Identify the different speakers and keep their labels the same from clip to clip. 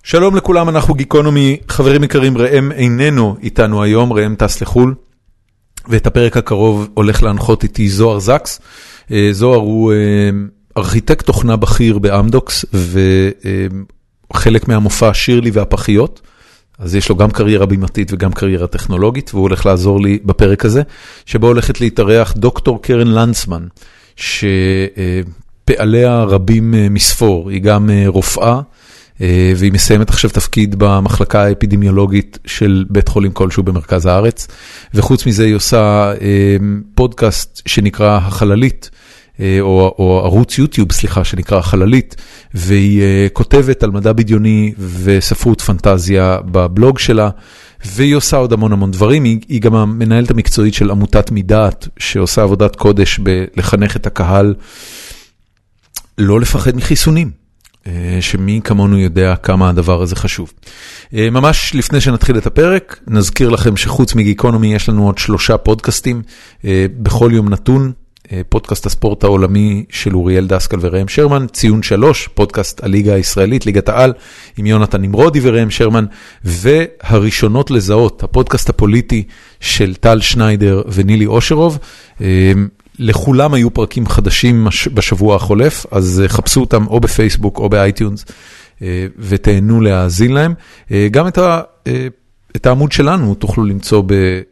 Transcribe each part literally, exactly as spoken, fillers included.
Speaker 1: שלום לכולם, אנחנו גיקונומי, חברים יקרים, ראם איננו איתנו היום, ראם טס לחול, ואת הפרק הקרוב הולך להנחות איתי זוהר זקס. זוהר הוא ארכיטקט תוכנה בכיר באמדוקס, וחלק מהמופע שירלי והפחיות, אז יש לו גם קריירה בימתית וגם קריירה טכנולוגית, והוא הולך לעזור לי בפרק הזה, שבו הולכת להתארח דוקטור קרן לנצמן, שפעליה רבים מספור, היא גם רופאה, והיא מסיימת עכשיו תפקיד במחלקה האפידמיולוגית של בית חולים כלשהו במרכז הארץ, וחוץ מזה היא עושה פודקאסט שנקרא החללית, או, או ערוץ יוטיוב, סליחה, שנקרא החללית, והיא כותבת על מדע בדיוני וספרות פנטזיה בבלוג שלה, והיא עושה עוד המון המון דברים. היא, היא גם המנהלת המקצועית של עמותת מידעת, שעושה עבודת קודש בלחנך את הקהל לא לפחד מחיסונים. שמי כמונו יודע כמה הדבר הזה חשוב. ממש לפני שנתחיל את הפרק, נזכיר לכם שחוץ מגיקונומי יש לנו עוד שלושה פודקאסטים, בכל יום נתון, פודקאסט הספורט העולמי של אוריאל דסקל וראם שרמן, ציון שלוש, פודקאסט הליגה הישראלית, ליגת העל, עם יונתן נמרודי וראם שרמן, והראשונות לזהות, הפודקאסט הפוליטי של טל שניידר ונילי אושרוב. לכולם היו פרקים חדשים בשבוע החולף, אז חפשו אותם או בפייסבוק או באייטיונס, ותהנו להאזין להם. גם את, ה, את העמוד שלנו תוכלו למצוא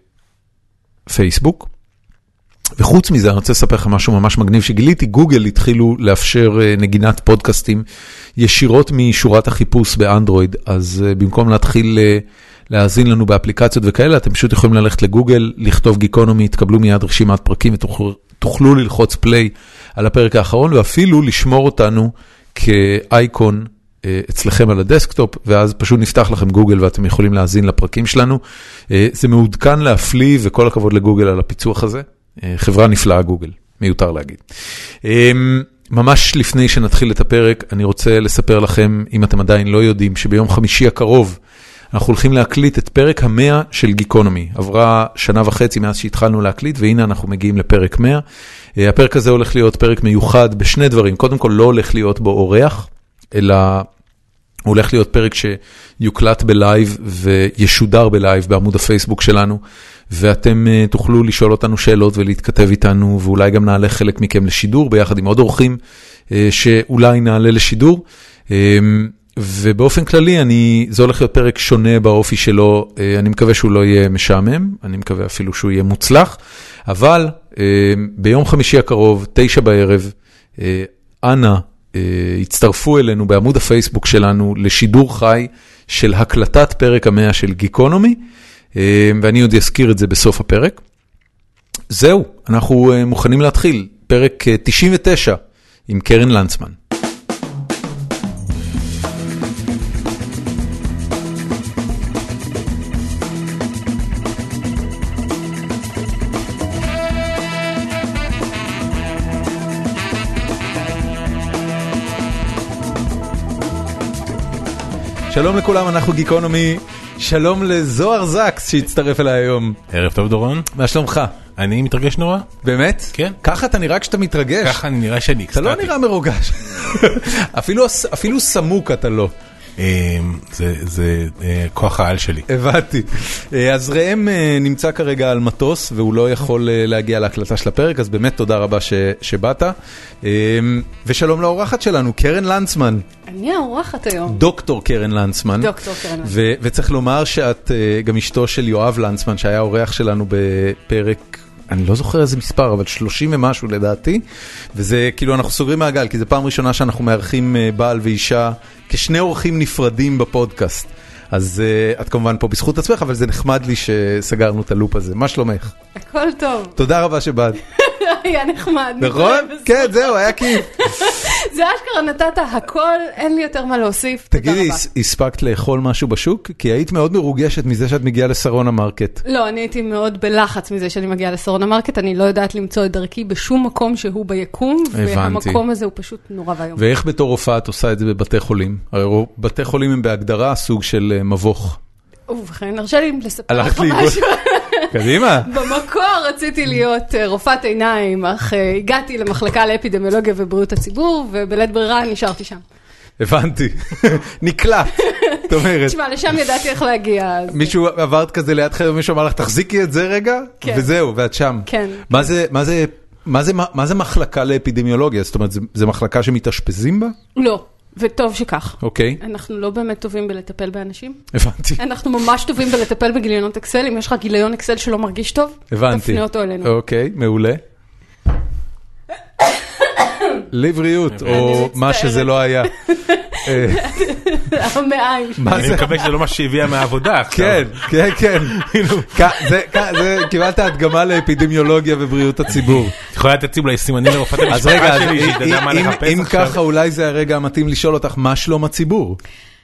Speaker 1: בפייסבוק. וחוץ מזה, אני רוצה לספר לכם משהו ממש מגניב שגיליתי, גוגל התחילו לאפשר נגינת פודקאסטים ישירות משורת החיפוש באנדרואיד, אז במקום להתחיל להאזין לנו באפליקציות וכאלה, אתם פשוט יכולים ללכת לגוגל, לכתוב גיקונומי, תקבלו מיד רשימת פרקים ותוכלו תוכלו ללחוץ פליי על הפרק האחרון, ואפילו לשמור אותנו כאייקון אצלכם על הדסקטופ, ואז פשוט נפתח לכם גוגל ואתם יכולים להאזין לפרקים שלנו. זה מעודכן להפליא, וכל הכבוד לגוגל על הפיצוח הזה. חברה נפלאה גוגל, מיותר להגיד. ממש לפני שנתחיל את הפרק, אני רוצה לספר לכם, אם אתם עדיין לא יודעים, שביום חמישי הקרוב, אנחנו הולכים להקליט את פרק המאה של גיקונומי. עברה שנה וחצי מאז שהתחלנו להקליט, והנה אנחנו מגיעים לפרק מאה. הפרק הזה הולך להיות פרק מיוחד בשני דברים. קודם כל, לא הולך להיות בו אורח, אלא הוא הולך להיות פרק שיוקלט בלייב וישודר בלייב בעמוד הפייסבוק שלנו, ואתם תוכלו לשאול אותנו שאלות ולהתכתב איתנו, ואולי גם נעלה חלק מכם לשידור, ביחד עם עוד אורחים שאולי נעלה לשידור. ובאופן כללי, אני, זה הולך להיות פרק שונה באופי שלו, אני מקווה שהוא לא יהיה משעמם, אני מקווה אפילו שהוא יהיה מוצלח, אבל ביום חמישי הקרוב, תשע בערב, אנא, הצטרפו אלינו בעמוד הפייסבוק שלנו לשידור חי של הקלטת פרק המאה של גיקונומי, ואני עוד אזכיר את זה בסוף הפרק. זהו, אנחנו מוכנים להתחיל, פרק תשעים ותשע עם קרן לנצמן. שלום לכולם, אנחנו גיקונומי, שלום לזוהר זקס שהצטרף אליי היום.
Speaker 2: ערב טוב דורון.
Speaker 1: מה שלומך?
Speaker 2: אני מתרגש נורא.
Speaker 1: באמת?
Speaker 2: כן.
Speaker 1: ככה אתה נראה כשאתה מתרגש.
Speaker 2: ככה אני נראה שאני
Speaker 1: אתה לא נראה מרוגש. אפילו, אפילו סמוק אתה לא.
Speaker 2: זה, זה כוח העל שלי.
Speaker 1: הבנתי. אז ראם נמצא כרגע על מטוס, והוא לא יכול להגיע להקלטה של הפרק, אז באמת תודה רבה ש, שבאת. ושלום לאורחת שלנו, קרן לנצמן.
Speaker 3: אני האורחת היום.
Speaker 1: דוקטור קרן לנצמן.
Speaker 3: דוקטור קרן לנצמן.
Speaker 1: ו- וצריך לומר שאת גם אשתו של יואב לנצמן, שהיה אורח שלנו בפרק, אני לא זוכר איזה מספר, אבל שלושים ומשהו לדעתי, וזה כאילו אנחנו סוגרים מעגל, כי זה פעם ראשונה שאנחנו מארחים בעל ואישה, כשני אורחים נפרדים בפודקאסט. אז uh, את כמובן פה בזכות עצמך, אבל זה נחמד לי שסגרנו את הלופ הזה. מה שלומך?
Speaker 3: הכל טוב.
Speaker 1: תודה רבה שבאת.
Speaker 3: היה נחמד.
Speaker 1: נכון? כן, זהו, היה כיף.
Speaker 3: זה אשכרה נתת הכל, אין לי יותר מה להוסיף.
Speaker 1: תגידי, הספקת לאכול משהו בשוק? כי היית מאוד מרוגשת מזה שאת מגיעה לסרונה מרקט.
Speaker 3: לא, אני הייתי מאוד בלחץ מזה שאני מגיעה לסרונה מרקט, אני לא יודעת למצוא את דרכי בשום מקום שהוא ביקום, והמקום הזה הוא פשוט נורא והיום.
Speaker 1: ואיך בתור רופאה את עושה את זה בבתי חולים? הרי בתי חולים הם בהגדרה סוג של מבוך.
Speaker 3: ובכן, נרשה לי לספר
Speaker 1: לך משהו. קדימה.
Speaker 3: במקור רציתי להיות רופאת עיניים, אך הגעתי למחלקה לאפידמיולוגיה ובריאות הציבור, ובלית ברירה נשארתי שם.
Speaker 1: הבנתי. נקלט. זאת אומרת.
Speaker 3: תשמע, לשם ידעתי איך להגיע.
Speaker 1: מישהו עברת כזה ליד חדר, מישהו אמר לך, תחזיקי את זה רגע, וזהו, ואת שם.
Speaker 3: כן.
Speaker 1: מה זה, מה זה, מה זה, מה זה מחלקה לאפידמיולוגיה? זאת אומרת, זה מחלקה שמתאשפזים בה?
Speaker 3: לא, וטוב שכך.
Speaker 1: אוקיי.
Speaker 3: אנחנו לא באמת טובים בלטפל באנשים.
Speaker 1: הבנתי.
Speaker 3: אנחנו ממש טובים בלטפל בגיליונות אקסל. אם יש לך גיליון אקסל שלא מרגיש טוב, תפנה אותו אלינו.
Speaker 1: אוקיי, מעולה. לבריאות, או מה שזה לא היה.
Speaker 3: המעיים.
Speaker 2: אני מקווה שזה לא מה שהביאה מהעבודה.
Speaker 1: כן, כן, כן. קיבלת הדגמה לאפידמיולוגיה ובריאות הציבור.
Speaker 2: יכולה לתת אולי סימנים לרופאת המשפחה שלי, שתדע מה לחפש עכשיו.
Speaker 1: אם ככה, אולי זה הרגע המתאים לשאול אותך, מה שלום הציבור?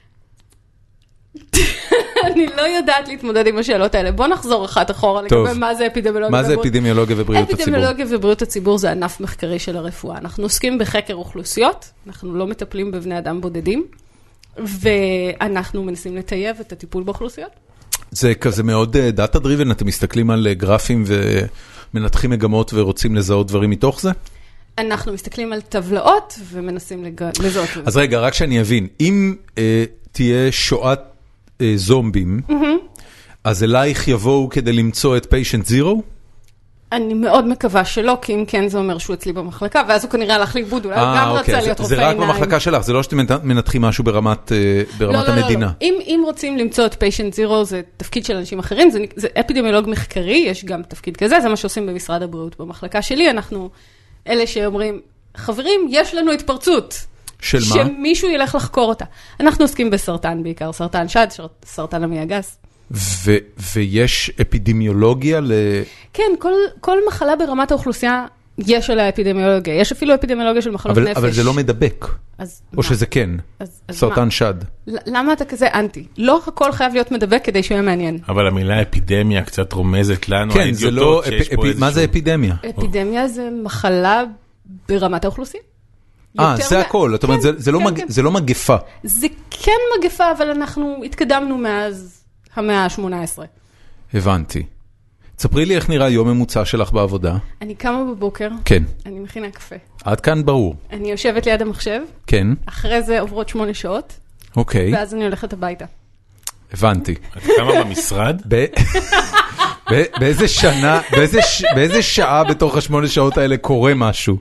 Speaker 3: אני לא יודעת להתמודד עם השאלות האלה. בוא נחזור אחת אחורה לגבי מה זה אפידמיולוגיה.
Speaker 1: מה זה אפידמיולוגיה ובריאות הציבור?
Speaker 3: אפידמיולוגיה ובריאות הציבור זה ענף מחקרי של הרפואה. אנחנו עוסקים בחקר אוכלוסיות, אנחנו לא מטפלים בבני אדם בודדים, ואנחנו מנסים לטייב את הטיפול באוכלוסיות.
Speaker 1: זה כזה מאוד דאטה דריבן, אתם מסתכלים על גרפים ומנתחים מגמות ורוצים לזהות דברים מתוך זה?
Speaker 3: אנחנו מסתכלים על טבלאות ומנסים לזהות.
Speaker 1: אז רגע, רק שאני אבין, אם תהיה שואת זומבים, אז אלייך יבואו כדי למצוא את פיישנט זירו?
Speaker 3: אני מאוד מקווה שלא, כי אם כן זה אומר שהוא אצלי במחלקה, ואז הוא כנראה הלך לאיבוד, אולי הוא גם רצה להיות רופא עיניים.
Speaker 1: זה רק במחלקה שלך, זה לא שאתם מנתחים משהו ברמת המדינה.
Speaker 3: אם רוצים למצוא את פיישנט זירו, זה תפקיד של אנשים אחרים, זה אפידמיולוג מחקרי, יש גם תפקיד כזה, זה מה שעושים במשרד הבריאות. במחלקה שלי אנחנו אלה שאומרים, חברים, יש לנו התפרצות.
Speaker 1: של מה?
Speaker 3: שמישהו ילך לחקור אותה. אנחנו עוסקים בסרטן בעיקר, סרטן שד, סרטן המעי הגס.
Speaker 1: ויש אפידמיולוגיה ל...
Speaker 3: כן, כל מחלה ברמת האוכלוסייה יש עליה אפידמיולוגיה. יש אפילו אפידמיולוגיה של מחלות נפש.
Speaker 1: אבל זה לא מדבק. או שזה כן. סרטן שד.
Speaker 3: למה אתה כזה אנטי? לא הכל חייב להיות מדבק כדי שהוא יהיה מעניין.
Speaker 2: אבל המילה אפידמיה קצת רומזת לנו.
Speaker 1: כן, זה לא... מה זה אפידמיה?
Speaker 3: אפידמיה זה מחלה ברמת האוכלוסייה.
Speaker 1: אה, זה הכל. זאת אומרת, זה לא מגפה.
Speaker 3: זה כן מגפה, אבל אנחנו התקדמנו מאז המאה ה-שמונה עשרה.
Speaker 1: הבנתי. תספרי לי איך נראה יום ממוצע שלך בעבודה.
Speaker 3: אני קמה בבוקר.
Speaker 1: כן.
Speaker 3: אני מכינה קפה.
Speaker 1: עד כאן ברור.
Speaker 3: אני יושבת ליד המחשב.
Speaker 1: כן.
Speaker 3: אחרי זה עוברות שמונה שעות.
Speaker 1: אוקיי.
Speaker 3: ואז אני הולכת הביתה.
Speaker 1: הבנתי.
Speaker 2: את קמה במשרד?
Speaker 1: באיזה שנה, באיזה שעה בתוך השמונה שעות האלה קורה משהו?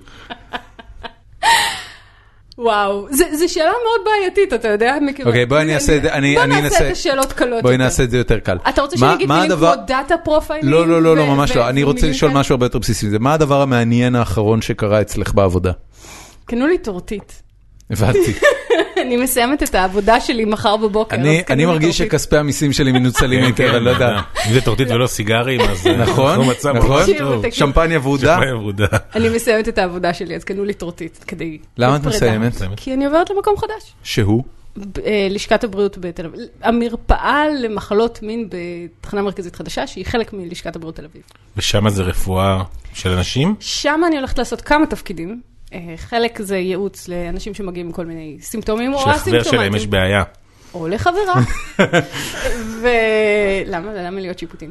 Speaker 3: וואו, זו שאלה מאוד בעייתית, אתה יודע?
Speaker 1: אוקיי, בואי אני אעשה את זה, אני אנסה...
Speaker 3: בוא נעשה את השאלות קלות.
Speaker 1: בואי נעשה את זה יותר קל.
Speaker 3: אתה רוצה שאני אגיד מילים כמו דאטה פרופיילינג?
Speaker 1: לא, לא, לא, ממש לא. אני רוצה לשאול משהו הרבה יותר בסיסי. זה מה הדבר המעניין האחרון שקרה אצלך בעבודה?
Speaker 3: קנו לי טורטית.
Speaker 1: הבנתי.
Speaker 3: אני מסיימת את העבודה שלי מחר בבוקר.
Speaker 1: אני מרגיש שכספי המיסים שלי מנוצלים יותר, אני לא יודע.
Speaker 2: אם זה טורטית ולא סיגרים, אז...
Speaker 1: נכון, נכון. שמפניה ורודה.
Speaker 3: אני מסיימת את העבודה שלי, אז קנו לי טורטית כדי...
Speaker 1: למה את מסיימת?
Speaker 3: כי אני עוברת למקום חדש.
Speaker 1: שהוא?
Speaker 3: לשכת הבריאות בתל אביב. המרפאה למחלות מין בתחנה מרכזית חדשה, שהיא חלק מלשכת הבריאות תל אביב.
Speaker 2: ושם זה רפואה של אנשים?
Speaker 3: שם אני הולכת לעשות כמה תפקידים. חלק זה ייעוץ לאנשים שמגיעים עם כל מיני סימפטומים או אסימפטומטיים.
Speaker 2: שלחבר שלהם יש בעיה.
Speaker 3: או לחברה. ולמה? למה להיות שיפוטים?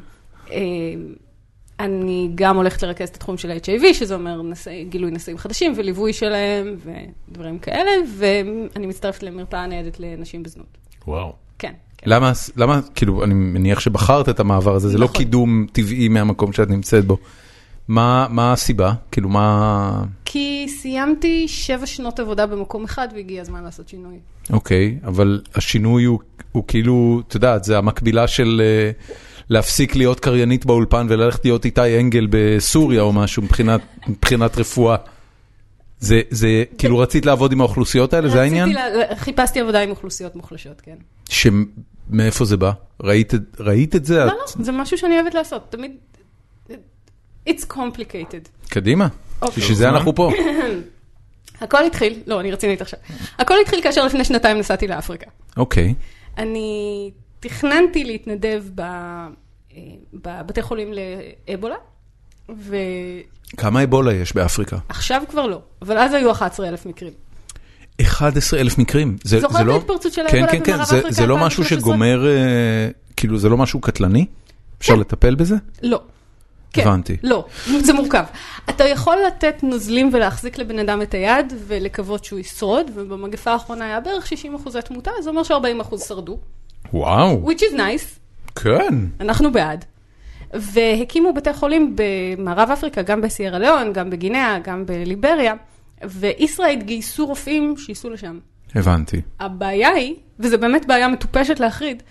Speaker 3: אני גם הולכת לרכז את התחום של ה-אייץ' איי וי, שזה אומר גילוי נשאים חדשים וליווי שלהם ודברים כאלה, ואני מצטרפת למרפאה ניידת לנשים בזנות.
Speaker 2: וואו.
Speaker 3: כן.
Speaker 1: למה, למה, כאילו, אני מניח שבחרת את המעבר הזה, זה לא קידום טבעי מהמקום שאת נמצאת בו. מה, מה הסיבה? כאילו, מה...
Speaker 3: כי סיימתי שבע שנות עבודה במקום אחד, והגיע הזמן לעשות שינוי.
Speaker 1: אוקיי, אבל השינוי הוא, הוא כאילו, אתה יודע, זה המקבילה של uh, להפסיק להיות קריינית באולפן, וללכת להיות איתי אנגל בסוריה או משהו, מבחינת, מבחינת רפואה. זה, זה, כאילו רצית לעבוד עם האוכלוסיות האלה, זה העניין?
Speaker 3: חיפשתי עבודה עם אוכלוסיות מוחלשות, כן.
Speaker 1: שמאיפה זה בא? ראית, ראית את זה?
Speaker 3: לא, לא, זה משהו שאני אוהבת לעשות, תמיד... It's complicated.
Speaker 1: קדימה, שזה אנחנו פה.
Speaker 3: הכל התחיל, לא, אני רצינית עכשיו. הכל התחיל כאשר לפני שנתיים נסעתי לאפריקה.
Speaker 1: אוקיי.
Speaker 3: אני תכננתי להתנדב בבתי חולים לאבולה, ו...
Speaker 1: כמה אבולה יש באפריקה?
Speaker 3: עכשיו כבר לא, אבל אז היו אחד עשר אלף מקרים.
Speaker 1: אחד עשר אלף מקרים?
Speaker 3: זוכרת ההתפרצות של האבולה במערב אפריקה?
Speaker 1: זה לא משהו שגומר, כאילו זה לא משהו קטלני? אפשר לטפל בזה?
Speaker 3: לא.
Speaker 1: הבנתי.
Speaker 3: לא, זה מורכב. אתה יכול לתת נוזלים ולהחזיק לבן אדם את היד ולקוות שהוא ישרוד, ובמגפה האחרונה היה בערך שישים אחוז תמותה, זה אומר ש-ארבעים אחוז שרדו.
Speaker 1: וואו.
Speaker 3: Which is nice.
Speaker 1: כן.
Speaker 3: אנחנו בעד. והקימו בתי חולים במערב אפריקה, גם בסיירה ליאון, גם בגינאה, גם בליבריה, וישראל גייסו רופאים שייסעו לשם.
Speaker 1: הבנתי.
Speaker 3: הבעיה היא, וזה באמת בעיה מטופשת להחריד,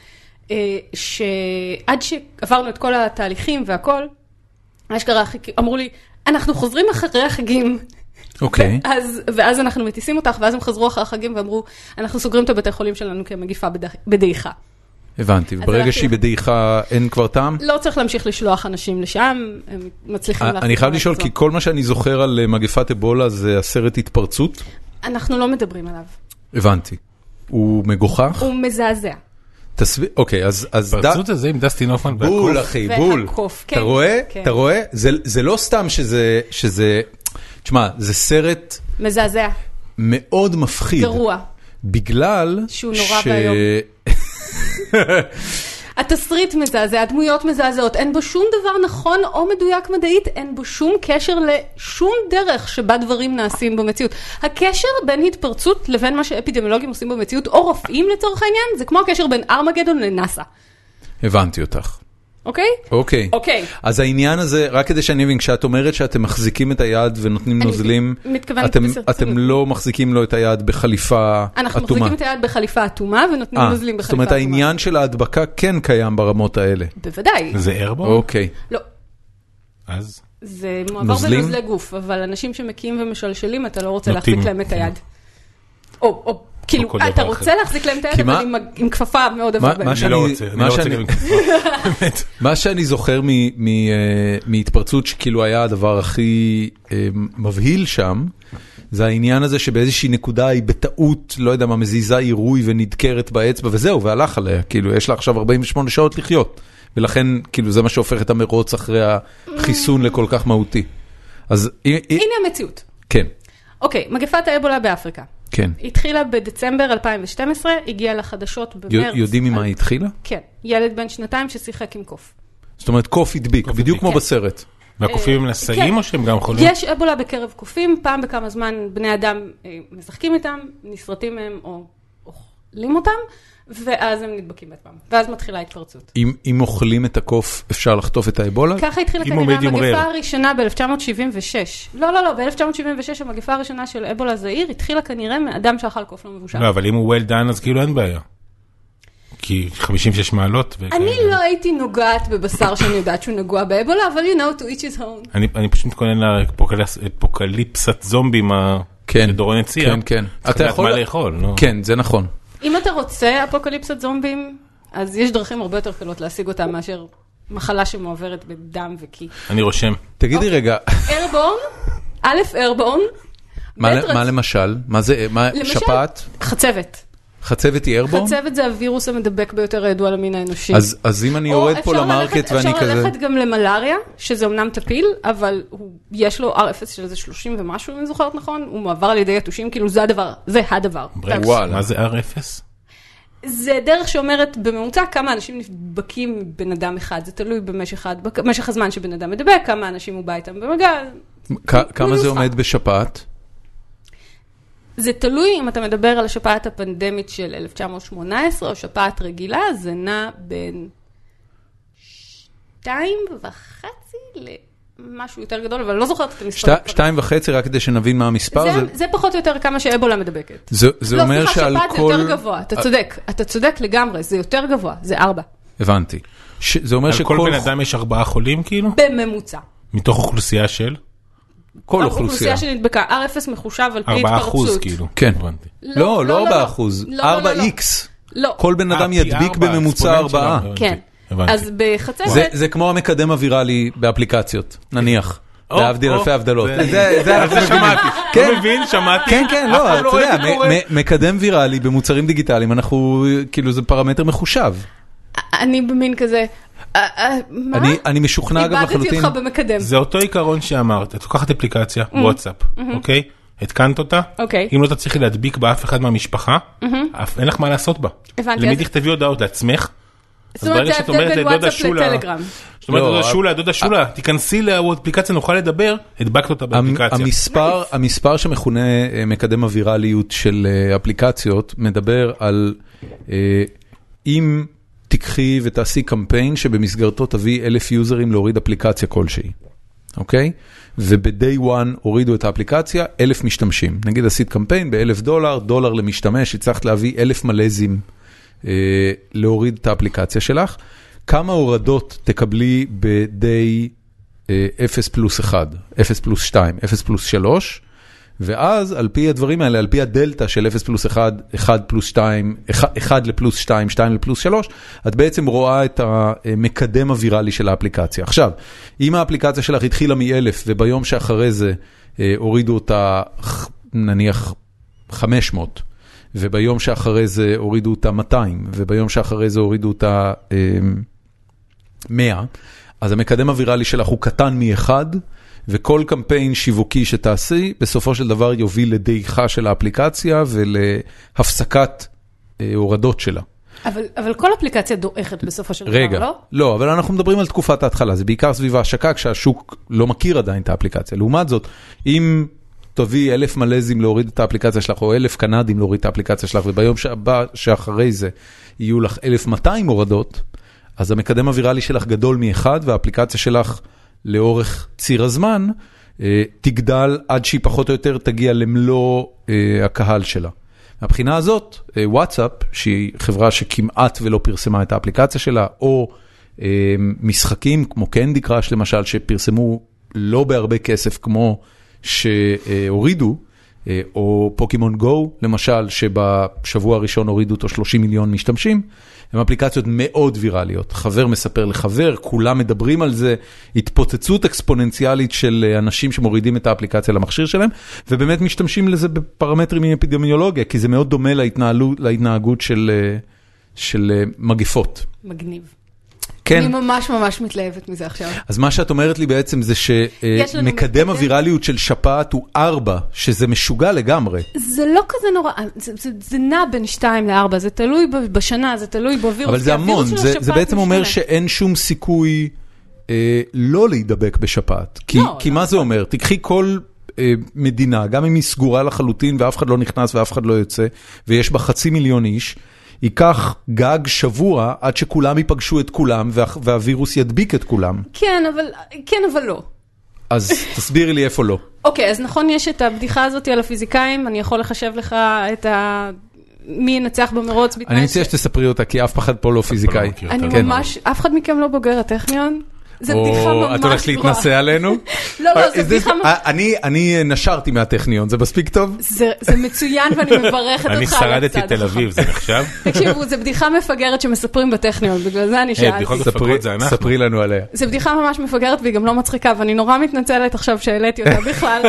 Speaker 3: שעד שעברנו את כל התהליכים והכל, אשכרה אמרו לי, אנחנו חוזרים אחרי החגים.
Speaker 1: אוקיי.
Speaker 3: ואז, ואז אנחנו מטיסים אותך, ואז הם חזרו אחרי החגים ואמרו, אנחנו סוגרים את הבתי חולים שלנו כמגיפה בדעיכה.
Speaker 1: הבנתי, וברגע שהיא בדעיכה אין כבר טעם?
Speaker 3: לא צריך להמשיך לשלוח אנשים לשם, הם מצליחים להחזיר.
Speaker 1: אני חייב לשאול, כי כל מה שאני זוכר על מגפת אבולה זה הסרט התפרצות.
Speaker 3: אנחנו לא מדברים עליו.
Speaker 1: הבנתי. הוא מגוחך?
Speaker 3: הוא מזעזע.
Speaker 1: אוקיי, אז...
Speaker 2: התפרצות הזה עם דסטין הופמן והקוף.
Speaker 1: בול, אחי, בול. אתה רואה? אתה רואה? זה לא סתם שזה... תשמע, זה סרט...
Speaker 3: מזעזע.
Speaker 1: מאוד מפחיד.
Speaker 3: גרוע.
Speaker 1: בגלל...
Speaker 3: שהוא נורא והיום. התסריט מזעזע, הדמויות מזעזעות, אין בו שום דבר נכון או מדויק מדעית, אין בו שום קשר לשום דרך שבה דברים נעשים במציאות. הקשר בין התפרצות לבין מה שאפידמיולוגים עושים במציאות, או רופאים לצורך העניין, זה כמו הקשר בין ארמגדון לנאסא. הבנתי
Speaker 1: אותך.
Speaker 3: אוקיי?
Speaker 1: אוקיי.
Speaker 3: אוקיי.
Speaker 1: אז העניין הזה, רק כדי שאני מבין, כשאת אומרת שאתם מחזיקים את היד ונותנים נוזלים, אתם לא מחזיקים לו את היד בחליפה אטומה.
Speaker 3: אנחנו מחזיקים את היד בחליפה אטומה ונותנים נוזלים בחליפה אטומה.
Speaker 1: זאת אומרת, העניין של ההדבקה כן קיים ברמות האלה.
Speaker 3: בוודאי.
Speaker 2: זה איירבורן?
Speaker 1: אוקיי.
Speaker 3: לא.
Speaker 2: אז?
Speaker 3: זה מועבר בנוזלי גוף, אבל אנשים שמקיאים ומשלשלים, אתה לא רוצה להחזיק להם את היד. או, או. כאילו, אתה רוצה להחזיק להם את היד, אבל עם כפפה מאוד עבור בהם.
Speaker 2: אני לא רוצה, אני לא רוצה גם עם כפפה.
Speaker 1: מה שאני זוכר מהתפרצות, שכאילו היה הדבר הכי מבהיל שם, זה העניין הזה שבאיזושהי נקודה היא בטעות, לא יודע מה, מזיזה עירוי ונדקרת באצבע, וזהו, והלך עליה. כאילו, יש לה עכשיו ארבעים ושמונה שעות לחיות. ולכן, כאילו, זה מה שהופך את המרוץ אחרי החיסון לכל כך מהותי. אז...
Speaker 3: הנה המציאות.
Speaker 1: כן.
Speaker 3: אוקיי, מגפת האבולה באפריקה.
Speaker 1: כן.
Speaker 3: התחילה בדצמבר אלפיים ושתים עשרה, הגיעה לחדשות במרץ.
Speaker 1: יודעים ממה היא התחילה?
Speaker 3: כן. ילד בן שנתיים ששיחק עם קוף.
Speaker 1: זאת אומרת, קוף הדביק, בדיוק כמו בסרט.
Speaker 2: והקופים הם נשאים או שהם גם חולים?
Speaker 3: יש אבולה בקרב קופים, פעם בכמה זמן בני אדם משחקים איתם, נסרטים מהם או אוכלים אותם, ואז הם נדבקים בעצמם. ואז מתחילה התפרצות.
Speaker 1: אם אוכלים את הקוף, אפשר לחטוף את האבולה?
Speaker 3: ככה התחילה כנראה המגפה הראשונה ב-אלף תשע מאות שבעים ושש. לא, לא, לא, ב-אלף תשע מאות שבעים ושש המגפה הראשונה של אבולה זעיר התחילה כנראה מאדם שאכל קוף לא מבושל.
Speaker 2: לא, אבל אם הוא well done אז כאילו אין בעיה. כי חמישים ושש מעלות.
Speaker 3: אני לא הייתי נוגעת בבשר שאני יודעת שהוא נגוע באבולה, אבל you know, to each his own.
Speaker 2: אני פשוט מתכונן לאפוקליפסת זומבים שדורון הציע.
Speaker 1: כן, כן.
Speaker 2: אתה יכול לאכול, לא?
Speaker 1: כן, זה נכון.
Speaker 3: אם אתה רוצה אפוקליפסת זומבים, אז יש דרכים הרבה יותר קלות להשיג אותם מאשר מחלה שמועברת בדם וקי.
Speaker 2: אני רושם.
Speaker 1: תגידי רגע.
Speaker 3: איירבורן, א' איירבורן.
Speaker 1: מה למשל? מה זה, שפעת?
Speaker 3: חצבת.
Speaker 1: חצבת היא איירבורן?
Speaker 3: חצבת זה הווירוס המדבק ביותר הידוע למין האנושי.
Speaker 1: אז אם אני יורד פה למרקט ואני כזה...
Speaker 3: אפשר ללכת גם למלאריה, שזה אמנם טפיל, אבל יש לו אר אפס של איזה שלושים ומשהו, אם אני זוכרת נכון, הוא מועבר על ידי יתושים, כאילו זה הדבר, זה הדבר.
Speaker 2: מה זה אר אפס?
Speaker 3: זה דרך שאומרת בממוצע כמה אנשים נדבקים בן אדם אחד, זה תלוי במשך הזמן שבן אדם מדבק, כמה אנשים הוא בא איתם במגע.
Speaker 1: כמה זה עומד בשפעת?
Speaker 3: זה תלוי אם אתה מדבר על השפעת הפנדמית של אלף תשע מאות שמונה עשרה או שפעת רגילה, זה נע בין שתיים וחצי למשהו יותר גדול, אבל לא זוכרת את המספר.
Speaker 1: שתיים וחצי, רק כדי שנבין מה המספר.
Speaker 3: זה פחות או יותר כמה שאבולה מדבקת.
Speaker 1: זה אומר שעל כל...
Speaker 3: לא, סליחה, שפעת זה יותר גבוה, אתה צודק, אתה צודק לגמרי, זה יותר גבוה, זה ארבע.
Speaker 1: הבנתי. זה אומר שכל...
Speaker 2: על כל בן אדם יש ארבעה חולים כאילו?
Speaker 3: בממוצע.
Speaker 2: מתוך אוכלוסייה של?
Speaker 1: כל אוכלוסייה.
Speaker 3: אוכלוסייה שנדבקה, אר אפס מחושב על פי התפרצות.
Speaker 2: ארבעה אחוז כאילו.
Speaker 1: כן. לא, לא ארבעה אחוז. ארבע איקס.
Speaker 3: לא.
Speaker 1: כל בן אדם ידביק בממוצע ארבעה.
Speaker 3: כן. אז בחצבת...
Speaker 1: זה כמו המקדם הוויראלי באפליקציות, נניח. להבדיל אלפי הבדלות.
Speaker 2: זה שמעתי. לא מבין, שמעתי.
Speaker 1: כן, כן, לא, אתה יודע, מקדם ויראלי במוצרים דיגיטליים, אנחנו, כאילו זה פרמטר מחושב.
Speaker 3: אני במין כזה...
Speaker 1: אני משוכנע גם לחלוטין.
Speaker 3: איבדתי אותך במקדם.
Speaker 2: זה אותו עיקרון שאמרת, את לוקחת אפליקציה, וואטסאפ, אוקיי? התקנת אותה, אם לא תצליחי להדביק באף אחד מהמשפחה, אין לך מה לעשות בה. למי תכתבי הודעות לעצמך?
Speaker 3: זאת אומרת, זה הבדל בין וואטסאפ לטלגרם.
Speaker 2: זאת אומרת, שולה, דודה שולה, תיכנסי לאפליקציה, נוכל לדבר, הדבקת אותה באפליקציה.
Speaker 1: המספר שמכונה מקדם הווירליות של אפליקציות, מדבר על אם תיקחי ותעשי קמפיין שבמסגרתו תביא אלף יוזרים להוריד אפליקציה כלשהי, אוקיי? וב-day one הורידו את האפליקציה, אלף משתמשים. נגיד עשית קמפיין באלף דולר, דולר למשתמש, הצלחת להביא אלף מלזים אה, להוריד את האפליקציה שלך. כמה הורדות תקבלי ב-day אה, אפס פלוס אחד, אפס פלוס שתיים, אפס פלוס שלוש, ואז על פי הדברים האלה, על פי הדלטה של אפס פלוס אחד, אחד פלוס שתיים, אחד לפלוס שתיים, שתיים לפלוס שלוש, את בעצם רואה את המקדם הווירלי של האפליקציה. עכשיו, אם האפליקציה שלך התחילה מ-אלף, וביום שאחרי זה הורידו אותה נניח חמש מאות, וביום שאחרי זה הורידו אותה מאתיים, וביום שאחרי זה הורידו אותה מאה, אז המקדם הווירלי שלך הוא קטן מ-אחד, וכל קמפיין שיווקי שתעשי, בסופו של דבר יוביל לדעיכה של האפליקציה ולהפסקת אה, הורדות שלה.
Speaker 3: אבל, אבל כל אפליקציה דועכת בסופו של דבר,
Speaker 1: רגע,
Speaker 3: לא?
Speaker 1: לא, אבל אנחנו מדברים על תקופת ההתחלה, זה בעיקר סביב ההשקה, כשהשוק לא מכיר עדיין את האפליקציה. לעומת זאת, אם תביא אלף מלזים להוריד את האפליקציה שלך, או אלף קנדים להוריד את האפליקציה שלך, וביום שהבא, שאחרי זה יהיו לך אלף מאתיים הורדות, אז המקדם הווירלי שלך גדול מאחד, והאפליקציה שלך לאורך ציר הזמן, תגדל עד שהיא פחות או יותר תגיע למלוא הקהל שלה. מהבחינה הזאת, וואטסאפ, שהיא חברה שכמעט ולא פרסמה את האפליקציה שלה, או משחקים כמו קנדי קראש למשל, שפרסמו לא בהרבה כסף כמו שהורידו, או פוקימון גו למשל, שבשבוע הראשון הורידו אותו שלושים מיליון משתמשים, הן אפליקציות מאוד ויראליות. חבר מספר לחבר, כולם מדברים על זה, התפוצצות אקספוננציאלית של אנשים שמורידים את האפליקציה למכשיר שלהם, ובאמת משתמשים לזה בפרמטרים מאפידמיולוגיה, כי זה מאוד דומה להתנהגות של, של מגפות.
Speaker 3: מגניב.
Speaker 1: כן.
Speaker 3: אני ממש ממש מתלהבת מזה עכשיו.
Speaker 1: אז מה שאת אומרת לי בעצם זה שמקדם הווירליות של שפעת הוא ארבע, שזה משוגע לגמרי.
Speaker 3: זה לא כזה נורא, זה, זה, זה נע בין שתיים לארבע, זה תלוי בשנה, זה תלוי בווירוס.
Speaker 1: אבל זה המון, זה, זה בעצם משתנה. אומר שאין שום סיכוי אה, לא להידבק בשפעת. כי, לא, כי לא. מה זה אומר? תקחי כל אה, מדינה, גם אם היא סגורה לחלוטין ואף אחד לא נכנס ואף אחד לא יוצא, ויש בה חצי מיליון איש, ייקח גג שבוע עד שכולם ייפגשו את כולם וה, והווירוס ידביק את כולם.
Speaker 3: כן, אבל, כן, אבל לא.
Speaker 1: אז תסבירי לי איפה לא.
Speaker 3: אוקיי, אז נכון, יש את הבדיחה הזאת על הפיזיקאים, אני יכול לחשב לך את ה... מי ינצח במרוץ.
Speaker 1: אני מציע שתספרי אותה, כי אף אחד פה לא פיזיקאי.
Speaker 3: אני ממש, אף אחד מכם לא בוגר הטכניון. זה בדיחה ממש גרועה.
Speaker 1: את הולכת להתנסה עלינו?
Speaker 3: לא, לא, זה בדיחה ממש...
Speaker 1: אני נשרתי מהטכניון, זה מספיק טוב?
Speaker 3: זה מצוין ואני מברכת אותך.
Speaker 2: אני שרדתי תל אביב, זה נחשב?
Speaker 3: תקשיבו, זה בדיחה מפגרת שמספרים בטכניון, בגלל זה אני שאלתי.
Speaker 1: ספרי לנו עליה.
Speaker 3: זה בדיחה ממש מפגרת והיא גם לא מצחיקה, ואני נורא מתנצלת עכשיו שהעליתי אותה בכלל.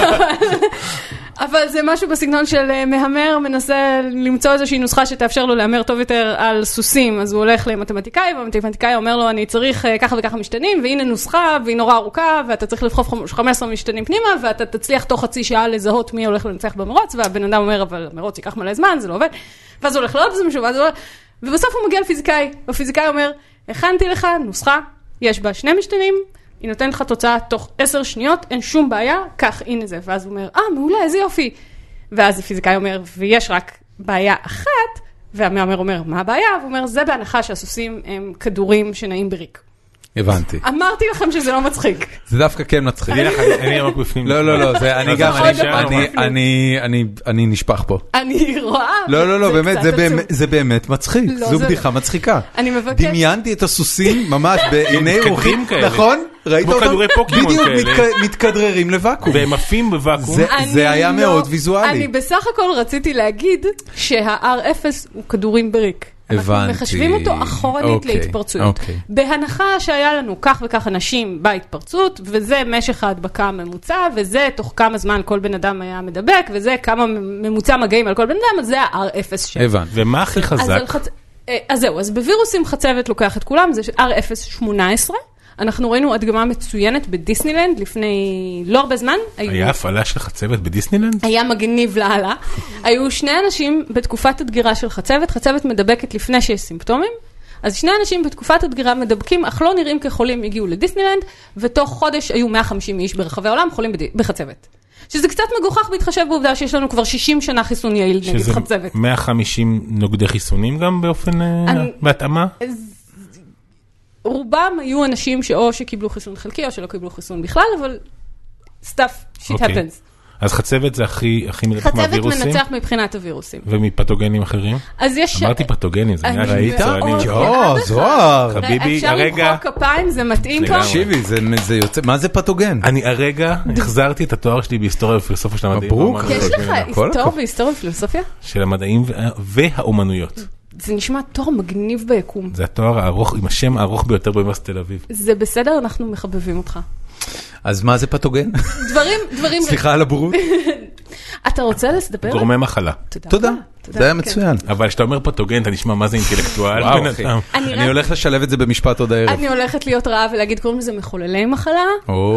Speaker 3: אבל זה משהו בסגנון של מהמר, מנסה למצוא איזושהי נוסחה שתאפשר לו להמר טוב יותר על סוסים, אז הוא הולך למתמטיקאי, והמתמטיקאי אומר לו, אני צריך ככה וככה משתנים, והנה נוסחה, והיא נורא ארוכה, ואתה צריך לבחור חמש עשרה משתנים פנימה, ואתה תצליח תוך חצי שעה לזהות מי הולך לנצח במרוץ, והבן אדם אומר, אבל המרוץ ייקח מלא זמן, זה לא עובד, ואז הוא הולך לעוד איזה משהו, ואז הוא... ובסוף הוא מגיע לפיזיקאי, והפיזיקאי אומר, הכנתי לך נוסחה, יש בה שני משתנים, היא נותנת לך תוצאה תוך עשר שניות, אין שום בעיה, כך, הנה זה. ואז הוא אומר, אה, מעולה, איזה יופי. ואז הפיזיקאי אומר, ויש רק בעיה אחת, והמאמר אומר, מה הבעיה? והוא אומר, זה בהנחה שהסוסים הם כדורים שנעים בריק.
Speaker 1: הבנתי.
Speaker 3: אמרתי לכם שזה לא מצחיק.
Speaker 1: זה דווקא כן מצחיק.
Speaker 2: אני עמוק בפנים.
Speaker 1: לא, לא, לא, זה אני גם, אני נשפך פה.
Speaker 3: אני רואה.
Speaker 1: לא, לא, לא, באמת, זה באמת מצחיק. זו בדיחה מצחיקה.
Speaker 3: אני מבקש.
Speaker 1: דמיינתי את הסוסים ממש בעיני רוחים, נכון? ראית אותם?
Speaker 2: כמו כדורי פוקימון כאלה.
Speaker 1: בדיוק, מתכדררים לוואקום.
Speaker 2: והם עפים בוואקום.
Speaker 1: זה היה מאוד ויזואלי.
Speaker 3: אני בסך הכל רציתי להגיד שה-אר אפס הוא כדורים בריק. אנחנו מחשבים אותו אחורנית להתפרצויות. בהנחה שהיה לנו כך וכך אנשים בהתפרצות, וזה משך ההדבקה הממוצע, וזה תוך כמה זמן כל בן אדם היה מדבק, וזה כמה ממוצע מגעים על כל בן אדם, אז זה ה-אר אפס שם.
Speaker 1: הבנתי.
Speaker 2: ומה הכי חזק?
Speaker 3: אז זהו, אז בווירוסים חצבת לוקח את כולם, זה אר אפס שמונה עשרה. אנחנו ראינו הדגמה מצוינת בדיסנילנד לפני לא הרבה זמן.
Speaker 2: היה הפעלה של חצבת בדיסנילנד?
Speaker 3: היה מגניב להעלה. היו שני אנשים בתקופת הדגירה של חצבת, חצבת מדבקת לפני שיש סימפטומים, אז שני אנשים בתקופת הדגירה מדבקים, אך לא נראים כחולים, הגיעו לדיסנילנד, ותוך חודש היו מאה וחמישים איש ברחבי העולם חולים בחצבת. שזה קצת מגוחך בהתחשב בעובדה שיש לנו כבר שישים שנה חיסון יעיל נגד חצבת.
Speaker 2: שזה מאה וחמישים נוגדי חיסונים גם באופן, בהתאמה?
Speaker 3: רובם היו אנשים שאו שקיבלו חיסון חלקי, או שלא קיבלו חיסון בכלל, אבל stuff, shit happens.
Speaker 2: אז חצבת זה הכי מנצח מהווירוסים?
Speaker 3: חצבת מנצח מבחינת הווירוסים.
Speaker 2: ומפתוגנים אחרים?
Speaker 3: אז יש...
Speaker 2: אמרתי פתוגנים, זה נראה
Speaker 1: ראית? או, זוהר.
Speaker 2: חביבי,
Speaker 3: אפשר למחוא כפיים, זה מתאים פה.
Speaker 1: תקשיבי, זה יוצא, מה זה פתוגן?
Speaker 2: אני הרגע החזרתי את התואר שלי בהיסטוריה ופילוסופיה של המדעים.
Speaker 1: מברוק.
Speaker 3: יש לך תואר בהיסטוריה ופילוסופיה?
Speaker 2: של המדעים והאומנויות.
Speaker 3: זה נשמע תואר מגניב ביקום.
Speaker 2: זה התואר הארוך, עם השם הארוך ביותר באוניברסיטת תל אביב.
Speaker 3: זה בסדר, אנחנו מחבבים אותך.
Speaker 1: אז מה זה פתוגן?
Speaker 3: דברים, דברים...
Speaker 1: סליחה על הבורות.
Speaker 3: אתה רוצה לסדבר?
Speaker 2: גורמי מחלה.
Speaker 1: תודה. זה היה מצוין.
Speaker 2: אבל כשאתה אומר פתוגן, אתה נשמע מה זה אינטלקטואל.
Speaker 1: וואו, אחי. אני הולך לשלב את זה במשפט עוד הערב.
Speaker 3: אני הולכת להיות רעה ולהגיד, קוראים לזה מחוללי מחלה.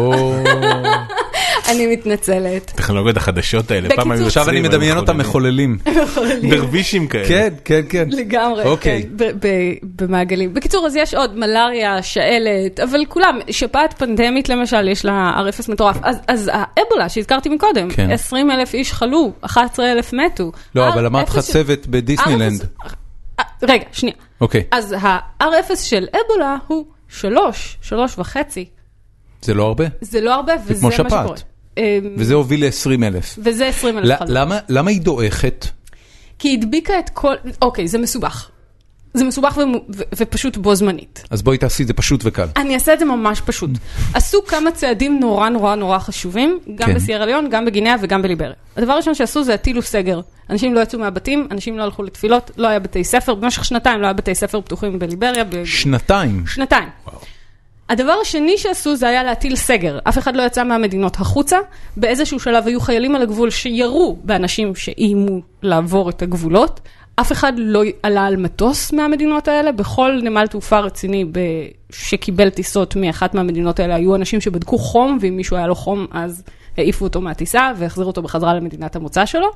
Speaker 3: אני מתנצלת.
Speaker 2: טכנולוגיות החדשות האלה.
Speaker 1: עכשיו אני מדמיין אותם מחוללים.
Speaker 2: דרווישים כאלה.
Speaker 1: כן, כן, כן.
Speaker 3: לגמרי, כן. במעגלים. בקיצור, אז יש עוד מלריה, שאלת, אבל כולם, שפעת פנדמית למשל, יש לה אר אפס מטורף. אז האבולה שהזכרתי מקודם, עשרים אלף איש חלו, אחת עשרה אלף מתו.
Speaker 1: לא, אבל אמרת חצבת בדיסנילנד.
Speaker 3: רגע, שנייה.
Speaker 1: אוקיי.
Speaker 3: אז ה-אר אפס של אבולה הוא שלוש, שלוש וחצי.
Speaker 1: זה לא הרבה?
Speaker 3: זה לא הרבה, וזה מה שקורה.
Speaker 1: וזה הוביל ל-עשרים אלף.
Speaker 3: וזה עשרים אלף חלו.
Speaker 1: למה היא דועכת?
Speaker 3: כי היא הדביקה את כל... אוקיי, זה מסובך. זה מסובך ופשוט בו זמנית.
Speaker 1: אז בואי תעשי את זה פשוט וקל.
Speaker 3: אני אעשה את זה ממש פשוט. עשו כמה צעדים נורא נורא נורא חשובים, גם בסיירה ליון, גם בגינאה וגם בליבריה. הדבר הראשון שעשו זה הטילו סגר. אנשים לא יצאו מהבתים, אנשים לא הלכו לתפילות, לא היה בתי ספר, במשך שנתיים לא היה בתי ספר פתוחים בליבריה.
Speaker 1: שנתיים?
Speaker 3: שנתיים. הדבר השני שעשו זה היה להטיל סגר. אף אחד לא יצא מהמדינות החוצה. באיזשהו שלב היו חיילים על הגבול שירו באנשים שאיימו לעבור את הגבולות. אף אחד לא עלה על מטוס מהמדינות האלה. בכל נמל תעופה רציני שקיבל טיסות מאחת מהמדינות האלה, היו אנשים שבדקו חום, ואם מישהו היה לו חום, אז העיפו אותו מהטיסה, והחזירו אותו בחזרה למדינת המוצא שלו.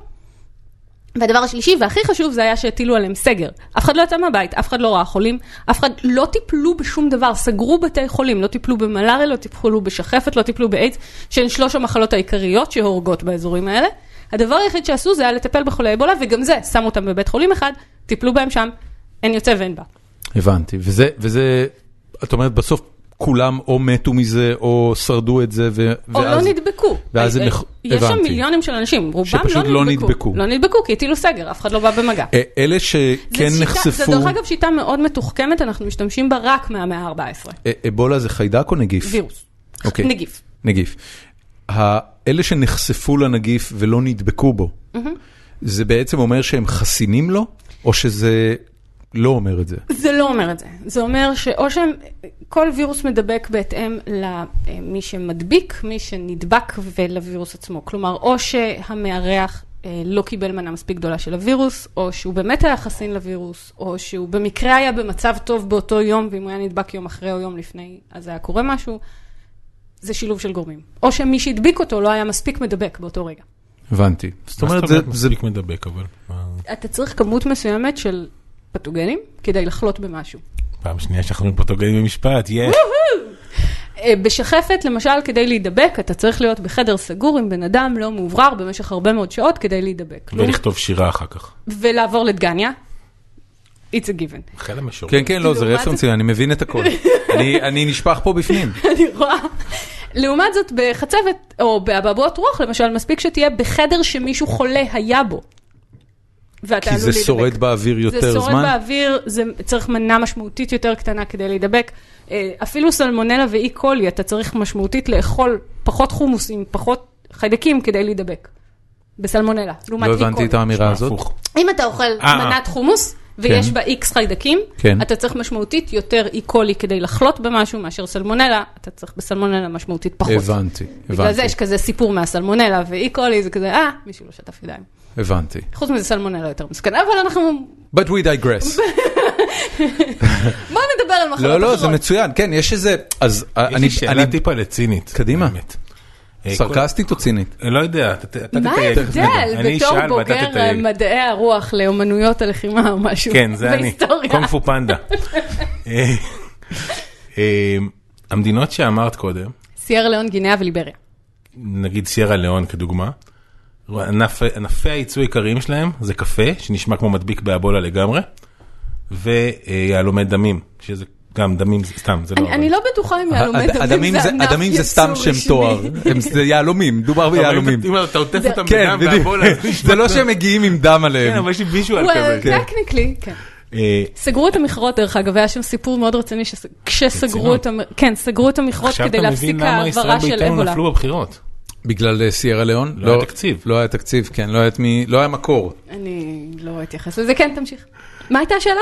Speaker 3: והדבר השלישי והכי חשוב זה היה שהטילו עליהם סגר. אף אחד לא יצא מהבית, אף אחד לא ראה חולים, אף אחד לא טיפלו בשום דבר, סגרו בתי חולים, לא טיפלו במלאריה, לא טיפלו בשחפת, לא טיפלו באיידס, שהן שלוש המחלות העיקריות שהורגות באזורים האלה. הדבר היחיד שעשו זה היה לטפל בחולי אבולה, וגם זה, שמו אותם בבית חולים אחד, טיפלו בהם שם, אין יוצא ואין בא.
Speaker 1: הבנתי, וזה, וזה, את אומרת, בסוף כולם או מתו מזה, או שרדו את זה, ו...
Speaker 3: או ואז... לא נדבקו.
Speaker 1: ואז הם...
Speaker 3: יש שם מיליונים של אנשים, רובם
Speaker 1: שפשוט
Speaker 3: לא
Speaker 1: נדבקו. נדבקו.
Speaker 3: לא נדבקו, כי הטילו סגר, אף אחד לא בא במגע.
Speaker 1: אלה שכן נחשפו...
Speaker 3: זה דרך אגב שיטה מאוד מתוחכמת, אנחנו משתמשים בה רק מהמאה ה-ארבע עשרה.
Speaker 1: אבולה זה חיידק או נגיף?
Speaker 3: וירוס.
Speaker 1: אוקיי.
Speaker 3: נגיף.
Speaker 1: נגיף. אלה שנחשפו לנגיף ולא נדבקו בו, זה בעצם אומר שהם חסינים לו, או שזה לא אומר את זה?
Speaker 3: זה לא אומר את זה. זה אומר שאו שהם, כל וירוס מדבק בהתאם למי שמדביק, מי שנדבק ולווירוס עצמו. כלומר, או שהמארח לא קיבל מנה מספיק גדולה של הווירוס, או שהוא באמת היה חסין לווירוס, או שהוא במקרה היה במצב טוב באותו יום, ואם הוא היה נדבק יום אחרי או יום לפני, אז היה קורה משהו. זה שילוב של גורמים. או שמי שהדביק אותו לא היה מספיק מדבק באותו רגע.
Speaker 1: הבנתי.
Speaker 2: זאת אומרת, זה מספיק מדבק, אבל...
Speaker 3: אתה צריך כמות מסוימת של פתוגנים כדי לחלות במשהו.
Speaker 2: פעם שנייה שאנחנו פתוגנים במשפט, יש.
Speaker 3: בשחפת, למשל, כדי להידבק, אתה צריך להיות בחדר סגור עם בן אדם לא מאוברר במשך הרבה מאוד שעות כדי להידבק.
Speaker 2: ולכתוב שירה אחר כך.
Speaker 3: ולעבור לדגניה. It's a given.
Speaker 2: חיל המשור.
Speaker 1: כן, כן, לא, זה רפרנסים, אני מבין את הכל. אני נשפך פה בפנים.
Speaker 3: אני רואה. לעומת זאת, בחצבת, או באבעבועות רוח, למשל, מספיק שתהיה בחדר שמישהו חולה היה בו.
Speaker 1: כי זה שורד באוויר יותר זמן?
Speaker 3: זה שורד באוויר, זה צריך מנה משמעותית יותר קטנה כדי להידבק. אפילו סלמונלה ואי קולי, אתה צריך משמעותית לאכול פחות חומוסים, פחות חיידקים כדי להידבק. בסלמונלה, לעומת אי קולי.
Speaker 1: לא הבנתי את האמירה הזאת.
Speaker 3: אם אתה אוכל מנת חומוס, ויש בה איקס חיידקים, אתה צריך משמעותית יותר אי קולי כדי לחלות במשהו מאשר סלמונלה, אתה צריך בסלמונלה משמעותית פחות.
Speaker 1: הבנתי, הבנתי.
Speaker 3: בגלל זה יש כזה סיפור מהסלמונלה ואי קולי, זה כזה, אה, מישהו לא שטף ידיים.
Speaker 1: הבנתי.
Speaker 3: חוץ מזה סלמונלה יותר מסכנה, אבל אנחנו...
Speaker 1: But we digress.
Speaker 3: בוא נדבר על מחלות אחרות.
Speaker 1: לא, לא, זה מצוין, כן, יש איזה...
Speaker 2: יש לי שאלה טיפה לצינית.
Speaker 1: קדימה. סרקסטית או צינית?
Speaker 2: לא יודע.
Speaker 3: מה ההבדל בתור בוגר מדעי הרוח לאומנויות הלחימה או משהו?
Speaker 2: כן, זה אני. קונג פו פנדה. המדינות שאמרת קודם,
Speaker 3: סיירה ליאון, גינאה וליבריה.
Speaker 2: נגיד סיירה ליאון כדוגמה, ענפי הייצוא העיקריים שלהם זה קפה, שנשמע כמו מדביק באבולה לגמרי, ויהלומי דמים, שזה גם דמים, סתם, זה לא...
Speaker 3: אני לא בטוחה אם יהלומי דמים זה ענף
Speaker 1: הדמים זה סתם שם תואר, זה יהלומים, דובר ביהלומים.
Speaker 2: אם אתה עוטף אותם בדם באבולה,
Speaker 1: זה לא שהם מגיעים עם דם עליהם.
Speaker 2: כן, אבל יש לי ויז'ואל כזה.
Speaker 3: טכניקלי, כן. סגרו את המכרות דרך אגב, היה שם סיפור מאוד רציני, כשסגרו את כן, סגרו את המכרות כדי להפסיק העברה של אבולה.
Speaker 2: עכשיו אתה מבין למה ישראל ביתנו נפלו בבחירות.
Speaker 1: בגלל סיירה ליאון?
Speaker 2: לא היה תקציב.
Speaker 1: לא היה תקציב, כן, לא היה מקור.
Speaker 3: אני לא אתייחס לזה, כן, תמשיך. מה הייתה השאלה?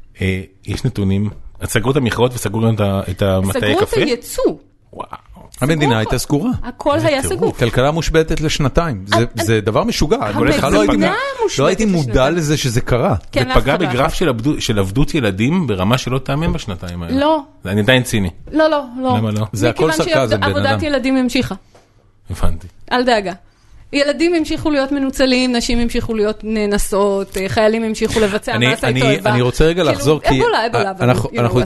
Speaker 2: יש נתונים, סגרו את המכרות וסגרו גם את המטעי קפה?
Speaker 3: סגרו את הייצוא.
Speaker 2: וואו.
Speaker 1: המדינה הייתה סגורה.
Speaker 3: הכל היה סגור.
Speaker 1: כלכלה מושבתת לשנתיים. זה דבר משוגע.
Speaker 3: המדינה
Speaker 1: לא הייתי מודע לזה שזה קרה.
Speaker 2: זה פגע בגרף של עבדות ילדים ברמה שלא תאמן בשנתיים האלה.
Speaker 3: לא.
Speaker 2: אני עדיין ציני.
Speaker 3: לא, לא, לא.
Speaker 2: למה לא?
Speaker 1: זה הכל סרקזם, בן אדם.
Speaker 3: עבודת ילדים המשיכה.
Speaker 2: הבנתי.
Speaker 3: אל דאגה. ילדים המשיכו להיות מנוצלים, נשים המשיכו להיות נאנסות, חיילים המשיכו לבצע מעשי תועבה.
Speaker 1: אני רוצה רגע לחזור, כי אנחנו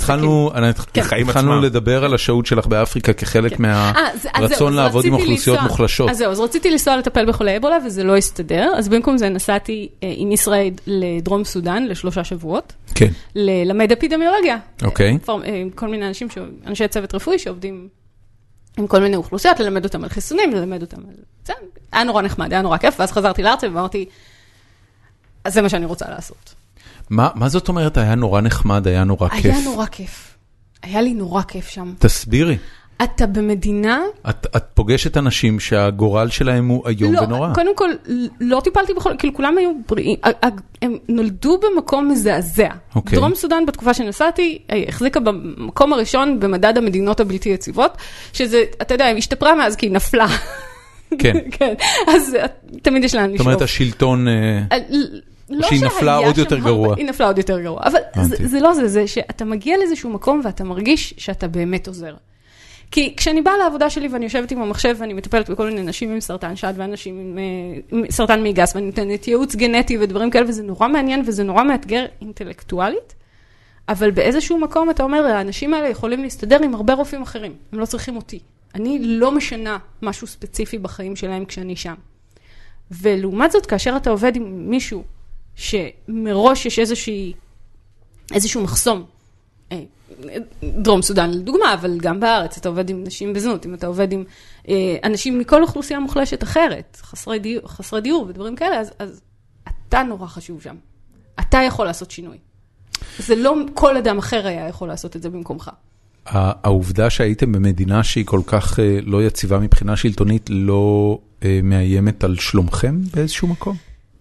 Speaker 1: התחלנו לדבר על השהות שלך באפריקה כחלק מהרצון לעבוד עם אוכלוסיות מוחלשות.
Speaker 3: אז זהו, אז רציתי לנסוע לטפל בחולי אבולה, וזה לא הסתדר, אז במקום זה נסעתי עם ישראל לדרום סודן לשלושה שבועות, ללמד אפידמיולוגיה.
Speaker 1: אוקיי.
Speaker 3: כל מיני אנשים, אנשי צוות רפואי שעובדים עם כל מיני אוכלוסיות, ללמד אותם על חיסונים, ללמד אותם על... זה היה נורא נחמד, היה נורא כיף, ואז חזרתי לארץ ואמרתי, אז זה מה שאני רוצה לעשות.
Speaker 1: מה, מה זאת אומרת, היה נורא נחמד, היה נורא כיף?
Speaker 3: היה נורא כיף. היה לי נורא כיף שם.
Speaker 1: תסבירי.
Speaker 3: אתה במדינה...
Speaker 1: את, את פוגשת אנשים שהגורל שלהם הוא איום
Speaker 3: לא,
Speaker 1: ונורא.
Speaker 3: לא, קודם כל, לא טיפלתי בכל... כאילו, כולם היו בריאים. הם נולדו במקום מזעזע. Okay. דרום סודן, בתקופה שנסעתי, החזיקה במקום הראשון במדד המדינות הבלתי יציבות, שזה, אתה יודע, היא השתפרה מאז כי היא נפלה.
Speaker 1: כן.
Speaker 3: כן. אז תמיד יש לאן לשאוף.
Speaker 1: זאת אומרת, השלטון...
Speaker 3: לא
Speaker 1: שהיא נפלה עוד יותר גרוע.
Speaker 3: היא נפלה עוד יותר גרוע. אבל זה לא זה, זה שאתה מגיע לאיזשהו מקום ואתה מרגיש שאתה באמת עוזר. כי כשאני באה לעבודה שלי ואני יושבת עם המחשב ואני מטפלת בכל מיני נשים עם סרטן שד ואנשים עם, עם סרטן מיגס ואני נותנת ייעוץ גנטי ודברים כאלה, וזה נורא מעניין וזה נורא מאתגר אינטלקטואלית, אבל באיזשהו מקום אתה אומר, האנשים האלה יכולים להסתדר עם הרבה רופאים אחרים, הם לא צריכים אותי. אני לא משנה משהו ספציפי בחיים שלהם כשאני שם. ולעומת זאת, כאשר אתה עובד עם מישהו שמראש יש איזושהי, איזשהו מחסום, דרום סודן לדוגמה, אבל גם בארץ, אתה עובד עם נשים בזנות, אם אתה עובד עם אה, אנשים מכל אוכלוסייה מוחלשת אחרת, חסרי דיור, חסרי דיור ודברים כאלה, אז, אז אתה נורא חשוב שם. אתה יכול לעשות שינוי. זה לא כל אדם אחר היה יכול לעשות את זה במקומך.
Speaker 1: העובדה שהייתם במדינה שהיא כל כך אה, לא יציבה מבחינה שלטונית, לא אה, מאיימת על שלומכם באיזשהו מקום?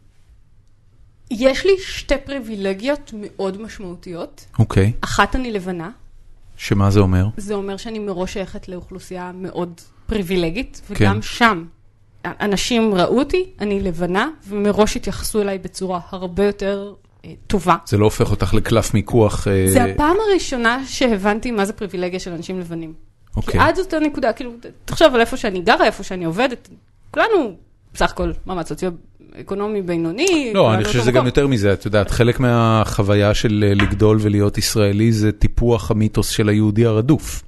Speaker 3: יש לי שתי פריבילגיות מאוד משמעותיות.
Speaker 1: אוקיי.
Speaker 3: אחת אני לבנה.
Speaker 1: שמה זה אומר?
Speaker 3: זה אומר שאני מראש שייכת לאוכלוסייה מאוד פריבילגית, וגם כן. שם אנשים ראו אותי, אני לבנה, ומראש התייחסו אליי בצורה הרבה יותר אה, טובה.
Speaker 1: זה לא הופך אותך לקלף מיקוח? אה...
Speaker 3: זה הפעם הראשונה שהבנתי מה זה פריבילגיה של אנשים לבנים.
Speaker 1: אוקיי.
Speaker 3: כי עד זאת הנקודה, כאילו, תחשוב על איפה שאני גרה, איפה שאני עובדת, כולנו בסך הכל מעמד סוציו-אקונומי בינוני.
Speaker 1: לא, אני חושב שזה גם יותר מזה, את יודעת, חלק מהחוויה של לגדול ולהיות ישראלי זה טיפוח המיתוס של היהודי הרדוף,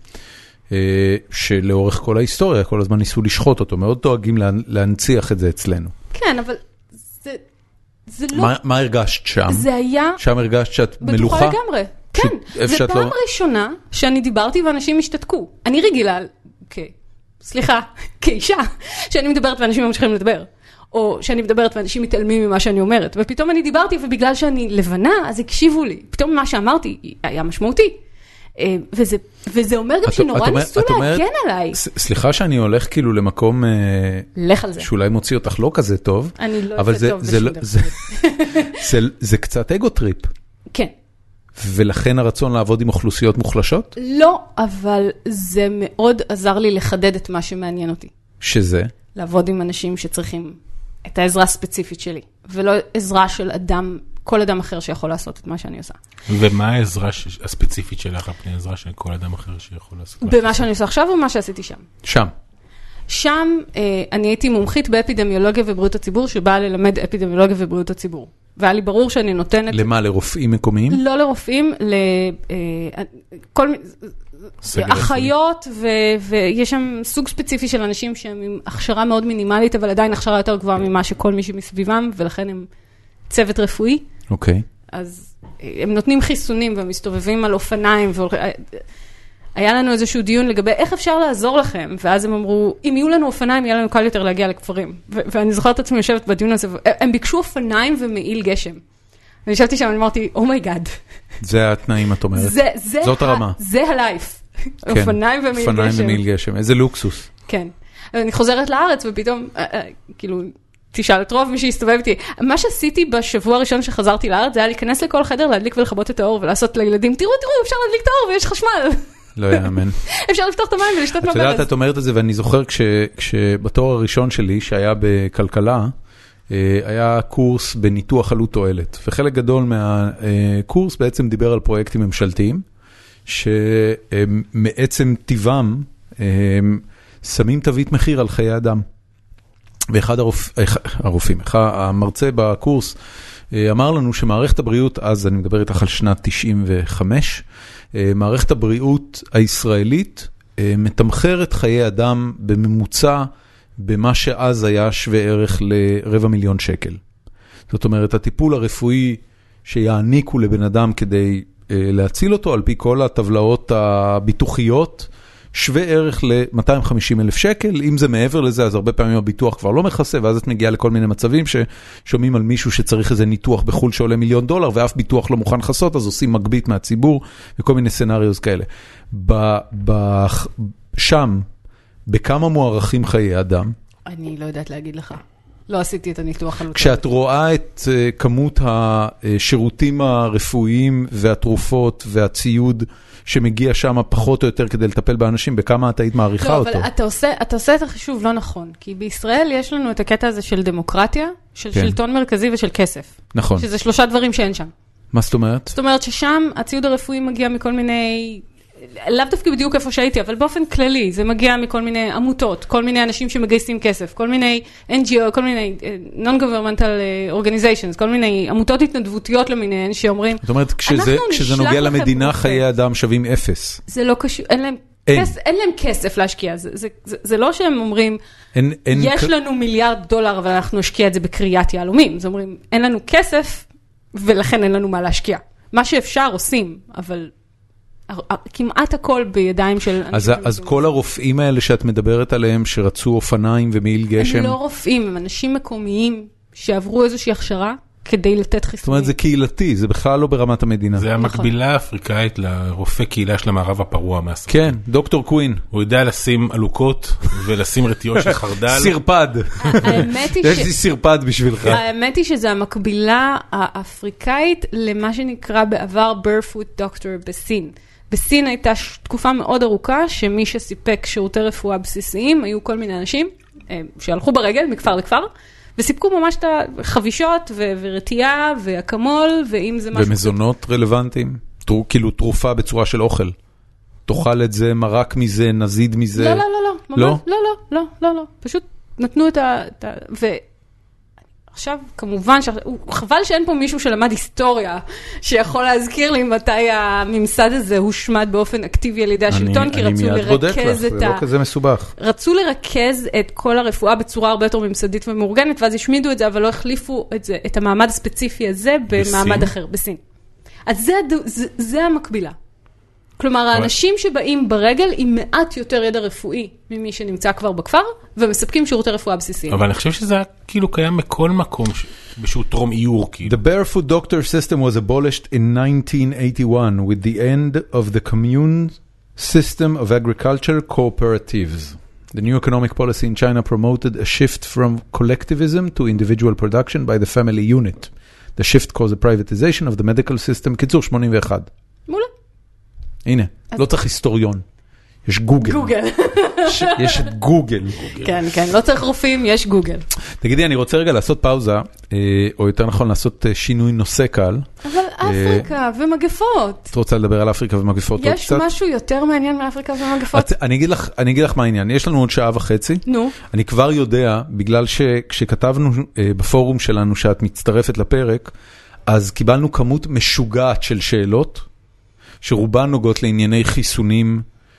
Speaker 1: שלאורך כל ההיסטוריה, כל הזמן ניסו לשחוט אותו, מאוד דואגים להנציח את זה אצלנו.
Speaker 3: כן, אבל זה, זה לא...
Speaker 1: מה, מה הרגשת שם?
Speaker 3: זה היה...
Speaker 1: שם הרגשת שאת מלוכה?
Speaker 3: בטוחה לגמרי, כן. זה פעם לא... ראשונה שאני דיברתי ואנשים השתתקו. אני רגילה, אוקיי. סליחה, כאישה, שאני מדברת ואנשים ממשיכים לדבר, או שאני מדברת ואנשים מתעלמים ממה שאני אומרת, ופתאום אני דיברתי ובגלל שאני לבנה, אז הקשיבו לי. פתאום מה שאמרתי היה משמעותי. וזה, וזה אומר גם שנורא ניסו להגן עליי.
Speaker 1: סליחה שאני הולך כאילו למקום,
Speaker 3: לך על זה.
Speaker 1: שאולי מוציא אותך לא כזה טוב,
Speaker 3: אני לא יוצא טוב בשום דבר.
Speaker 1: זה, זה קצת אגו-טריפ.
Speaker 3: כן.
Speaker 1: ולכן הרצון לעבוד עם אוכלוסיות מוחלשות?
Speaker 3: לא, אבל זה מאוד עזר לי לחדד את מה שמעניין אותי.
Speaker 1: שזה?
Speaker 3: לעבוד עם אנשים שצריכים את העזרה הספציפית שלי, ולא עזרה של אדם, כל אדם אחר שיכול לעשות את מה שאני עושה.
Speaker 2: ומה העזרה הספציפית שלך, הפני העזרה של כל אדם אחר שיכול לעשות?
Speaker 3: במה שאני עושה עכשיו או מה שעשיתי שם?
Speaker 1: שם.
Speaker 3: שם אני הייתי מומחית באפידמיולוגיה ובריאות הציבור, שבאה ללמד אפידמיולוגיה ובריאות הציבור. והיה לי ברור שאני נותנת...
Speaker 1: למה, לרופאים מקומיים?
Speaker 3: לא לרופאים, לכל מיני... אחיות, ויש שם סוג ספציפי של אנשים שהם עם הכשרה מאוד מינימלית, אבל עדיין הכשרה יותר גבוהה ממה שכל מי שמסביבם, ולכן הם צוות רפואי.
Speaker 1: אוקיי.
Speaker 3: אז הם נותנים חיסונים ומסתובבים על אופניים, היה לנו איזשהו דיון לגבי איך אפשר לעזור לכם, ואז הם אמרו, אם יהיו לנו אופניים, יהיה לנו קל יותר להגיע לכפרים. ואני זוכרת את עצמי יושבת בדיון הזה, הם ביקשו אופניים ומעיל גשם. ואני ישבתי שם, אני אמרתי, אומייגאד.
Speaker 1: זה התנאים, את אומרת. זאת הרמה.
Speaker 3: זה הלייף. אופניים ומעיל גשם.
Speaker 1: אופניים ומעיל גשם, איזה לוקסוס.
Speaker 3: כן. אני חוזרת לארץ, ופתאום, כאילו, תשאל את רוב מי שהסתובב איתי. מה שעשיתי בשבוע הראשון שחזרתי לארץ, זה היה להיכנס לכל חדר, להדליק ולכבות את האור, ולעשות לילדים, תראו, תראו, אפשר להדליק את האור ויש חשמל.
Speaker 1: לא יאמן.
Speaker 3: אפשר לפתוח את המים ולשתות מהברז.
Speaker 1: את יודעת, את אומרת את זה, ואני זוכר כשבתואר הראשון שלי, שהיה בכלכלה, היה קורס בניתוח עלות תועלת, וחלק גדול מהקורס בעצם דיבר על פרויקטים ממשלתיים, שמעצם טבעם שמים תווית מחיר על חיי אדם. ואחד הרופאים, המרצה בקורס, אמר לנו שמערכת הבריאות, אז אני מדבר איתך על שנת תשעים וחמש, מערכת הבריאות הישראלית מתמחרת חיי אדם בממוצע במה שאז היה שווה ערך לרבע מיליון שקל. זאת אומרת, הטיפול הרפואי שיעניקו לבן אדם כדי להציל אותו, על פי כל הטבלאות הביטוחיות, שווה ערך ל-מאתיים וחמישים אלף שקל. אם זה מעבר לזה, אז הרבה פעמים הביטוח כבר לא מכסה, ואז את מגיעה לכל מיני מצבים ששומעים על מישהו שצריך איזה ניתוח בחול שעולה מיליון דולר, ואף ביטוח לא מוכן חסות, אז עושים מגבית מהציבור, וכל מיני סנריוס כאלה. ב- ב- שם, בכמה מוערכים חיי אדם?
Speaker 3: אני לא יודעת להגיד לך. לא עשיתי את הניתוח עלות.
Speaker 1: כשאת רואה את uh, כמות השירותים הרפואיים והתרופות והציוד שמגיע שם פחות או יותר כדי לטפל באנשים, בכמה את היית מעריכה
Speaker 3: לא,
Speaker 1: אותו?
Speaker 3: לא, אבל אתה עושה, אתה עושה את החישוב לא נכון, כי בישראל יש לנו את הקטע הזה של דמוקרטיה, של כן. שלטון מרכזי ושל כסף.
Speaker 1: נכון.
Speaker 3: שזה שלושה דברים שאין שם.
Speaker 1: מה זאת אומרת?
Speaker 3: זאת אומרת ששם הציוד הרפואי מגיע מכל מיני... לאו דווקא בדיוק איפה שהייתי, אבל באופן כללי, זה מגיע מכל מיני עמותות, כל מיני אנשים שמגייסים כסף, כל מיני אן ג'י או, כל מיני non-governmental organizations, כל מיני עמותות התנדבותיות למיניהן שאומרים,
Speaker 1: זאת אומרת, כשזה, כשזה נוגע למדינה, חיי אדם שווים אפס.
Speaker 3: זה לא קשור, אין להם, אין. כס, אין להם כסף להשקיע, זה, זה, זה, זה לא שהם אומרים, אין, אין יש כ... לנו מיליארד דולר, אבל אנחנו נשקיע את זה בקריית יהלומים, זה אומרים, אין לנו כסף, ולכן אין לנו מה להשקיע. מה שאפשר עושים, אבל... כמעט הכל בידיים של...
Speaker 1: אז, אז כל הרופאים האלה שאת מדברת עליהם, שרצו אופניים ומעיל גשם...
Speaker 3: הם לא רופאים, הם אנשים מקומיים שעברו איזושהי הכשרה כדי לתת חיסונים.
Speaker 1: זאת אומרת, זה קהילתי, זה בכלל לא ברמת המדינה.
Speaker 2: זה המקבילה האפריקאית לרופא קהילה של המערב הפרוע מהסרט.
Speaker 1: כן, דוקטור קווין.
Speaker 2: הוא יודע לשים עלוקות ולשים רטיות של חרדל.
Speaker 1: סרפד.
Speaker 3: האמת היא ש...
Speaker 1: יש לי סרפד בשבילך.
Speaker 3: האמת היא שזה המקבילה האפריקאית למה שנקרא בעבר barefoot doctor בסין. בסין הייתה תקופה מאוד ארוכה, שמי שסיפק שירותי רפואה בסיסיים, היו כל מיני אנשים שהלכו ברגל מכפר לכפר, וסיפקו ממש את החבישות ורתיעה והקמול, ואם זה משהו...
Speaker 1: ומזונות רלוונטיים? כאילו תרופה בצורה של אוכל. תאכל את זה, מרק מזה, נזיד מזה?
Speaker 3: לא, לא, לא, לא. לא? לא, לא, לא, לא, לא. פשוט נתנו את ה... ו... עכשיו, כמובן, חבל שאין פה מישהו שלמד היסטוריה, שיכול להזכיר לי מתי הממסד הזה הושמד באופן אקטיבי על ידי השלטון, כי רצו לרכז את ה...
Speaker 1: זה לא כזה מסובך.
Speaker 3: רצו לרכז את כל הרפואה בצורה הרבה יותר ממסדית ומאורגנת, ואז השמידו את זה, אבל לא החליפו את זה, את המעמד הספציפי הזה במעמד אחר, בסין. אז זה המקבילה. כלומר, האנשים שבאים ברגל עם מעט יותר ידע רפואי ממי שנמצא כבר בכפר, ומספקים שירותי רפואה בסיסיים.
Speaker 2: אבל אני חושב שזה כאילו קיים בכל מקום בשביל טרום איור.
Speaker 1: The barefoot doctor system was abolished in nineteen eighty-one with the end of the commune system of agriculture cooperatives. The new economic policy in China promoted a shift from collectivism to individual production by the family unit. The shift caused a privatization of the medical system. קיצור, שמונים ואחת.
Speaker 3: מעולה.
Speaker 1: הנה, לא צריך היסטוריון. יש גוגל.
Speaker 3: גוגל.
Speaker 1: יש את גוגל.
Speaker 3: כן, כן, לא צריך רופאים, יש גוגל.
Speaker 1: תגידי, אני רוצה רגע לעשות פאוזה, או יותר נכון לעשות שינוי נושא קל.
Speaker 3: אבל אפריקה ומגפות.
Speaker 1: את רוצה לדבר על אפריקה ומגפות עוד קצת?
Speaker 3: יש משהו יותר מעניין מאפריקה ומגפות?
Speaker 1: אני אגיד לך, אני אגיד לך מה העניין. יש לנו עוד שעה וחצי.
Speaker 3: נו.
Speaker 1: אני כבר יודע, בגלל שכשכתבנו בפורום שלנו שאת מצטרפת לפרק, אז קיבלנו כמות משוגעת של שאלות, שרובן נוגעות לענייני חיסונים,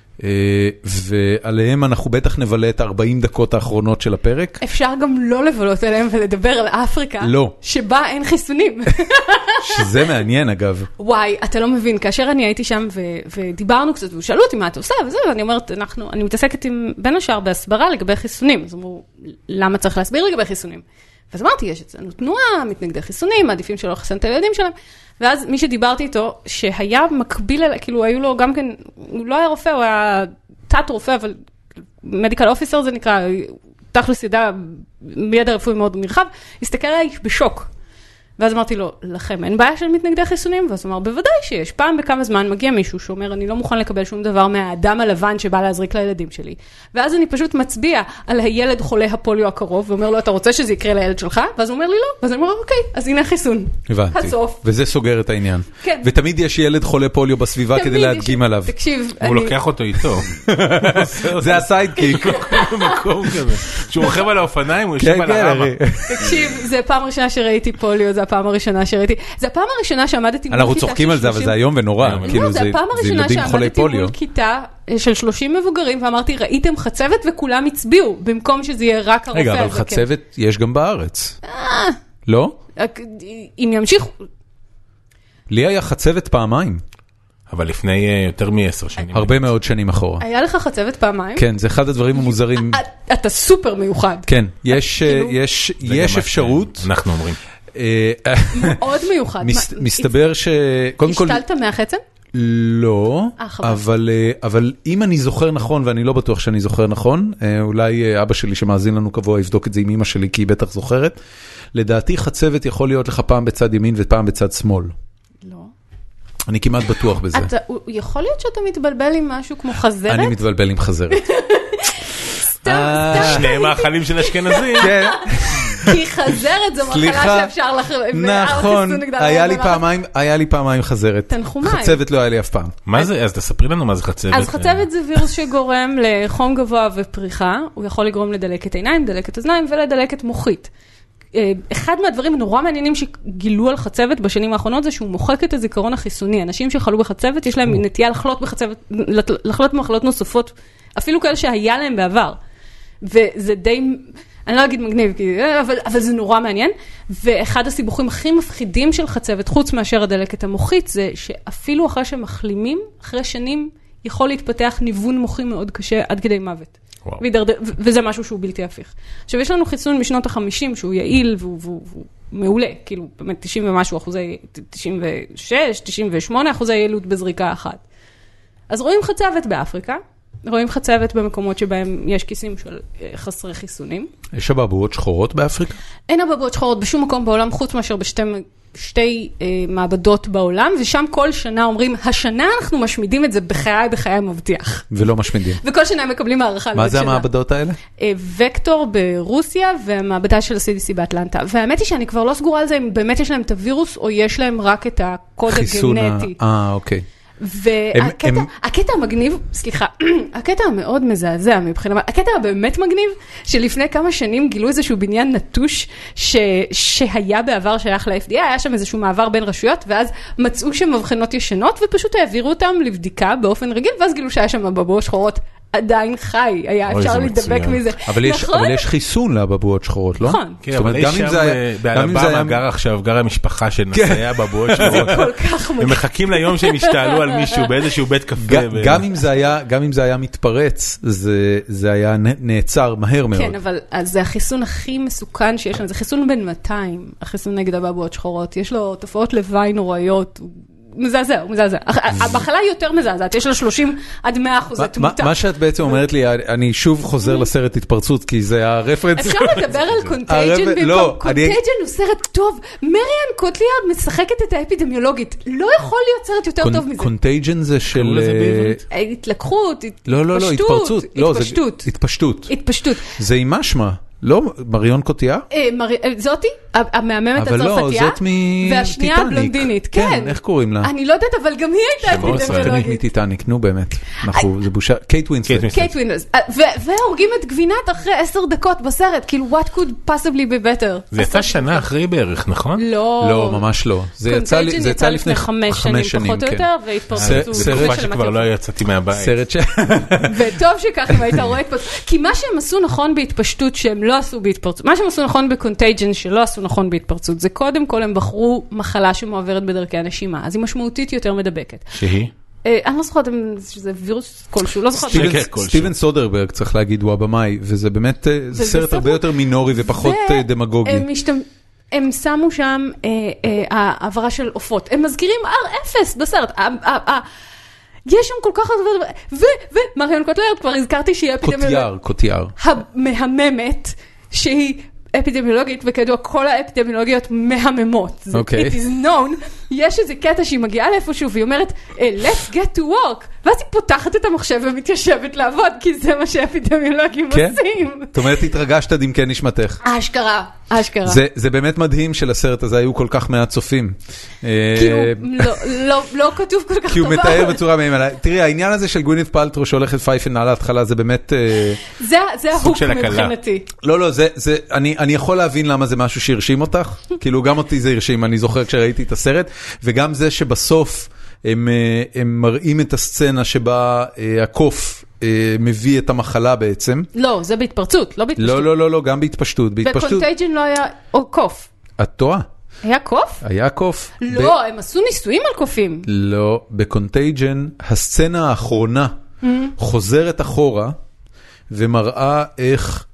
Speaker 1: ועליהם אנחנו בטח נבלה את ארבעים דקות האחרונות של הפרק.
Speaker 3: אפשר גם לא לבלות עליהם ולדבר על אפריקה,
Speaker 1: לא.
Speaker 3: שבה אין חיסונים.
Speaker 1: שזה מעניין אגב.
Speaker 3: וואי, אתה לא מבין, כאשר אני הייתי שם ודיברנו קצת, ושאלו אותי מה אתה עושה, וזה, ואני אומרת, אני מתעסקת עם בין השאר בהסברה לגבי חיסונים, אז אמרו, למה צריך להסביר לגבי חיסונים? ואז אמרתי, יש אצלנו תנועה, מתנגדי חיסונים, מעדיפים שלא לחסן את הילדים שלהם, ואז מי שדיברתי איתו, שהיה מקביל, כאילו היו לו גם כן, הוא לא היה רופא, הוא היה תת רופא, אבל מדיקל אופיסר זה נקרא, תכלס ידע, מידע רפואי מאוד נרחב, הסתכל עליי בשוק. ואז אמרתי לו, לכם אין בעיה של מתנגדי חיסונים? ואז הוא אמר, בוודאי שיש. פעם בכמה זמן מגיע מישהו שאומר, אני לא מוכן לקבל שום דבר מהאדם הלבן שבא להזריק לילדים שלי. ואז אני פשוט מצביע על הילד חולה הפוליו הקרוב, ואומר לו, אתה רוצה שזה יקרה לילד שלך? ואז הוא אומר לי, לא. ואז אני אומר, אוקיי, אז הנה חיסון.
Speaker 1: הבנתי.
Speaker 3: הסוף.
Speaker 1: וזה סוגר את העניין.
Speaker 3: כן.
Speaker 1: ותמיד יש ילד חולה פוליו בסביבה כדי להדגים עליו.
Speaker 3: תקשיב.
Speaker 2: הוא לוקח אותו איתו.
Speaker 1: זה הסיידקיק.
Speaker 2: מקום כזה. שהוא רוכב על האופניים, הוא יושב על הרמה.
Speaker 3: תקשיב, זה פעם ראשונה שראיתי פוליו, זה הפעם הראשונה שראיתי. זה הפעם הראשונה שעמדתי מול כיתה.
Speaker 1: אנחנו צוחקים על זה, אבל זה היום ונורא.
Speaker 3: לא, זה הפעם הראשונה שעמדתי מול כיתה של שלושים מבוגרים, ואמרתי, ראיתם חצבת וכולם הצביעו, במקום שזה יהיה רק הרופא.
Speaker 1: רגע, אבל חצבת יש גם בארץ. לא?
Speaker 3: אם ימשיכו.
Speaker 1: לי היה חצבת פעמיים.
Speaker 2: אבל לפני יותר מעשר שנים.
Speaker 1: הרבה מאוד שנים אחורה.
Speaker 3: היה לך חצבת פעמיים?
Speaker 1: כן, זה אחד הדברים המוזרים.
Speaker 3: אתה סופר מיוחד.
Speaker 1: כן, יש אפשרות.
Speaker 2: אנחנו אומרים.
Speaker 3: מאוד מיוחד.
Speaker 1: מסתבר ש...
Speaker 3: השתלת מהחצן?
Speaker 1: לא, אבל, אבל אם אני זוכר נכון, ואני לא בטוח שאני זוכר נכון, אולי אבא שלי שמאזין לנו קבוע יבדוק את זה עם אמא שלי, כי היא בטח זוכרת, לדעתי חצבת יכול להיות לך פעם בצד ימין ופעם בצד שמאל.
Speaker 3: לא.
Speaker 1: אני כמעט בטוח בזה.
Speaker 3: אתה, יכול להיות שאתה מתבלבל עם משהו כמו חזרת?
Speaker 1: אני מתבלבל עם חזרת.
Speaker 3: סתם, סתם.
Speaker 2: שני מאכלים של אשכנזים.
Speaker 1: כן.
Speaker 3: כי חזרת זו מחלה שאפשר לך...
Speaker 1: נכון, היה לי פעמיים, היה לי פעמיים חזרת.
Speaker 3: תנחומי.
Speaker 1: חצבת לא היה לי אף פעם.
Speaker 2: מה זה? אז תספרי לנו מה זה חצבת.
Speaker 3: אז חצבת זה וירוס שגורם לחום גבוה ופריחה, הוא יכול לגרום לדלקת עיניים, דלקת אוזניים ולדלקת מוחית. אחד מהדברים הנורא מעניינים שגילו על חצבת בשנים האחרונות זה שהוא מוחק את הזיכרון החיסוני. אנשים שחלו בחצבת יש להם נטייה לחלות בחצבת, לחלות במחלות נוספות, אפילו כאלה שהיה להם בעבר. וזה די... אני לא אגיד מגניב, אבל, אבל זה נורא מעניין, ואחד הסיבוכים הכי מפחידים של חצבת, חוץ מאשר הדלקת המוחית, זה שאפילו אחרי שמחלימים, אחרי שנים, יכול להתפתח ניוון מוחי מאוד קשה עד כדי מוות. וידרדר, וזה משהו שהוא בלתי הפיך. עכשיו, יש לנו חיסון משנות החמישים, שהוא יעיל והוא, והוא, והוא מעולה, כאילו, באמת תשעים ומשהו אחוזי, תשעים ושש, תשעים ושמונה אחוזי יעילות בזריקה אחת. אז רואים חצבת באפריקה, רואים חצבת במקומות שבהם יש כיסים של חסרי חיסונים.
Speaker 1: יש אבעבועות שחורות באפריקה?
Speaker 3: אין אבעבועות שחורות בשום מקום בעולם, חוץ מאשר בשתי שתי, אה, מעבדות בעולם, ושם כל שנה אומרים, השנה אנחנו משמידים את זה בחיי, בחיי מבטיח.
Speaker 1: ולא משמידים.
Speaker 3: וכל שנה הם מקבלים הערכה.
Speaker 1: מה זה שנה. המעבדות האלה?
Speaker 3: אה, וקטור ברוסיה, והמעבדה של ה-סי די סי באטלנטה. והאמת היא שאני כבר לא סגורה על זה, אם באמת יש להם את הווירוס, או יש להם רק את הקוד הגנטי.
Speaker 1: אה, אוקיי.
Speaker 3: והקטע המגניב, סליחה, הקטע המאוד מזעזע מבחינה, הקטע הבאמת מגניב, שלפני כמה שנים גילו איזשהו בניין נטוש, שהיה בעבר שייך ל-אף די איי, היה שם איזשהו מעבר בין רשויות, ואז מצאו שם מבחנות ישנות, ופשוט העבירו אותם לבדיקה באופן רגיל, ואז גילו שהיה שם אבעבועות שחורות עדיין חי, היה אפשר להידבק מזה.
Speaker 1: אבל יש חיסון לאבעבועות שחורות, לא?
Speaker 3: נכון.
Speaker 2: כן, אבל יש שם באלבמה גר עכשיו, גרה משפחה של נשאי אבעבועות שחורות.
Speaker 3: זה כל כך מגניב.
Speaker 2: הם מחכים ליום שהם ישתעלו על מישהו באיזשהו בית קפה.
Speaker 1: גם אם זה היה מתפרץ, זה היה נעצר מהר מאוד.
Speaker 3: כן, אבל זה החיסון הכי מסוכן שיש לנו, זה חיסון בין מאתיים, החיסון נגד אבעבועות שחורות. יש לו תופעות לוואי נוראיות, מזעזע, הוא מזעזע. המחלה היא יותר מזעזעת, יש לה שלושים עד מאה אחוז תמותה.
Speaker 1: מה שאת בעצם אומרת לי, אני שוב חוזר לסרט התפרצות, כי זה הרפרנס.
Speaker 3: אפשר לדבר על קונטייג'ן במקום, קונטייג'ן הוא סרט טוב, מריאן קוטליארד משחקת את האפידמיולוגית, לא יכול להיות סרט יותר טוב מזה.
Speaker 1: קונטייג'ן זה של...
Speaker 3: התלקחות,
Speaker 1: לא, לא, לא, התפרצות.
Speaker 3: התפשטות.
Speaker 1: התפשטות.
Speaker 3: התפשטות.
Speaker 1: זה עם משמע. לא, מריון קוטיאר?
Speaker 3: זאתי, המהממת הצרפתייה.
Speaker 1: אבל לא, זאת מטיטניק.
Speaker 3: והשנייה הבלונדינית, כן.
Speaker 1: כן, איך קוראים לה?
Speaker 3: אני לא יודעת, אבל גם היא הייתה אפידמיולוגית.
Speaker 1: שחקנית מטיטניק, נו באמת. זה בושה. קייט ווינסלט.
Speaker 3: קייט ווינסלט. והורגים את גבינת אחרי עשר דקות בסרט, כאילו, what could possibly be better?
Speaker 2: זה יצא שנה אחרי בערך, נכון?
Speaker 3: לא.
Speaker 1: לא, ממש לא. זה יצא לפני חמש שנים,
Speaker 3: פחות או יותר, והתפרצו.
Speaker 2: סרט שכבר לא יצאתי מהבית.
Speaker 1: סרט ש...
Speaker 3: וטוב שכך אם היית רואה התפרצות. כי מה שהם עשו נכון בהתפשטות, שהם לא עשו בהתפרצות, מה שהם עשו נכון בקונטייג'ן, שלא עשו נכון בהתפרצות, זה קודם כל הם בחרו מחלה שמועברת בדרכי הנשימה, אז היא משמעותית יותר מדבקת.
Speaker 2: שהיא?
Speaker 3: אני לא זוכרת שזה וירוס כלשהו, לא זוכרת.
Speaker 1: סטיבן סודרברג, צריך להגיד, הוא הבמאי, וזה באמת סרט הרבה יותר מינורי ופחות דמגוגי.
Speaker 3: הם שמו שם העברה של עופות, הם מזכירים אר אפס בסרט, יש שם כל כך הרבה, ומריון קוטליארד, כבר הזכרתי שהיא
Speaker 1: קוטיאר, קוטיאר.
Speaker 3: המהממת, שהיא אפידמיולוגית, וכדוע כל האפידמיולוגיות מהממות.
Speaker 1: אוקיי.
Speaker 3: It is known, יש איזה קטע שהיא מגיעה לאיפשהו, והיא אומרת, let's get to work, ואז היא פותחת את המחשב ומתיישבת לעבוד, כי זה מה שאפידמיולוגים עושים.
Speaker 1: זאת אומרת, התרגשת עד עמקי נשמתך.
Speaker 3: אשכרה, אשכרה.
Speaker 1: זה באמת מדהים שלסרט הזה היו כל כך מעט צופים.
Speaker 3: כאילו, לא כתוב כל כך
Speaker 1: כי הוא מתאר בצורה מהימנה. תראי, העניין הזה של גווינית פלטרו שהולכת פייפן להתחלה, זה באמת...
Speaker 3: זה ההוק מבחינתי.
Speaker 1: לא, לא, אני יכול להבין למה זה משהו שהרשים אותך. כאילו, גם אותי זה הרשים, אני זוכר כשראיתי את הסרט, וגם זה שבסוף הם, הם מראים את הסצנה שבה הקוף מביא את המחלה בעצם.
Speaker 3: לא, זה בהתפרצות, לא בהתפשטות.
Speaker 1: לא, לא, לא, לא, גם בהתפשטות.
Speaker 3: בקונטייג'ן לא היה קוף.
Speaker 1: את טועה.
Speaker 3: היה קוף?
Speaker 1: היה קוף.
Speaker 3: לא, הם עשו ניסויים על קופים.
Speaker 1: לא, בקונטייג'ן, הסצנה האחרונה חוזרת אחורה, ומראה איך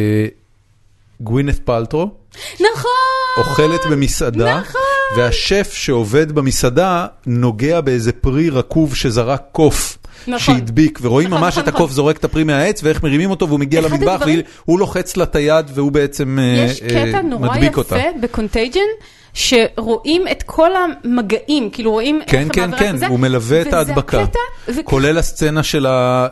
Speaker 1: גווינית פלטרו,
Speaker 3: נכון,
Speaker 1: אוכלת במסעדה,
Speaker 3: נכון.
Speaker 1: והשף שעובד במסעדה נוגע באיזה פרי רקוב שזרק קוף. נכון. שהדביק, ורואים
Speaker 3: נכון,
Speaker 1: ממש
Speaker 3: נכון,
Speaker 1: את הקוף
Speaker 3: נכון.
Speaker 1: זורק את הפרי מהעץ, ואיך מרימים אותו, והוא מגיע למטבח, הדברים... והוא לוחץ לה את היד, והוא בעצם
Speaker 3: יש קטע נורא יפה אותה. בקונטייג'ן, שרואים את כל המגעים, כאילו רואים
Speaker 1: כן,
Speaker 3: איך
Speaker 1: כן,
Speaker 3: המעברה
Speaker 1: כן,
Speaker 3: כזה,
Speaker 1: הוא מלווה את ההדבקה, ו... כולל הסצנה של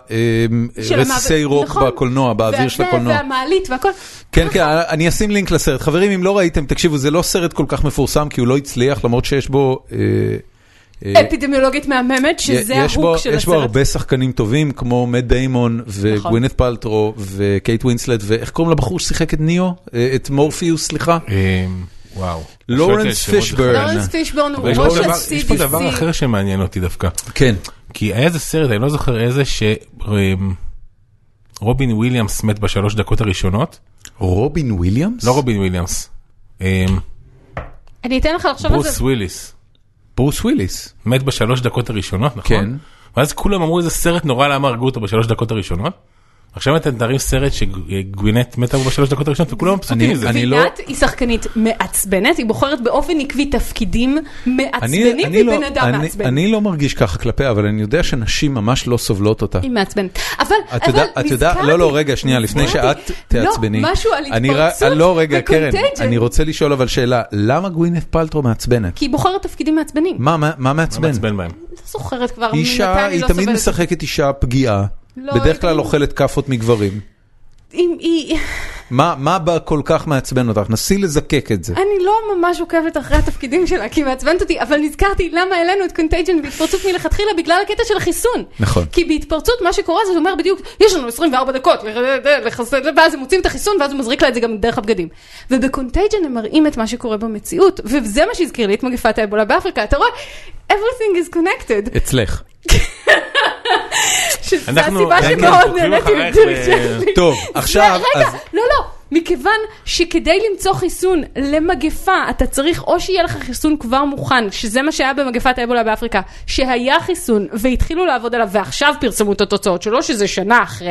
Speaker 1: הרסיסי רוק נכון. בקולנוע, באוויר של הקולנוע.
Speaker 3: והמעלית והכל.
Speaker 1: כן, כן, אני אשים לינק לסרט. חברים, אם לא ראיתם, תקשיבו, זה לא סרט כל כך מפורסם, כי הוא לא הצליח, למרות שיש בו...
Speaker 3: אפידמיולוגית מהממת, שזה ההוק של הסרט.
Speaker 1: יש בו הרבה שחקנים טובים, כמו מט דיימון, וגווינית פלטרו, וקייט ווינסלט, ואיך קוראים לבחור ששיחק את ניאו? את מורפיוס, סליחה?
Speaker 2: וואו.
Speaker 1: לורנס פישברן.
Speaker 3: לורנס פישברן הוא ראש ה-סי די סי.
Speaker 2: יש פה דבר אחר שמעניין אותי דווקא.
Speaker 1: כן.
Speaker 2: כי היה איזה סרט, אני לא זוכר איזה, שרובין וויליאמס מת בשלוש דקות הראשונות.
Speaker 1: רובין וויליאמס?
Speaker 2: לא רובין וויליאמס.
Speaker 3: אני אתן לך לחשוב על זה.
Speaker 2: ברוס וויליס.
Speaker 1: ברוס וויליס.
Speaker 2: מת בשלוש דקות הראשונות, נכון?
Speaker 1: כן.
Speaker 2: ואז כולם אמרו איזה סרט נורא למה הרגו אותו בשלוש דקות הראשונות. עכשיו אתם תארים סרט שגווינט מתה בו בשלוש דקות הראשונות, וכולם מבסוטים מזה.
Speaker 3: גווינט היא שחקנית מעצבנת, היא בוחרת באופן עקבי תפקידים מעצבנים, והיא בן אדם מעצבן.
Speaker 1: אני לא מרגיש ככה כלפיה, אבל אני יודע שנשים ממש לא סובלות אותה.
Speaker 3: היא מעצבנת. אבל
Speaker 1: נזכרתי... לא, לא, רגע, שנייה, לפני שאת תעצבני.
Speaker 3: לא, משהו על התפרצות.
Speaker 1: לא, רגע, קרן, אני רוצה לשאול אבל שאלה, למה גווינט פלטרו מעצבנת?
Speaker 3: כי היא בוחרת תפקידים מעצבנים.
Speaker 1: מה מעצבן?
Speaker 2: בהם?
Speaker 3: לא זוכרת כבר.
Speaker 1: אישה, היא תמיד משחקת אישה פגיעה. בדרך כלל אוכלת כפות מגברים. מה בא כל כך מעצבן אותך? נסי לזקק את זה.
Speaker 3: אני לא ממש עוקבת אחרי התפקידים שלה, כי מעצבנת אותי, אבל נזכרתי למה העלינו את קונטייג'ן בהתפרצות מלכתחילה בגלל הקטע של החיסון.
Speaker 1: נכון.
Speaker 3: כי בהתפרצות מה שקורה זה אומר בדיוק, יש לנו עשרים וארבע דקות, ואז הם מוצאים את החיסון, ואז הוא מזריק לה את זה גם דרך הבגדים. ובקונטייג'ן הם מראים את מה שקורה במציאות, וזה מה שהזכיר לי את מגפת האבולה באפריקה. אתה רואה, everything is connected.
Speaker 1: אצלך.
Speaker 3: שזו הסיבה שמאוד נהניתי בדיוק.
Speaker 1: טוב, עכשיו...
Speaker 3: רגע, לא, לא. מכיוון שכדי למצוא חיסון למגפה, אתה צריך או שיהיה לך חיסון כבר מוכן, שזה מה שהיה במגפת האבולה באפריקה, שהיה חיסון והתחילו לעבוד עליו, ועכשיו פרסמו את התוצאות שלו, שזה שנה אחרי,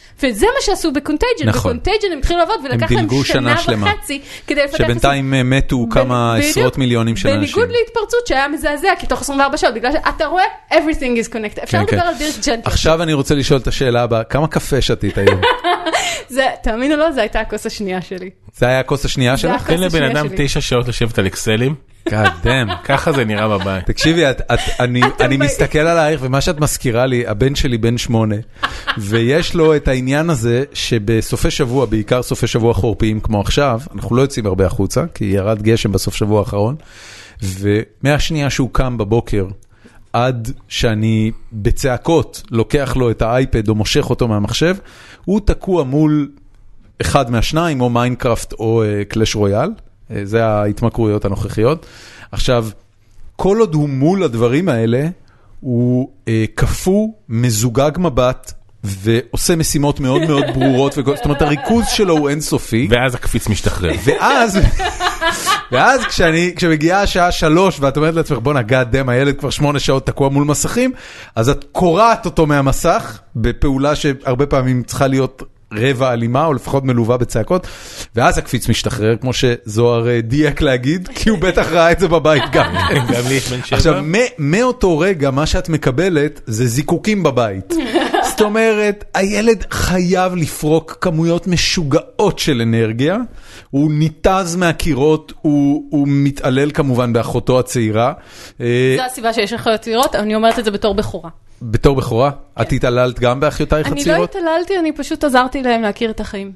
Speaker 3: וזה מה שעשו בקונטייג'ן, בקונטייג'ן הם התחילו לעבוד, ולקח להם שנה וחצי, כדי לפתח...
Speaker 1: שבינתיים מתו כמה עשרות מיליונים של אנשים.
Speaker 3: בניגוד להתפרצות שהיה מזעזע, כי תוך עשרים וארבע שעות, בגלל שאתה רואה, everything is connected. אפשר לדבר על דירק ג'נטלי.
Speaker 1: עכשיו אני רוצה לשאול את השאלה הבאה, כמה קפה שתית היום?
Speaker 3: תאמין או לא, זו הייתה הכוס השנייה שלי.
Speaker 1: זה היה הכוס השנייה שלך?
Speaker 2: תן לבן אדם תשע שעות לשבת על אקסלים.
Speaker 1: God damn.
Speaker 2: ככה זה נראה בבית.
Speaker 1: תקשיבי, אני מסתכל עלייך, ומה שאת מזכירה לי, הבן שלי בן שמונה, ויש לו את העניין הזה, שבסופי שבוע, בעיקר סופי שבוע חורפיים כמו עכשיו, אנחנו לא יוצאים הרבה החוצה, כי ירד גשם בסוף שבוע האחרון, ומהשנייה שהוא קם בבוקר, עד שאני בצעקות לוקח לו את האייפד או מושך אותו מהמחשב, הוא תקוע מול אחד מהשניים, או מיינקראפט או קלאש רויאל, זה ההתמכרויות הנוכחיות. עכשיו, כל עוד הוא מול הדברים האלה, הוא אה, כפו, מזוגג מבט, ועושה משימות מאוד מאוד ברורות, וכל, זאת אומרת, הריכוז שלו הוא אינסופי.
Speaker 2: ואז הקפיץ משתחרר.
Speaker 1: ואז, ואז כשאני, כשמגיעה השעה שלוש, ואת אומרת לעצמך, בוא נגע דם, הילד כבר שמונה שעות תקוע מול מסכים, אז את קורעת אותו מהמסך, בפעולה שהרבה פעמים צריכה להיות רבע אלימה, או לפחות מלווה בצעקות, ואז הקפיץ משתחרר, כמו שזוהר דייק להגיד, כי הוא בטח ראה את זה בבית גם.
Speaker 2: גם לי יש בן שבע.
Speaker 1: עכשיו, מאותו רגע, מה שאת מקבלת, זה זיקוקים בבית. זאת אומרת, הילד חייב לפרוק כמויות משוגעות של אנרגיה, הוא ניתז מהקירות, הוא, הוא מתעלל כמובן באחותו הצעירה.
Speaker 3: זו הסיבה שיש אחיות צעירות, אני אומרת את זה בתור בחורה.
Speaker 1: בתור בחורה? את התעללת גם באחיותייך הצעירות?
Speaker 3: אני לא התעללתי, אני פשוט עזרתי להם להכיר את החיים.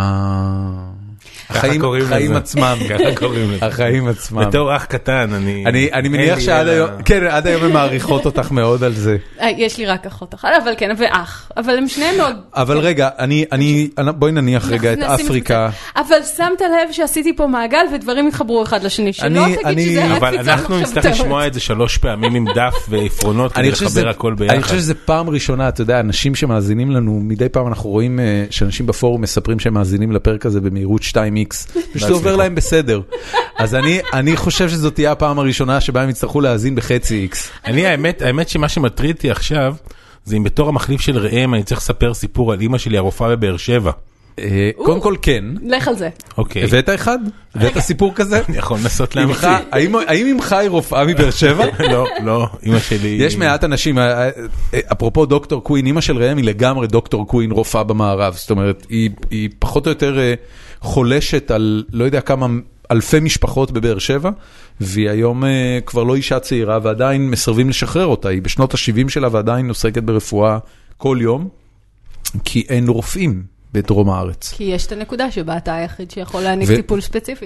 Speaker 1: החיים עצמם.
Speaker 2: ככה קוראים לזה.
Speaker 1: החיים עצמם.
Speaker 2: בתור אח קטן, אני...
Speaker 1: אני מניח שעד היום, כן, עד היום הם מעריכות אותך מאוד על זה.
Speaker 3: יש לי רק אחות אחת, אבל כן, ואח. אבל הם שניהם מאוד...
Speaker 1: אבל רגע, אני, בואי נניח רגע את אפריקה.
Speaker 3: אבל שמת לב שעשיתי פה מעגל ודברים התחברו אחד לשני. שלא תגיד שזה רק
Speaker 2: אבל אנחנו נצטרך לשמוע את זה שלוש פעמים עם דף ועפרונות כדי לחבר הכל ביחד.
Speaker 1: אני חושב שזה פעם ראשונה, אתה יודע, אנשים שמאזינים לנו, מדי פעם אנחנו רואים שאנשים בפורום מספרים שהם מאזינים לפרק הזה במהירות שתיים איקס, ושזה עובר להם בסדר. אז אני, אני חושב שזאת תהיה הפעם הראשונה שבה הם יצטרכו להאזין בחצי איקס.
Speaker 2: אני, האמת, האמת שמה שמטריד אותי עכשיו, זה אם בתור המחליף של ראם, אני צריך לספר סיפור על אמא שלי, הרופאה בבאר שבע.
Speaker 1: קודם כל כן.
Speaker 3: לך על זה.
Speaker 2: אוקיי.
Speaker 1: הבאת אחד? הבאת סיפור כזה?
Speaker 2: אני יכול לנסות להמציא.
Speaker 1: האם אמך היא רופאה מבאר שבע?
Speaker 2: לא, לא, אמא שלי...
Speaker 1: יש מעט אנשים, אפרופו דוקטור קווין, אמא של ראם היא לגמרי דוקטור קווין רופאה במערב, זאת אומרת, היא פחות או יותר חולשת על לא יודע כמה אלפי משפחות בבאר שבע, והיא היום כבר לא אישה צעירה, ועדיין מסרבים לשחרר אותה, היא בשנות ה-שבעים שלה ועדיין עוסקת ברפואה כל יום, כי אין רופאים בדרום הארץ.
Speaker 3: כי יש את הנקודה שבה אתה היחיד שיכול להעניק טיפול ספציפי.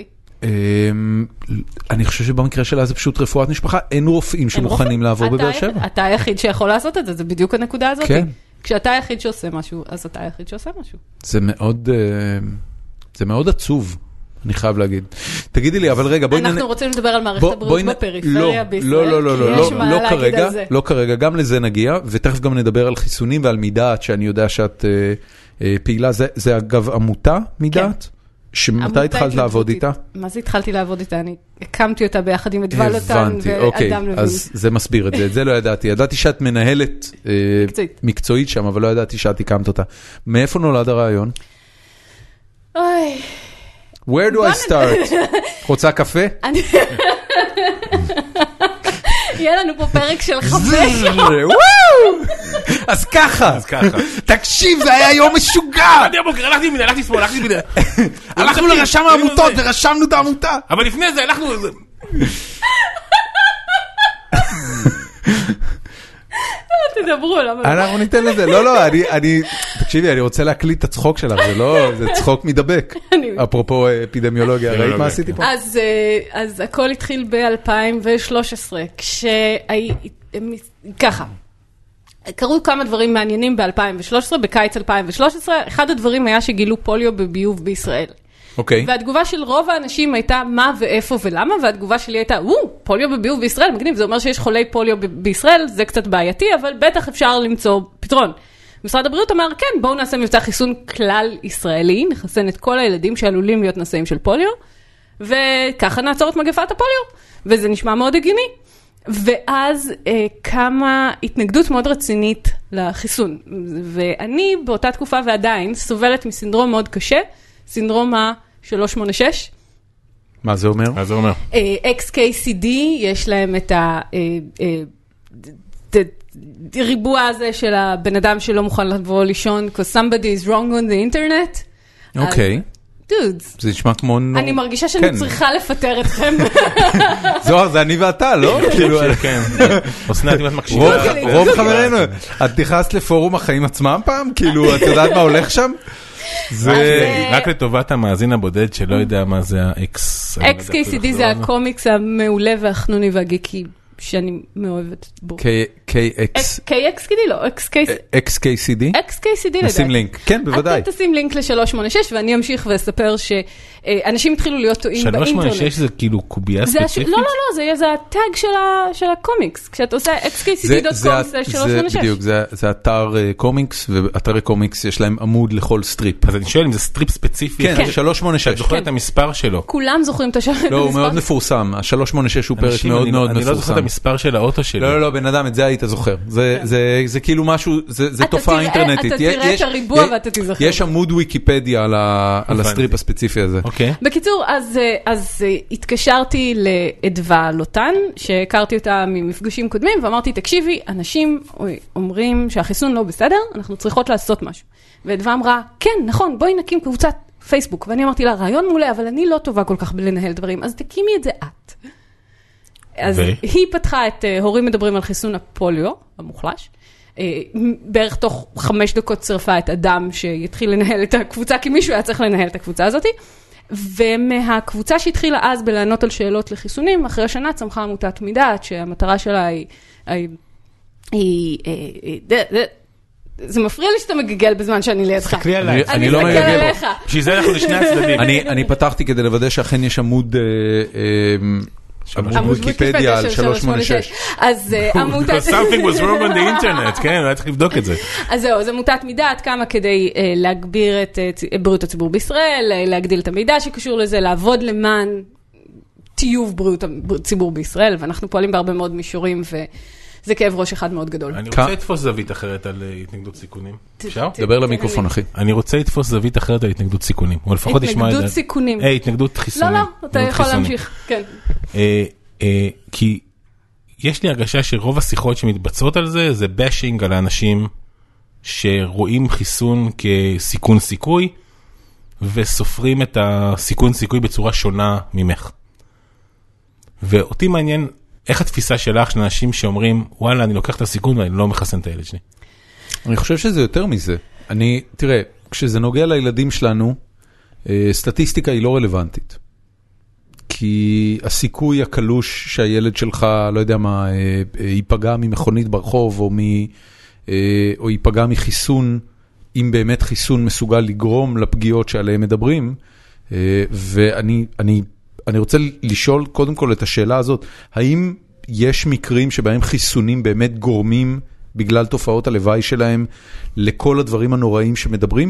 Speaker 1: אני חושב שבמקרה שלה זה פשוט רפואת משפחה, אין רופאים שמוכנים לעבור בבאר שבע.
Speaker 3: אתה היחיד שיכול לעשות את זה, זה בדיוק הנקודה הזאת. כשאתה היחיד שעושה משהו, אז אתה היחיד שעושה משהו.
Speaker 1: זה מאוד, זה מאוד עצוב, אני חייב להגיד. תגידי לי, אבל רגע, בואי...
Speaker 3: אנחנו רוצים לדבר על מערכת הבריאות בפריפריה בישראל.
Speaker 1: לא, לא, לא, לא, לא כרגע, לא כרגע, גם לזה נגיע, ותכף גם נדבר על חיסונים ועל מידעת, שאני יודע שאת פעילה, זה אגב עמותה מידעת? שמתי התחלת לעבוד איתה?
Speaker 3: מה זה התחלתי לעבוד איתה? אני הקמתי אותה ביחד עם אדוול אותן ואדם לבין.
Speaker 1: אז זה מסביר את זה, את זה לא ידעתי. ידעתי שאת מנהלת מקצועית שם, אבל לא ידעתי שאת הקמת אותה. מאיפה נולד הרעיון?
Speaker 3: אוי...
Speaker 1: Where do I start? רוצה קפה?
Speaker 3: יהיה לנו פה פרק של חמש.
Speaker 1: אז ככה, תקשיב, זה היה יום משוגע.
Speaker 2: הלכתי הבוקר, הלכתי ימין, הלכתי שמאל, הלכתי ימין.
Speaker 1: הלכנו לרשם העמותות ורשמנו את העמותה.
Speaker 2: אבל לפני זה הלכנו...
Speaker 3: תדברו, למה?
Speaker 1: אנחנו ניתן לזה. לא, לא, אני... תקשיבי, אני רוצה להקליט את הצחוק שלך, זה לא... זה צחוק מדבק. אפרופו אפידמיולוגיה, ראית מה עשיתי פה?
Speaker 3: אז הכל התחיל ב-אלפיים ושלוש עשרה, כשהי... ככה. קרו כמה דברים מעניינים ב-אלפיים ושלוש עשרה, בקיץ אלפיים ושלוש עשרה, אחד הדברים היה שגילו פוליו בביוב בישראל.
Speaker 1: אוקיי.
Speaker 3: והתגובה של רוב האנשים הייתה מה ואיפה ולמה, והתגובה שלי הייתה, וואו, פוליו בביוב בישראל, מגניב, זה אומר שיש חולי פוליו בישראל, זה קצת בעייתי, אבל בטח אפשר למצוא פתרון. משרד הבריאות אמר, כן, בואו נעשה מבצע חיסון כלל ישראלי, נחסן את כל הילדים שעלולים להיות נשאים של פוליו, וככה נעצור את מגפת הפוליו, וזה נשמע מאוד הגיוני. ואז אה, כמה התנגדות מאוד רצינית לחיסון. ואני באותה תקופה ועדיין סובלת מסינדרום מאוד קשה, סינדרום ה-שלוש שמונה שש.
Speaker 1: מה זה אומר?
Speaker 2: מה זה אומר?
Speaker 3: אקס קיי סי די, יש להם את הריבוע הזה של הבן אדם שלא מוכן לבוא לישון, because somebody is wrong on the internet.
Speaker 1: אוקיי.
Speaker 3: דודס.
Speaker 1: זה נשמע כמו...
Speaker 3: אני מרגישה שאני צריכה לפטר אתכם.
Speaker 1: זוהר, זה אני ואתה, לא? כאילו,
Speaker 2: כן. אסנת, אם את מקשיבה.
Speaker 1: רוב חברינו. את נכנסת לפורום החיים עצמם פעם? כאילו, את יודעת מה הולך שם?
Speaker 2: זה רק לטובת המאזין הבודד שלא יודע מה זה ה-X.
Speaker 3: אקס קיי סי די זה הקומיקס המעולה והחנוני והגיקי שאני מאוהבת בו.
Speaker 1: קיי אקס.
Speaker 3: קיי אקס סי די לא,
Speaker 1: אקס קיי סי די?
Speaker 3: אקס קיי סי די לדעת.
Speaker 1: נשים לינק, כן, בוודאי.
Speaker 3: אתה תשים לינק ל-שלוש שמונה שש ואני אמשיך ואספר שאנשים התחילו להיות טועים באינטרנט.
Speaker 2: שלוש שמונה שש זה כאילו קובייה ספציפית?
Speaker 3: לא, לא, לא, זה הטאג של הקומיקס. כשאתה עושה אקס קיי סי די דוט קום זה שלוש שמונה שש.
Speaker 1: בדיוק, זה אתר קומיקס, ואתרי קומיקס יש להם עמוד לכל סטריפ.
Speaker 2: אז אני שואל אם זה סטריפ ספציפי.
Speaker 1: כן, שלוש שמונה שש.
Speaker 2: אתה זוכר את המספר שלו.
Speaker 3: כולם זוכרים את המספר.
Speaker 1: לא, הוא מאוד מפורסם. ה-שלוש שמונה שש הוא פרק מאוד מאוד מפורסם.
Speaker 2: אני לא זוכר את המספר של האוטו שלי.
Speaker 1: לא, לא, לא, בן אדם, את זה היית זוכר. זה כאילו משהו, זה תופעה אינטרנטית.
Speaker 3: אתה תראה את הריבוע ואתה תזכר.
Speaker 1: יש עמוד ויקיפדיה על הסטריפ הספציפי הזה.
Speaker 3: בקיצור, אז התקשרתי לאדווה לוטן, שהכרתי אותה ממפגשים קודמים, ואמרתי, תקשיבי, אנשים אומרים שהחיסון לא בסדר, אנחנו צריכות לעשות משהו. ואדווה אמרה, כן, נכון, בואי נקים קבוצת פייסבוק. ואני אמרתי לה, רעיון מעולה, אבל אני לא טובה כל כך בלנהל דברים, אז תקימי את זה את. אז היא פתחה את הורים מדברים על חיסון הפוליו, המוחלש, בערך תוך חמש דקות צרפה את אדם שיתחיל לנהל את הקבוצה, כי מישהו היה צריך לנהל את הקבוצה הזאת, ומהקבוצה שהתחילה אז בלענות על שאלות לחיסונים, אחרי השנה צמחה עמותת מידעת, שהמטרה שלה היא, זה מפריע לי שאתה מגגל בזמן שאני לידך.
Speaker 2: תסתכלי עליי.
Speaker 3: אני לא מגגל בו.
Speaker 2: בשביל זה אנחנו לשני הצדדים.
Speaker 1: אני פתחתי כדי לוודא שאכן יש עמוד... עמוד ויקיפדיה על שלוש שמונה שש.
Speaker 3: אז עמותת...
Speaker 2: something was wrong on the internet, כן, היה צריך לבדוק את זה.
Speaker 3: אז זהו, אז עמותת מידעת קמה כדי להגביר את בריאות הציבור בישראל, להגדיל את המידע שקשור לזה, לעבוד למען טיוב בריאות הציבור בישראל, ואנחנו פועלים בהרבה מאוד מישורים, וזה כאב ראש אחד מאוד גדול.
Speaker 2: אני רוצה לתפוס זווית אחרת על התנגדות סיכונים. אפשר?
Speaker 1: דבר למיקרופון, אחי.
Speaker 2: אני רוצה לתפוס זווית אחרת על התנגדות סיכונים. או לפחות לשמוע את זה.
Speaker 3: התנגדות סיכונים.
Speaker 2: אה, התנגדות חיסונים.
Speaker 3: לא, לא, אתה יכול להמשיך, כן.
Speaker 2: כי יש לי הרגשה שרוב השיחות שמתבצעות על זה, זה באשינג על האנשים שרואים חיסון כסיכון סיכוי, וסופרים את הסיכון סיכוי בצורה שונה ממך. ואותי מעניין, איך התפיסה שלך של אנשים שאומרים, וואלה, אני לוקח את הסיכון ואני לא מחסן את הילד שלי?
Speaker 1: אני חושב שזה יותר מזה. אני, תראה, כשזה נוגע לילדים שלנו, סטטיסטיקה היא לא רלוונטית. כי הסיכוי הקלוש שהילד שלך, לא יודע מה, ייפגע ממכונית ברחוב, או, מ, או ייפגע מחיסון, אם באמת חיסון מסוגל לגרום לפגיעות שעליהם מדברים. ואני אני, אני רוצה לשאול קודם כל את השאלה הזאת, האם יש מקרים שבהם חיסונים באמת גורמים, בגלל תופעות הלוואי שלהם, לכל הדברים הנוראים שמדברים?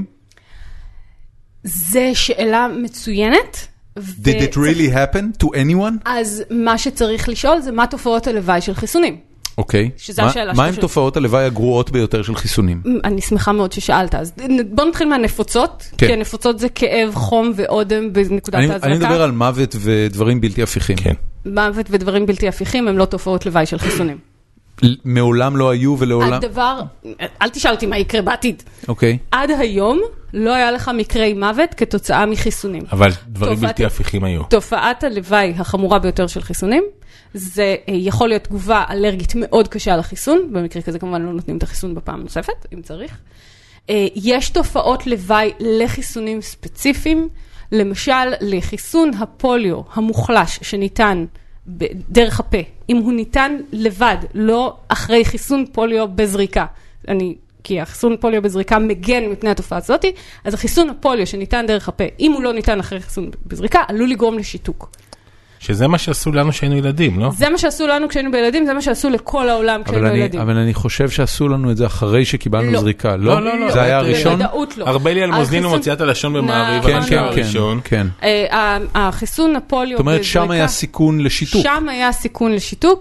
Speaker 3: זה שאלה מצוינת.
Speaker 1: Did it really happen to anyone?
Speaker 3: אז מה שצריך לשאול זה מה תופעות הלוואי של חיסונים.
Speaker 1: אוקיי. מה עם תופעות הלוואי הגרועות ביותר של חיסונים?
Speaker 3: אני שמחה מאוד ששאלת. אז בוא נתחיל מהנפוצות, כי הנפוצות זה כאב, חום ואודם בנקודת ההזרקה. אני
Speaker 1: מדבר על מוות ודברים בלתי הפיכים.
Speaker 2: כן.
Speaker 3: מוות ודברים בלתי הפיכים הם לא תופעות לוואי של חיסונים.
Speaker 1: מעולם לא היו ולעולם...
Speaker 3: הדבר, אל תשאל אותי מה יקרה בעתיד.
Speaker 1: אוקיי.
Speaker 3: עד היום לא היה לך מקרי מוות כתוצאה מחיסונים.
Speaker 2: אבל דברים בלתי הפיכים היו.
Speaker 3: תופעת הלוואי החמורה ביותר של חיסונים, זה יכול להיות תגובה אלרגית מאוד קשה לחיסון, במקרה כזה כמובן לא נותנים את החיסון בפעם נוספת, אם צריך. יש תופעות לוואי לחיסונים ספציפיים, למשל לחיסון הפוליו המוחלש שניתן דרך הפה, אם הוא ניתן לבד, לא אחרי חיסון פוליו בזריקה. אני, כי החיסון פוליו בזריקה מגן מפני התופעה הזאת, אז החיסון הפוליו שניתן דרך הפה, אם הוא לא ניתן אחרי חיסון בזריקה, עלול לגרום לשיתוק.
Speaker 2: שזה מה שעשו לנו כשהיינו ילדים, לא?
Speaker 3: זה מה שעשו לנו כשהיינו בילדים, זה מה שעשו לכל העולם כשהיינו ילדים.
Speaker 1: אבל אני חושב שעשו לנו את זה אחרי שקיבלנו זריקה, לא?
Speaker 2: לא, לא.
Speaker 1: זה היה הראשון?
Speaker 2: הרבה לי על מאזנין ומוציאת הלשון במעריב.
Speaker 1: כן, כן, כן, כן.
Speaker 3: החיסון הפוליו...
Speaker 1: זאת אומרת, שם היה סיכון לשיתוק.
Speaker 3: שם היה סיכון לשיתוק.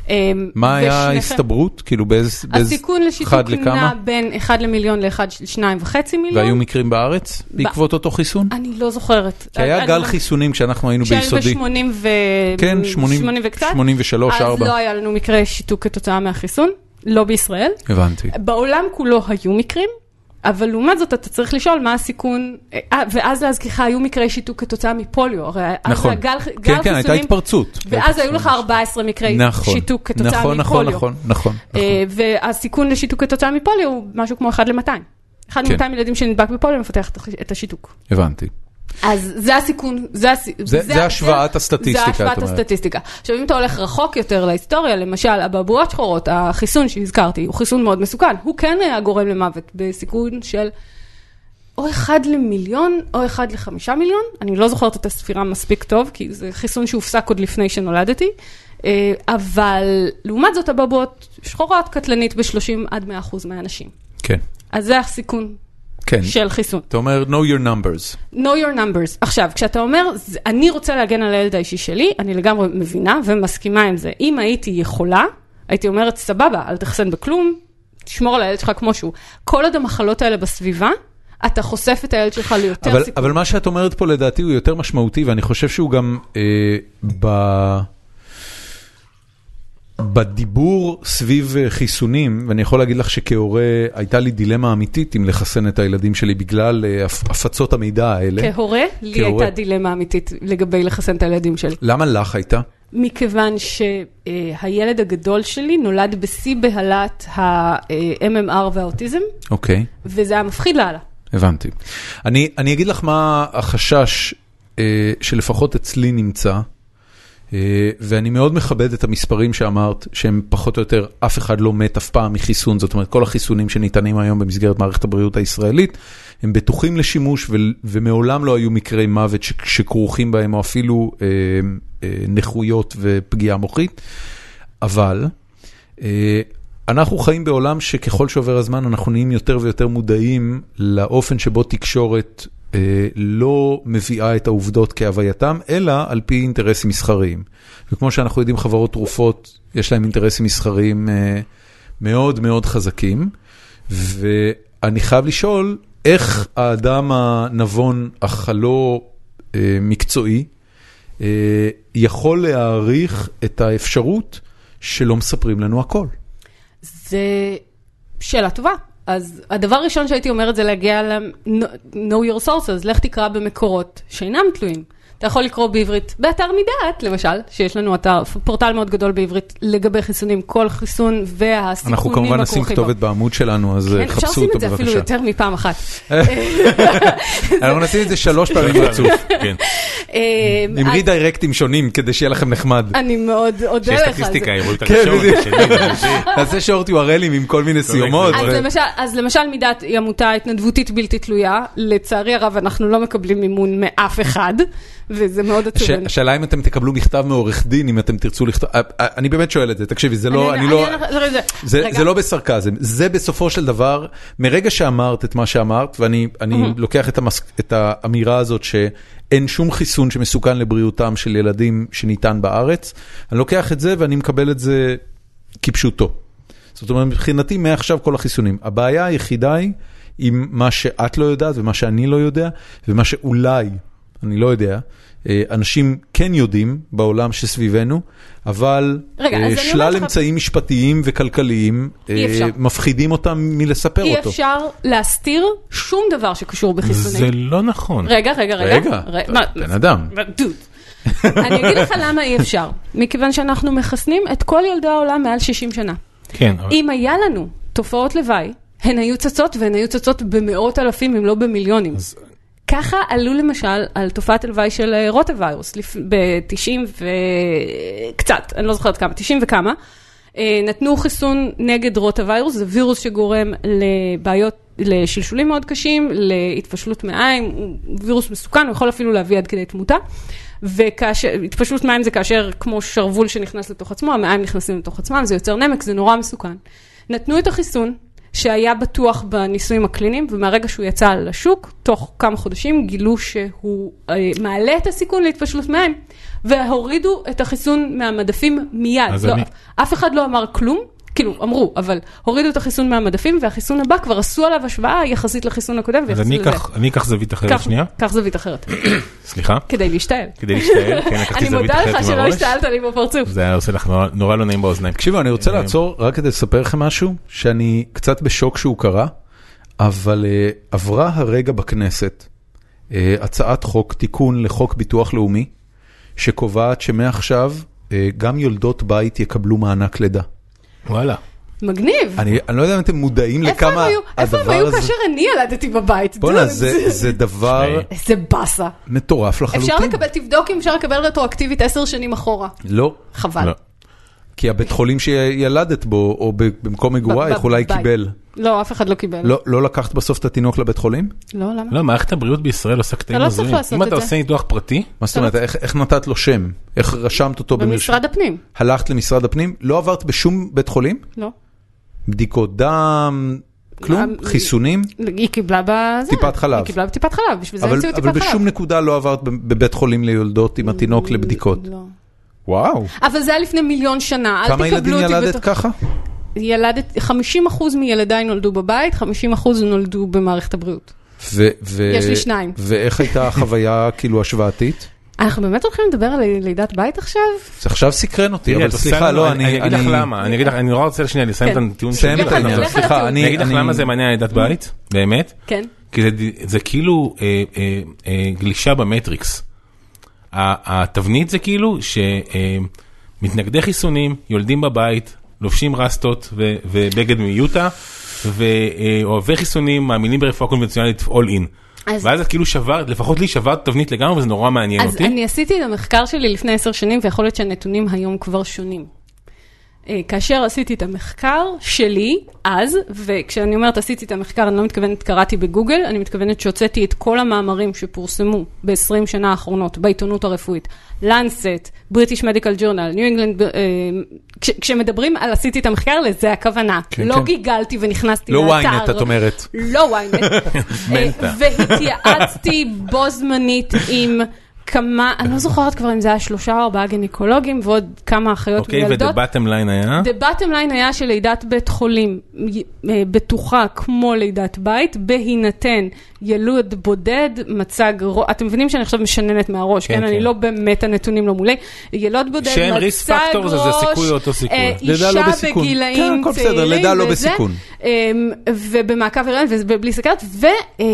Speaker 1: מה היה ההסתברות? כאילו באיזה
Speaker 3: הסיכון לשיתוק נע בין אחד למיליון לאחד לשניים וחצי מיליון.
Speaker 1: והיו מקרים בארץ בעקבות אותו חיסון?
Speaker 3: אני לא זוכרת.
Speaker 1: כי היה גל חיסונים כשאנחנו היינו ביסודי.
Speaker 3: שהיינו ב-שמונים ו...
Speaker 1: כן,
Speaker 3: שמונים וקצת.
Speaker 1: שמונים ושלוש, ארבע.
Speaker 3: אז לא היה לנו מקרה שיתוק כתוצאה מהחיסון, לא בישראל.
Speaker 1: הבנתי.
Speaker 3: בעולם כולו היו מקרים, אבל לעומת זאת אתה צריך לשאול מה הסיכון, ואז להזכירך היו מקרי שיתוק כתוצאה מפוליו,
Speaker 1: נכון, כן, כן, הייתה התפרצות.
Speaker 3: ואז היו לך ארבעה עשרה מקרי שיתוק כתוצאה מפוליו.
Speaker 1: נכון, נכון, נכון.
Speaker 3: והסיכון לשיתוק כתוצאה מפוליו הוא משהו כמו אחד למאתיים. אחד למאתיים ילדים שנדבק בפוליו מפתח את השיתוק.
Speaker 1: הבנתי.
Speaker 3: אז זה הסיכון, זה,
Speaker 1: זה, זה השוואת הסטטיסטיקה.
Speaker 3: זה השוואת הסטטיסטיקה. עכשיו, אם אתה הולך רחוק יותר להיסטוריה, למשל, הבבואות שחורות, החיסון שהזכרתי, הוא חיסון מאוד מסוכן. הוא כן היה גורם למוות בסיכון של או אחד למיליון, או אחד לחמישה מיליון. אני לא זוכרת את הספירה מספיק טוב, כי זה חיסון שהופסק עוד לפני שנולדתי. אבל לעומת זאת, הבבואות שחורות קטלנית ב-שלושים עד מאה אחוז מהאנשים.
Speaker 1: כן.
Speaker 3: אז זה הסיכון.
Speaker 1: כן.
Speaker 3: של חיסון.
Speaker 1: אתה אומר, know your numbers.
Speaker 3: know your numbers. עכשיו, כשאתה אומר, אני רוצה להגן על הילד האישי שלי, אני לגמרי מבינה ומסכימה עם זה. אם הייתי יכולה, הייתי אומרת, סבבה, אל תחסן בכלום, תשמור על הילד שלך כמו שהוא. כל עוד המחלות האלה בסביבה, אתה חושף את הילד שלך ליותר
Speaker 1: אבל,
Speaker 3: סיכון.
Speaker 1: אבל מה שאת אומרת פה לדעתי הוא יותר משמעותי, ואני חושב שהוא גם אה, ב... בדיבור סביב חיסונים, ואני יכול להגיד לך שכהורה הייתה לי דילמה אמיתית אם לחסן את הילדים שלי בגלל הפצות המידע האלה.
Speaker 3: כהורה? לי הייתה דילמה אמיתית לגבי לחסן את הילדים שלי.
Speaker 1: למה לך הייתה?
Speaker 3: מכיוון שהילד הגדול שלי נולד בשיא בהלת ה-אם אם אר והאוטיזם.
Speaker 1: אוקיי.
Speaker 3: וזה היה מפחיד להלה.
Speaker 1: הבנתי. אני, אני אגיד לך מה החשש שלפחות אצלי נמצא, ואני מאוד מכבד את המספרים שאמרת, שהם פחות או יותר, אף אחד לא מת אף פעם מחיסון, זאת אומרת, כל החיסונים שניתנים היום במסגרת מערכת הבריאות הישראלית, הם בטוחים לשימוש, ו- ומעולם לא היו מקרי מוות ש- שכרוכים בהם, או אפילו אה, אה, נכויות ופגיעה מוחית, אבל אה, אנחנו חיים בעולם שככל שעובר הזמן, אנחנו נהיים יותר ויותר מודעים לאופן שבו תקשורת לא מביאה את העובדות כהווייתם, אלא על פי אינטרסים מסחריים. וכמו שאנחנו יודעים, חברות תרופות, יש להם אינטרסים מסחריים מאוד מאוד חזקים, ואני חייב לשאול, איך האדם הנבון, אך הלא מקצועי, יכול להעריך את האפשרות שלא מספרים לנו הכל?
Speaker 3: זה שאלה טובה. אז הדבר הראשון שהייתי אומרת זה להגיע ל-know your sources, לך תקרא במקורות שאינם תלויים. אתה יכול לקרוא בעברית, באתר מדעת, למשל, שיש לנו אתר, פורטל מאוד גדול בעברית לגבי חיסונים, כל חיסון והסיכונים.
Speaker 1: אנחנו כמובן נשים כתובת בעמוד שלנו, אז
Speaker 3: כן,
Speaker 1: חפשו אותו בבקשה.
Speaker 3: אפשר לשים את זה אפילו יותר מפעם אחת.
Speaker 1: אנחנו נשים את זה שלוש פעמים רצוף. עם רידיירקטים שונים, כדי שיהיה לכם נחמד.
Speaker 3: אני מאוד אודה לך.
Speaker 2: שיש סטטיסטיקה, יראו את הראשון, השני,
Speaker 1: נעשה שורט יו אר אלים עם כל מיני סיומות.
Speaker 3: אז למשל מדעת היא עמותה התנדבותית בלתי תלויה, לצערי הרב אנחנו לא מקבלים מימון מאף אחד, וזה מאוד עצובני.
Speaker 1: השאלה אם אתם תקבלו מכתב מעורך דין, אם אתם תרצו לכתוב, אני באמת שואל את זה, תקשיבי, זה לא, אני לא, זה לא בסרקזם, זה בסופו של דבר, מרגע שאמרת את מה שאמרת, ואני לוקח את האמירה הזאת שאין שום חיסון שמסוכן לבריאותם של ילדים שניתן בארץ, אני לוקח את זה ואני מקבל את זה כפשוטו. זאת אומרת, מבחינתי מעכשיו כל החיסונים. הבעיה היחידה היא עם מה שאת לא יודעת ומה שאני לא יודע, ומה שאולי אני לא יודע, אנשים כן יודעים בעולם שסביבנו, אבל רגע, שלל אמצעים לך... משפטיים וכלכליים מפחידים אותם מלספר
Speaker 3: אי
Speaker 1: אותו.
Speaker 3: אי אפשר להסתיר שום דבר שקשור בחיסונים.
Speaker 2: זה לא נכון.
Speaker 3: רגע, רגע, רגע.
Speaker 1: רגע, בן אדם.
Speaker 3: דוד. אני אגיד לך למה אי אפשר. מכיוון שאנחנו מחסנים את כל ילדי העולם מעל שישים שנה.
Speaker 2: כן.
Speaker 3: אם היה לנו תופעות לוואי, הן היו צצות, והן היו צצות במאות אלפים, אם לא במיליונים. אז... ככה עלו למשל על תופעת הלוואי של רוטווירוס, ב-תשעים וקצת, אני לא זוכרת כמה, תשעים וכמה, נתנו חיסון נגד רוטווירוס, זה וירוס שגורם לבעיות, לשלשולים מאוד קשים, להתפשלות מעיים, וירוס מסוכן, הוא יכול אפילו להביא עד כדי תמותה, והתפשלות מים זה כאשר כמו שרוול שנכנס לתוך עצמו, המעיים נכנסים לתוך עצמם, זה יוצר נמק, זה נורא מסוכן. נתנו את החיסון, שהיה בטוח בניסויים הקליניים, ומהרגע שהוא יצא לשוק, תוך כמה חודשים גילו שהוא אה, מעלה את הסיכון להתפשטות מים, והורידו את החיסון מהמדפים מיד. לא, אני... אף אחד לא אמר כלום, כאילו, אמרו, אבל הורידו את החיסון מהמדפים, והחיסון הבא כבר עשו עליו השוואה יחסית לחיסון הקודם,
Speaker 2: אז אני אקח, אני אקח זווית אחרת שנייה.
Speaker 3: קח זווית אחרת.
Speaker 2: סליחה?
Speaker 3: כדי להשתעל.
Speaker 2: כדי להשתעל, כן, לקחתי זווית אחרת עם הראש.
Speaker 3: אני מודה לך שלא השתעלת לי בפרצוף.
Speaker 2: זה היה עושה לך נורא לא נעים באוזניים.
Speaker 1: תקשיבו, אני רוצה לעצור רק כדי לספר לכם משהו, שאני קצת בשוק שהוא קרה, אבל עברה הרגע בכנסת הצעת חוק, תיקון לחוק ביטוח לאומי, שקובעת שמעכשיו גם יולדות בית יקבלו מענק לידה.
Speaker 2: וואלה.
Speaker 3: מגניב.
Speaker 1: אני, אני לא יודע אם אתם מודעים לכמה הדבר הזה...
Speaker 3: איפה הם היו כאשר אני ילדתי בבית?
Speaker 1: בוא'נה, זה, זה דבר...
Speaker 3: איזה בסה.
Speaker 1: מטורף לחלוטין.
Speaker 3: אפשר לקבל, תבדוק אם אפשר לקבל רטרואקטיבית עשר שנים אחורה.
Speaker 1: לא.
Speaker 3: חבל.
Speaker 1: לא. כי הבית חולים שילדת בו, או במקום מגורייך, אולי קיבל.
Speaker 3: לא, אף אחד לא קיבל.
Speaker 1: לא, לא לקחת בסוף את התינוק לבית חולים?
Speaker 3: לא, למה?
Speaker 2: לא, מערכת הבריאות בישראל עושה קטעים עוזרים. אם אתה עושה ניתוח פרטי...
Speaker 1: מה זאת אומרת, איך, איך נתת לו שם? איך רשמת אותו במרשם?
Speaker 3: במשרד הפנים.
Speaker 1: הלכת למשרד הפנים? לא עברת בשום בית חולים?
Speaker 3: לא.
Speaker 1: בדיקות דם, כלום? חיסונים?
Speaker 3: היא קיבלה בזה.
Speaker 1: טיפת חלב.
Speaker 3: היא קיבלה בטיפת חלב, בשביל זה המציאו טיפת חלב.
Speaker 1: אבל בשום נקודה לא עברת בבית חולים ליולדות עם התינוק לבדיקות?
Speaker 3: לא.
Speaker 1: וואו.
Speaker 3: אבל זה היה לפני מיליון שנה.
Speaker 1: כמה ילדים ילדת ככה?
Speaker 3: ילדת, חמישים אחוז מילדיי נולדו בבית, חמישים אחוז נולדו במערכת הבריאות.
Speaker 1: ו, ו,
Speaker 3: יש לי שניים.
Speaker 1: ואיך הייתה החוויה כאילו השוואתית?
Speaker 3: אנחנו באמת הולכים לדבר על לידת בית עכשיו?
Speaker 1: זה עכשיו סקרן אותי, אבל סליחה, לא, אני...
Speaker 2: אני אגיד לך למה, אני אגיד לך, אני נורא רוצה לשנייה, לסיים את הטיעון
Speaker 1: שלי. סיים את העניין, סליחה, אני...
Speaker 2: אני אגיד לך למה זה מעניין לידת בית, באמת.
Speaker 3: כן.
Speaker 2: כי זה כאילו גלישה במטריקס. התבנית זה כאילו שמתנגדי חיסונים, יולדים בבית, לובשים רסטות ובגד מיוטה, ואוהבי חיסונים, מאמינים ברפואה קונבנציונלית all in. ואז את כאילו שברת, לפחות לי שברת תבנית לגמרי, וזה נורא מעניין אותי.
Speaker 3: אז אני עשיתי את המחקר שלי לפני עשר שנים, ויכול להיות שהנתונים היום כבר שונים. כאשר עשיתי את המחקר שלי, אז, וכשאני אומרת עשיתי את המחקר, אני לא מתכוונת, קראתי בגוגל, אני מתכוונת שהוצאתי את כל המאמרים שפורסמו ב-עשרים שנה האחרונות, בעיתונות הרפואית, Lancet, British Medical Journal, New England, כש, כשמדברים על עשיתי את המחקר, לזה הכוונה. כן, לא כן. גיגלתי ונכנסתי
Speaker 1: לא
Speaker 3: לאתר.
Speaker 1: לא וויינט, את אומרת.
Speaker 3: לא וויינט. והתייעצתי בו זמנית עם... כמה, אני לא זוכרת כבר אם זה היה שלושה או ארבעה גינקולוגים, ועוד כמה אחיות מילדות.
Speaker 2: אוקיי, ו-the bottom line היה?
Speaker 3: the bottom line היה שלידת בית חולים בטוחה כמו לידת בית, בהינתן ילוד בודד, מצג, אתם מבינים שאני עכשיו משננת מהראש, כן? אני לא באמת הנתונים לא מולי. ילוד בודד, מצג ראש,
Speaker 2: ריסק פקטור זה סיכוי או אותו סיכוי.
Speaker 3: אישה בגילאים צעירים,
Speaker 1: לידה לא בסיכון.
Speaker 3: ובמעקב הריון ובלי סכרת, ו...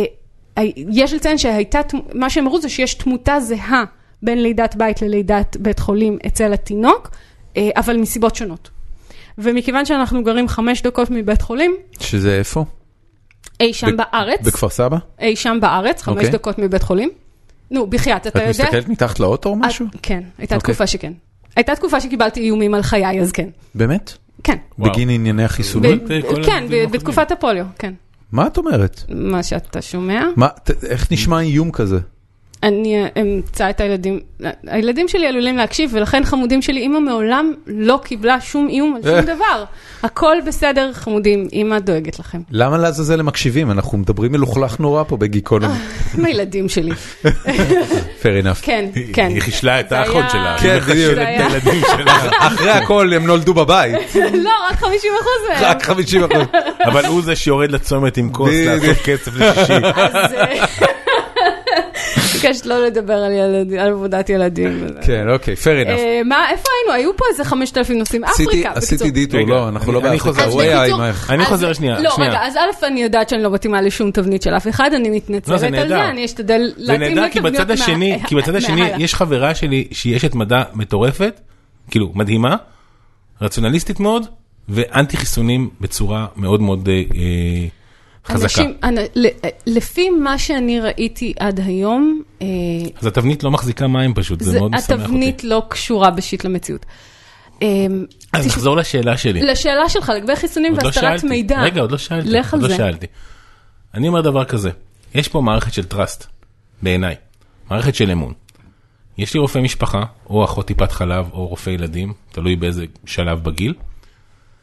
Speaker 3: יש לציין שהייתה, מה שהם אמרו זה שיש תמותה זהה בין לידת בית ללידת בית חולים אצל התינוק, אבל מסיבות שונות. ומכיוון שאנחנו גרים חמש דקות מבית חולים.
Speaker 1: שזה איפה?
Speaker 3: אי שם בארץ.
Speaker 1: בכפר סבא?
Speaker 3: אי שם בארץ, חמש דקות מבית חולים. נו, בחייאת, אתה יודע?
Speaker 1: את מסתכלת מתחת לאוטו או משהו?
Speaker 3: כן, הייתה תקופה שכן. הייתה תקופה שקיבלתי איומים על חיי, אז כן.
Speaker 1: באמת?
Speaker 3: כן.
Speaker 1: בגין ענייני החיסונים?
Speaker 3: כן, בתקופת הפוליו, כן.
Speaker 1: מה את אומרת?
Speaker 3: מה שאתה שומע?
Speaker 1: מה, איך נשמע איום כזה?
Speaker 3: אני אמצא את הילדים, הילדים שלי עלולים להקשיב, ולכן חמודים שלי, אמא מעולם לא קיבלה שום איום על שום דבר. הכל בסדר, חמודים, אמא דואגת לכם.
Speaker 1: למה לעזאזל הם מקשיבים? אנחנו מדברים מלוכלך נורא פה בגיקונומי.
Speaker 3: עם הילדים שלי.
Speaker 1: Fair enough.
Speaker 3: כן, כן.
Speaker 2: היא חישלה את האחות שלה.
Speaker 1: כן, בדיוק. אחרי הכל הם נולדו בבית.
Speaker 3: לא, רק חמישים אחוז מהם.
Speaker 1: רק חמישים אחוז.
Speaker 2: אבל הוא זה שיורד לצומת עם כוס לעשות כסף לשישי.
Speaker 3: אז... ביקשת לא לדבר על ילדים, על עבודת ילדים.
Speaker 1: כן, אוקיי, fair enough.
Speaker 3: מה, איפה היינו? היו פה איזה חמשת אלפים נושאים. אפריקה, בקצור.
Speaker 1: עשיתי דיטור, לא, אנחנו לא באפריקה.
Speaker 2: אני חוזר שנייה.
Speaker 3: לא, רגע, אז א' אני יודעת שאני לא מתאימה לשום תבנית של אף אחד, אני מתנצלת על זה, אני אשתדל להתאים לתבניות מה...
Speaker 2: כי בצד השני, יש חברה שלי שהיא אשת מדע מטורפת, כאילו, מדהימה, רציונליסטית מאוד, ואנטי חיסונים בצורה מאוד מאוד...
Speaker 3: אנשים, לפי מה שאני ראיתי עד היום...
Speaker 2: אז התבנית לא מחזיקה מים פשוט, זה מאוד משמח אותי.
Speaker 3: התבנית לא קשורה בשיט למציאות.
Speaker 2: אז נחזור לשאלה שלי.
Speaker 3: לשאלה שלך, לגבי חיסונים והסתרת מידע.
Speaker 2: רגע, עוד לא שאלתי.
Speaker 3: לך על זה.
Speaker 2: עוד לא שאלתי. אני אומר דבר כזה, יש פה מערכת של טראסט, בעיניי. מערכת של אמון. יש לי רופא משפחה, או אחות טיפת חלב, או רופא ילדים, תלוי באיזה שלב בגיל.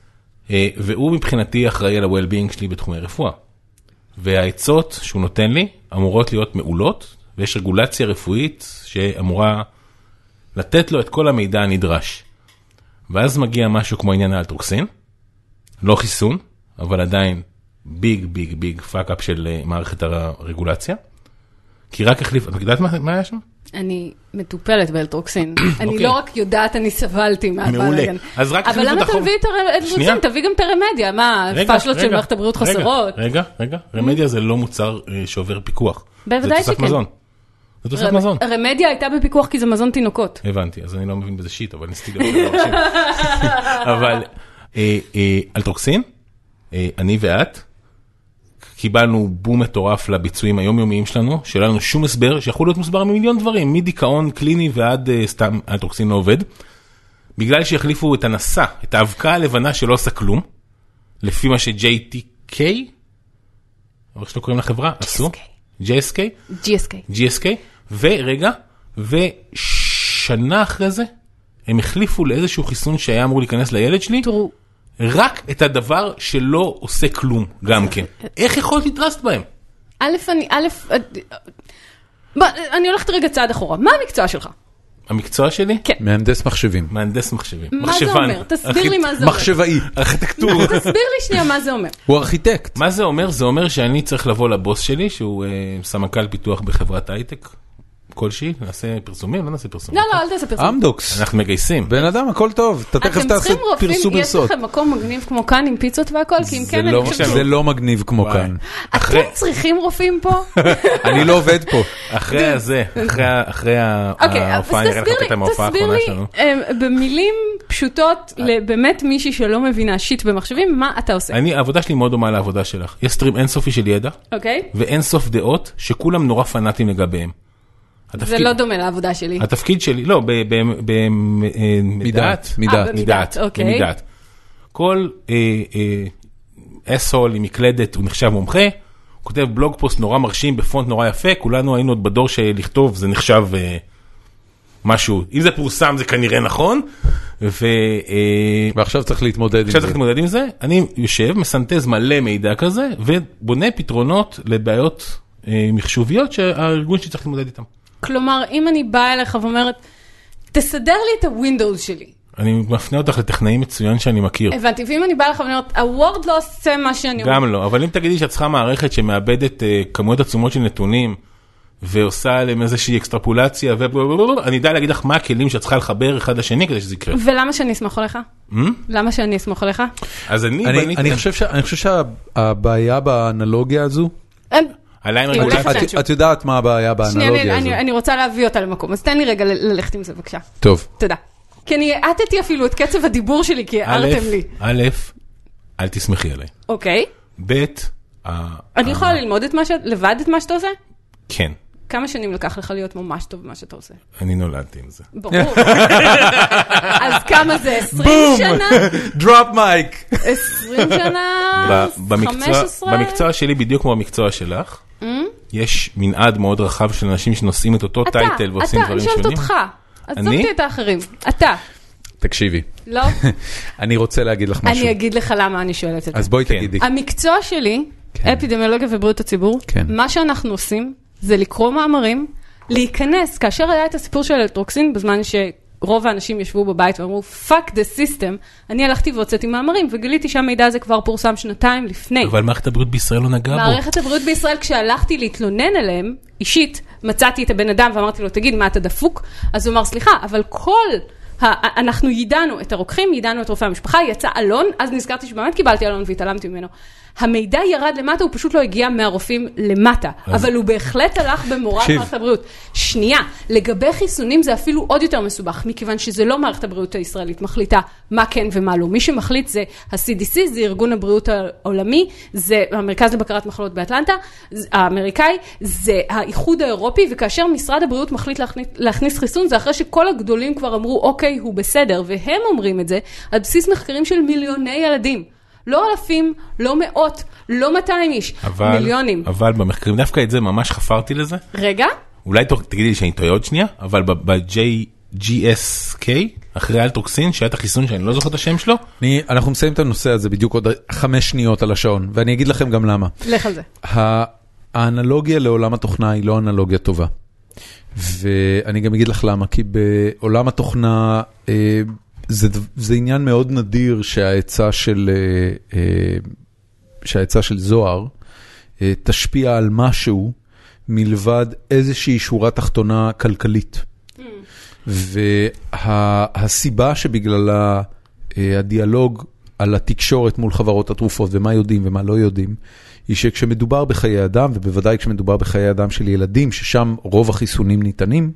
Speaker 2: והוא מבחינתי אחראי על ה-well-being שלי בתחומי רפואה. והעצות שהוא נותן לי אמורות להיות מעולות, ויש רגולציה רפואית שאמורה לתת לו את כל המידע הנדרש. ואז מגיע משהו כמו עניין האלטרוקסין, לא חיסון, אבל עדיין ביג ביג ביג פאק-אפ של מערכת הרגולציה. כי רק החליף, את יודעת מה היה שם?
Speaker 3: אני מטופלת באלטרוקסין. אני לא רק יודעת, אני סבלתי מהבלגן.
Speaker 2: אז רק
Speaker 3: אבל למה תביא את האלטרוקסין? תביא גם את הרמדיה. מה, פשלות של מערכת הבריאות חסרות?
Speaker 2: רגע, רגע. רמדיה זה לא מוצר שעובר פיקוח.
Speaker 3: בוודאי
Speaker 2: שכן. זה תוסף מזון.
Speaker 3: רמדיה הייתה בפיקוח כי זה מזון תינוקות.
Speaker 2: הבנתי, אז אני לא מבין בזה שיט, אבל ניסיתי גם לדבר שיט. אבל אלטרוקסין, אני ואת, קיבלנו בום מטורף לביצועים היומיומיים שלנו, שלא לנו שום הסבר, שיכול להיות מסבר ממיליון דברים, מדיכאון קליני ועד סתם אלטרוקסין לא עובד, בגלל שהחליפו את הנסה, את האבקה הלבנה שלא עושה כלום, לפי מה ש-ג'יי טי קיי, או איך שלא קוראים לחברה, עשו? ג'י אס קיי?
Speaker 3: ג'י אס קיי.
Speaker 2: ג'י אס קיי, ורגע, ושנה אחרי זה, הם החליפו לאיזשהו חיסון שהיה אמור להיכנס לילד שלי,
Speaker 3: תראו,
Speaker 2: רק את הדבר שלא עושה כלום, גם כן. איך יכולת להתרסט בהם?
Speaker 3: א', אני, א', אני הולכת רגע צעד אחורה. מה המקצוע שלך?
Speaker 2: המקצוע שלי?
Speaker 3: כן.
Speaker 1: מהנדס מחשבים.
Speaker 2: מהנדס מחשבים.
Speaker 3: מה זה אומר? תסביר לי מה זה אומר.
Speaker 1: מחשבאי.
Speaker 2: ארכיטקטורה.
Speaker 3: תסביר לי שנייה מה זה אומר.
Speaker 1: הוא ארכיטקט.
Speaker 2: מה זה אומר? זה אומר שאני צריך לבוא לבוס שלי, שהוא סמנכ"ל פיתוח בחברת הייטק. כלשהי, נעשה פרסומים, לא נעשה פרסומים.
Speaker 3: לא, לא, אל תעשה פרסומים.
Speaker 1: אמדוקס.
Speaker 2: אנחנו מגייסים.
Speaker 1: בן אדם, הכל טוב. אתה תכף תעשה פרסום ברסות.
Speaker 3: יש לכם מקום מגניב כמו כאן עם פיצות והכל? כי אם כן, אני חושבת...
Speaker 1: זה לא מגניב כמו כאן.
Speaker 3: אתם צריכים רופאים פה?
Speaker 1: אני לא עובד פה.
Speaker 2: אחרי הזה, אחרי ההופעה, נראה לך את ההופעה האחרונה שלנו.
Speaker 3: במילים פשוטות, באמת מישהי שלא מבינה שיט במחשבים, מה אתה עושה?
Speaker 2: אני, העבודה שלי מאוד דומה לעבודה שלך. יש סטרים אינסופי של ידע, ואינסוף דעות שכולם נורא פנאטים לגביהם.
Speaker 3: זה לא דומה לעבודה שלי.
Speaker 2: התפקיד שלי, לא, במדעת.
Speaker 1: מדעת.
Speaker 2: מדעת, במדעת. כל אסול עם מקלדת הוא נחשב מומחה, הוא כותב בלוג פוסט נורא מרשים בפונט נורא יפה, כולנו היינו עוד בדור שלכתוב, זה נחשב משהו, אם זה פורסם זה כנראה נכון,
Speaker 1: ועכשיו צריך להתמודד עם זה.
Speaker 2: עכשיו צריך להתמודד עם זה, אני יושב, מסנטז מלא מידע כזה, ובונה פתרונות לבעיות מחשוביות שהארגון שלי צריך להתמודד איתם.
Speaker 3: כלומר, אם אני באה אליך ואומרת, תסדר לי את הווינדוס שלי.
Speaker 2: אני מפנה אותך לטכנאים מצוין שאני מכיר.
Speaker 3: הבנתי, ואם אני באה אליך ואומרת, הוורד לא עושה מה שאני אומרת.
Speaker 2: גם לא, אבל אם תגידי שאת צריכה מערכת שמאבדת כמויות עצומות של נתונים, ועושה עליהם איזושהי אקסטרפולציה, אני יודע להגיד לך מה הכלים שאת צריכה לחבר אחד לשני כדי שזה יקרה.
Speaker 3: ולמה שאני אסמוך עליך? למה שאני אסמוך עליך?
Speaker 2: אז אני...
Speaker 1: אני חושב שהבעיה באנלוגיה הזו, את יודעת מה הבעיה באנלוגיה הזו.
Speaker 3: אני רוצה להביא אותה למקום, אז תן לי רגע ללכת עם זה בבקשה.
Speaker 1: טוב.
Speaker 3: תודה. כי אני העטתי אפילו את קצב הדיבור שלי, כי הערתם לי.
Speaker 2: א', אל תסמכי עליי.
Speaker 3: אוקיי.
Speaker 2: ב',
Speaker 3: אני יכולה ללמוד לבד את מה שאתה עושה?
Speaker 2: כן.
Speaker 3: כמה שנים לקח לך להיות ממש טוב במה שאתה עושה?
Speaker 2: אני נולדתי עם זה.
Speaker 3: ברור. אז כמה זה? עשרים שנה?
Speaker 1: דרופ מייק.
Speaker 3: עשרים שנה? חמש עשרה?
Speaker 2: במקצוע שלי, בדיוק כמו במקצוע שלך, יש מנעד מאוד רחב של אנשים שנושאים את אותו טייטל ועושים דברים שונים.
Speaker 3: אתה, אני שואלת אותך. עזובתי את האחרים. אתה.
Speaker 1: תקשיבי.
Speaker 3: לא?
Speaker 1: אני רוצה להגיד לך משהו.
Speaker 3: אני אגיד לך למה אני שואלת את זה.
Speaker 1: אז בואי תגידי.
Speaker 3: המקצוע שלי, אפידמיולוגיה ובריאות הציבור, מה שאנחנו עושים, זה לקרוא מאמרים, להיכנס, כאשר היה את הסיפור של אלטרוקסין, בזמן שרוב האנשים ישבו בבית ואמרו, fuck the system, אני הלכתי והוצאתי מאמרים, וגיליתי שהמידע הזה כבר פורסם שנתיים לפני.
Speaker 2: אבל מערכת הבריאות בישראל לא נגעה בו.
Speaker 3: מערכת הבריאות בישראל, כשהלכתי להתלונן עליהם, אישית, מצאתי את הבן אדם ואמרתי לו, תגיד, מה אתה דפוק? אז הוא אמר, סליחה, אבל כל... אנחנו יידענו את הרוקחים, יידענו את רופאי המשפחה, יצא אלון, אז נזכרתי שבאמת קיבלתי אלון והתעלמתי ממנו. המידע ירד למטה, הוא פשוט לא הגיע מהרופאים למטה, אבל הוא בהחלט הלך במורל מערכת הבריאות. שנייה, לגבי חיסונים זה אפילו עוד יותר מסובך, מכיוון שזה לא מערכת הבריאות הישראלית מחליטה מה כן ומה לא. מי שמחליט זה ה-סי די סי, זה ארגון הבריאות העולמי, זה המרכז לבקרת מחלות באטלנטה, האמריקאי, זה האיחוד האירופי, וכאשר משרד הבריאות מחליט להכניס, להכניס חיסון, זה אחרי שכל הגדולים כבר אמרו, אוקיי, הוא בסדר, והם אומרים את זה, על בסיס מחקרים של מיליוני ילדים. לא אלפים, לא מאות, לא מאתיים איש, אבל, מיליונים.
Speaker 2: אבל במחקרים, דווקא את זה ממש חפרתי לזה.
Speaker 3: רגע.
Speaker 2: אולי תגידי לי שאני טועה עוד שנייה, אבל ב-ג'יי ג'י אס קיי, אחרי אלטרוקסין, שהיה את החיסון שאני לא זוכר את השם שלו.
Speaker 1: אני, אנחנו מסיים את הנושא הזה בדיוק עוד חמש שניות על השעון, ואני אגיד לכם גם למה.
Speaker 3: לך על זה.
Speaker 1: האנלוגיה לעולם התוכנה היא לא אנלוגיה טובה. ואני גם אגיד לך למה, כי בעולם התוכנה זה, זה עניין מאוד נדיר שההצעה של, שההצעה של זוהר תשפיע על משהו מלבד איזושהי שורה תחתונה כלכלית. והסיבה שבגללה הדיאלוג על התקשורת מול חברות התרופות ומה יודעים ומה לא יודעים, היא שכשמדובר בחיי אדם, ובוודאי כשמדובר בחיי אדם של ילדים, ששם רוב החיסונים ניתנים,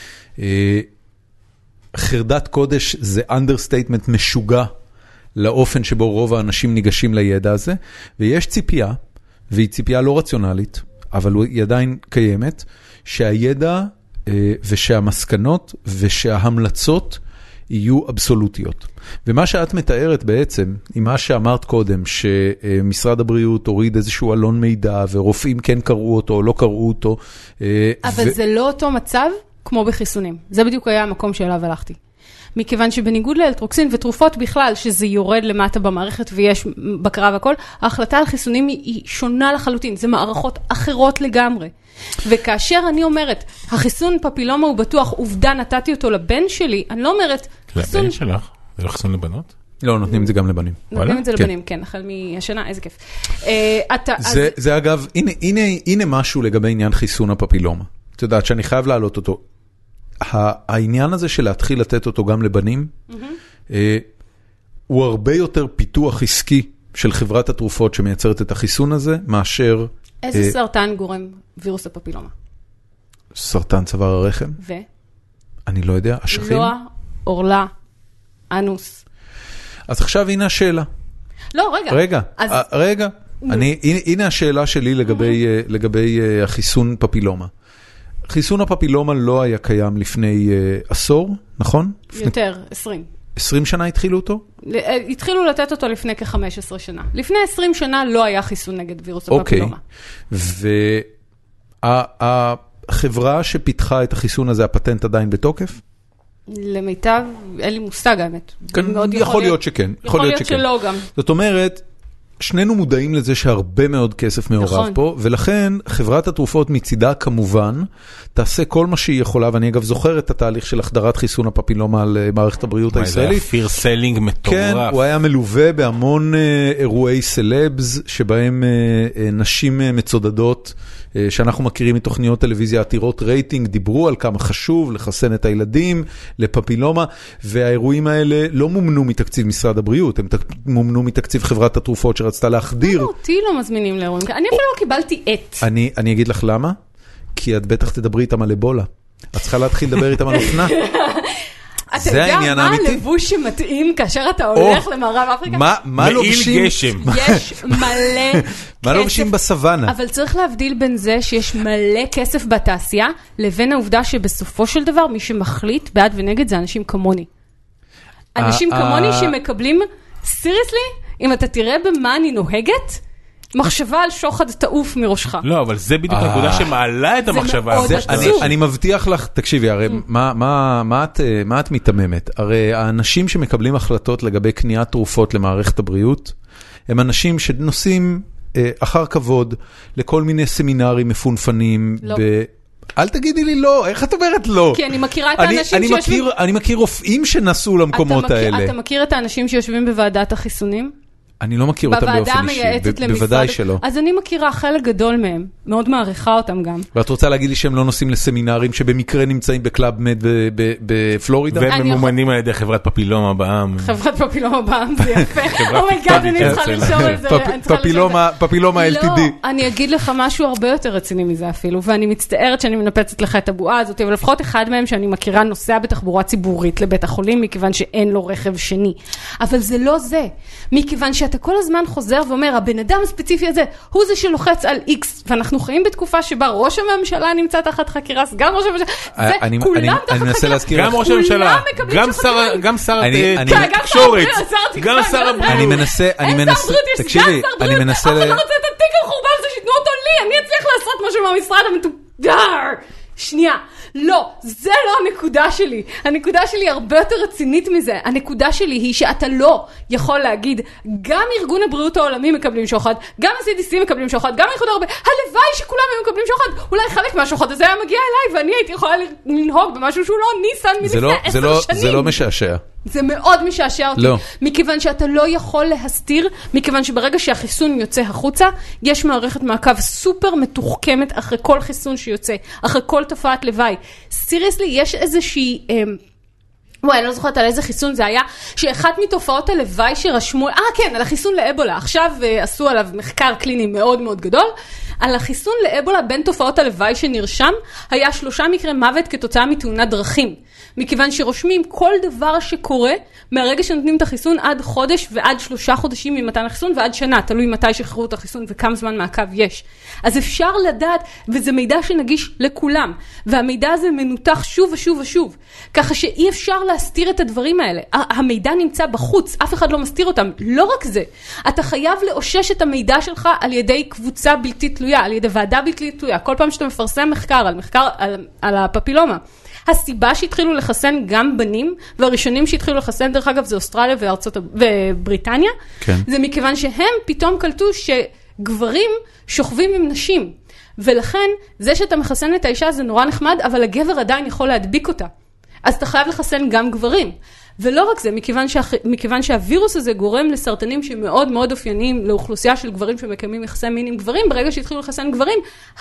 Speaker 1: חרדת קודש זה אנדרסטייטמנט משוגע לאופן שבו רוב האנשים ניגשים לידע הזה, ויש ציפייה, והיא ציפייה לא רציונלית, אבל היא עדיין קיימת, שהידע ושהמסקנות ושההמלצות יהיו אבסולוטיות. ומה שאת מתארת בעצם, עם מה שאמרת קודם, שמשרד הבריאות הוריד איזשהו אלון מידע, ורופאים כן קראו אותו או לא קראו אותו.
Speaker 3: אבל ו... זה לא אותו מצב כמו בחיסונים. זה בדיוק היה המקום שאליו הלכתי. מכיוון שבניגוד לאלטרוקסין ותרופות בכלל, שזה יורד למטה במערכת ויש בקרה והכל, ההחלטה על חיסונים היא שונה לחלוטין. זה מערכות אחרות לגמרי. וכאשר אני אומרת, החיסון פפילומה הוא בטוח, עובדה נתתי אותו לבן שלי, אני לא אומרת...
Speaker 2: לבן שלך? זה לא חיסון לבנות?
Speaker 1: לא, נותנים את זה גם לבנים.
Speaker 3: נותנים את זה לבנים, כן, החל מהשנה, איזה כיף.
Speaker 1: זה אגב, הנה משהו לגבי עניין חיסון הפפילומה. את יודעת שאני חייב להעלות אותו. העניין הזה של להתחיל לתת אותו גם לבנים, הוא הרבה יותר פיתוח עסקי של חברת התרופות שמייצרת את החיסון הזה, מאשר...
Speaker 3: איזה סרטן גורם וירוס הפפילומה?
Speaker 1: סרטן צוואר הרחם?
Speaker 3: ו?
Speaker 1: אני לא יודע, אשכים?
Speaker 3: לוע, אורלה, אנוס.
Speaker 1: אז עכשיו הנה השאלה.
Speaker 3: לא, רגע.
Speaker 1: רגע, רגע. הנה השאלה שלי לגבי החיסון פפילומה. חיסון הפפילומה לא היה קיים לפני עשור, נכון?
Speaker 3: יותר, עשרים.
Speaker 1: עשרים שנה התחילו אותו?
Speaker 3: התחילו לתת אותו לפני כ-חמש עשרה שנה. לפני עשרים שנה לא היה חיסון נגד וירוס הפפילומה.
Speaker 1: אוקיי. והחברה שפיתחה את החיסון הזה, הפטנט עדיין בתוקף?
Speaker 3: למיטב, אין לי מושג האמת.
Speaker 1: יכול להיות שכן.
Speaker 3: יכול להיות שלא גם.
Speaker 1: זאת אומרת, שנינו מודעים לזה שהרבה מאוד כסף מעורב פה, ולכן חברת התרופות מצידה כמובן, תעשה כל מה שהיא יכולה, ואני אגב זוכר את התהליך של החדרת חיסון הפפילומה על מערכת הבריאות הישראלית.
Speaker 2: זה היה פיר סלינג מטורף.
Speaker 1: כן, הוא היה מלווה בהמון אירועי סלבס, שבהם נשים מצודדות, שאנחנו מכירים מתוכניות טלוויזיה עתירות רייטינג, דיברו על כמה חשוב לחסן את הילדים לפפילומה, והאירועים האלה לא מומנו מתקציב משרד הבריאות, הם מומנו מתקציב חברת התרופות שרצתה להחדיר.
Speaker 3: אותי לא מזמינים לאירועים, אני אפילו לא קיבלתי את.
Speaker 1: אני, אני אגיד לך למה, כי את בטח תדברי איתם על אבולה. את צריכה להתחיל לדבר איתם על אופנה.
Speaker 3: אתה יודע מה הלבוש שמתאים כאשר אתה הולך למערב אפריקה?
Speaker 1: מה לובשים?
Speaker 2: גשם.
Speaker 3: יש מלא כסף.
Speaker 1: מה לובשים בסוואנה?
Speaker 3: אבל צריך להבדיל בין זה שיש מלא כסף בתעשייה, לבין העובדה שבסופו של דבר מי שמחליט בעד ונגד זה אנשים כמוני. אנשים כמוני שמקבלים, סיריוסלי, אם אתה תראה במה אני נוהגת, מחשבה על שוחד תעוף מראשך.
Speaker 2: לא, אבל זה בדיוק הנקודה שמעלה את המחשבה.
Speaker 3: זה מאוד עצוב.
Speaker 1: אני מבטיח לך, תקשיבי, הרי מה את מתממת? הרי האנשים שמקבלים החלטות לגבי קניית תרופות למערכת הבריאות, הם אנשים שנוסעים אחר כבוד לכל מיני סמינרים מפונפנים.
Speaker 3: לא.
Speaker 1: אל תגידי לי לא, איך את אומרת לא?
Speaker 3: כי אני מכירה את האנשים שיושבים...
Speaker 1: אני מכיר רופאים שנסעו למקומות האלה.
Speaker 3: אתה מכיר את האנשים שיושבים בוועדת החיסונים?
Speaker 1: אני לא מכיר אותם באופן אישי, בוודאי שלא.
Speaker 3: אז אני מכירה חלק גדול מהם, מאוד מעריכה אותם גם.
Speaker 1: ואת רוצה להגיד לי שהם לא נוסעים לסמינרים שבמקרה נמצאים בקלאב מד בפלורידה?
Speaker 2: והם ממומנים על ידי חברת פפילומה בעם.
Speaker 3: חברת פפילומה בעם, זה יפה. אומייגאד, אני צריכה לשאול על זה.
Speaker 1: פפילומה אל טי די.
Speaker 3: לא, אני אגיד לך משהו הרבה יותר רציני מזה אפילו, ואני מצטערת שאני מנפצת לך את הבועה הזאת, אבל לפחות אחד מהם שאני מכירה נוסע בתחבורה ציבורית לבית החולים, מכיוון שאין לו רכב שני. אבל זה לא זה. מכיוון שאתה כל הזמן חוזר ואומר, הבן אדם הספציפי הזה, הוא זה שלוחץ על X, ואנחנו חיים בתקופה שבה ראש הממשלה נמצא תחת חקירה, גם ראש הממשלה, זה כולם תחת חקירה,
Speaker 2: גם ראש הממשלה, גם שר התקשורת, גם שר הבריאות.
Speaker 1: אני מנסה, אני מנסה, תקשיבי, אני מנסה...
Speaker 3: אבל לא רוצה את התיק החורבן הזה, שיתנו אותו לי, אני אצליח לעשות משהו מהמשרד המתודר. שנייה, לא, זה לא הנקודה שלי. הנקודה שלי הרבה יותר רצינית מזה. הנקודה שלי היא שאתה לא יכול להגיד, גם ארגון הבריאות העולמי מקבלים שוחד, גם ה-סי די סי מקבלים שוחד, גם האיחוד האירופי, הלוואי שכולם היו מקבלים שוחד. אולי חלק מהשוחד הזה היה מגיע אליי, ואני הייתי יכולה לנהוג במשהו שהוא לא ניסן מלפני עשר שנים.
Speaker 1: זה לא משעשע.
Speaker 3: זה מאוד משעשע אותי,
Speaker 1: לא.
Speaker 3: מכיוון שאתה לא יכול להסתיר, מכיוון שברגע שהחיסון יוצא החוצה, יש מערכת מעקב סופר מתוחכמת אחרי כל חיסון שיוצא, אחרי כל תופעת לוואי. סיריוסלי, יש איזושהי... וואי, אני לא זוכרת על איזה חיסון זה היה, שאחת מתופעות הלוואי שרשמו, אה כן, על החיסון לאבולה, עכשיו עשו עליו מחקר קליני מאוד מאוד גדול, על החיסון לאבולה בין תופעות הלוואי שנרשם, היה שלושה מקרי מוות כתוצאה מתאונת דרכים, מכיוון שרושמים כל דבר שקורה, מהרגע שנותנים את החיסון עד חודש ועד שלושה חודשים ממתן החיסון ועד שנה, תלוי מתי שחררו את החיסון וכמה זמן מעקב יש. אז אפשר לדעת, וזה מידע שנגיש לכולם, והמידע הזה מנותח שוב ושוב ושוב, ככה שאי אפשר להסתיר את הדברים האלה. המידע נמצא בחוץ, אף אחד לא מסתיר אותם. לא רק זה, אתה חייב לאושש את המידע שלך על ידי קבוצה בלתי תלויה, על ידי ועדה בלתי תלויה. כל פעם שאתה מפרסם מחקר על מחקר על, על הפפילומה, הסיבה שהתחילו לחסן גם בנים, והראשונים שהתחילו לחסן, דרך אגב, זה אוסטרליה וארצות, ובריטניה, כן. זה מכיוון שהם פתאום קלטו שגברים שוכבים עם נשים. ולכן, זה שאתה מחסן את האישה זה נורא נחמד, אבל הגבר עדיין יכול להדביק אותה. אז אתה חייב לחסן גם גברים. ולא רק זה, מכיוון, שה, מכיוון שהווירוס הזה גורם לסרטנים שמאוד מאוד אופייניים לאוכלוסייה של גברים שמקיימים יחסי מין עם גברים, ברגע שהתחילו לחסן גברים,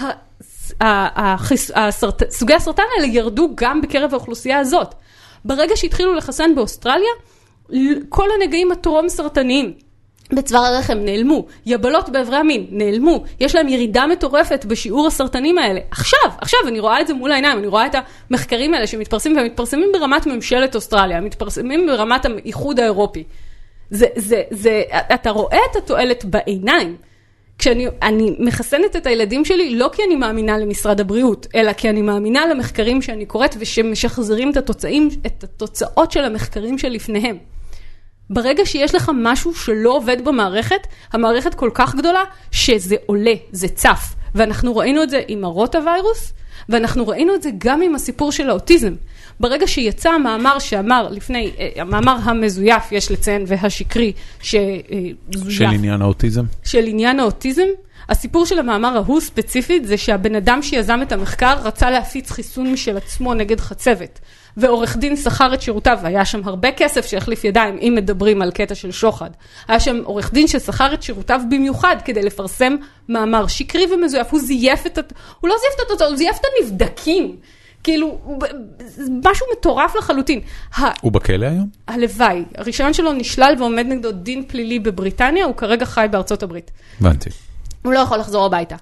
Speaker 3: סוגי הסרטן האלה ירדו גם בקרב האוכלוסייה הזאת. ברגע שהתחילו לחסן באוסטרליה, כל הנגעים הטרום סרטניים בצוואר הרחם נעלמו, יבלות בעברי המין נעלמו, יש להם ירידה מטורפת בשיעור הסרטנים האלה. עכשיו, עכשיו אני רואה את זה מול העיניים, אני רואה את המחקרים האלה שמתפרסמים, ומתפרסמים ברמת ממשלת אוסטרליה, מתפרסמים ברמת האיחוד האירופי. זה, זה, זה, אתה רואה את התועלת בעיניים. כשאני אני מחסנת את הילדים שלי, לא כי אני מאמינה למשרד הבריאות, אלא כי אני מאמינה למחקרים שאני קוראת, ושמשחזרים את התוצאים, את התוצאות של המחקרים שלפניהם. ברגע שיש לך משהו שלא עובד במערכת, המערכת כל כך גדולה שזה עולה, זה צף. ואנחנו ראינו את זה עם הרוטה וירוס, ואנחנו ראינו את זה גם עם הסיפור של האוטיזם. ברגע שיצא המאמר שאמר לפני, המאמר המזויף יש לציין והשקרי,
Speaker 1: של עניין האוטיזם? של
Speaker 3: עניין האוטיזם. הסיפור של המאמר ההוא ספציפית זה שהבן אדם שיזם את המחקר רצה להפיץ חיסון משל עצמו נגד חצבת. ועורך דין שכר את שירותיו, היה שם הרבה כסף שהחליף ידיים, אם מדברים על קטע של שוחד. היה שם עורך דין ששכר את שירותיו במיוחד, כדי לפרסם מאמר שקרי ומזויף. הוא זייף את, הוא לא זייף את התוצאות, הוא זייף את הנבדקים. כאילו, משהו מטורף לחלוטין.
Speaker 1: הוא בכלא היום?
Speaker 3: הלוואי. הרישיון שלו נשלל ועומד נגדו דין פלילי בבריטניה, הוא כרגע חי בארצות הברית.
Speaker 1: הבנתי.
Speaker 3: הוא לא יכול לחזור הביתה.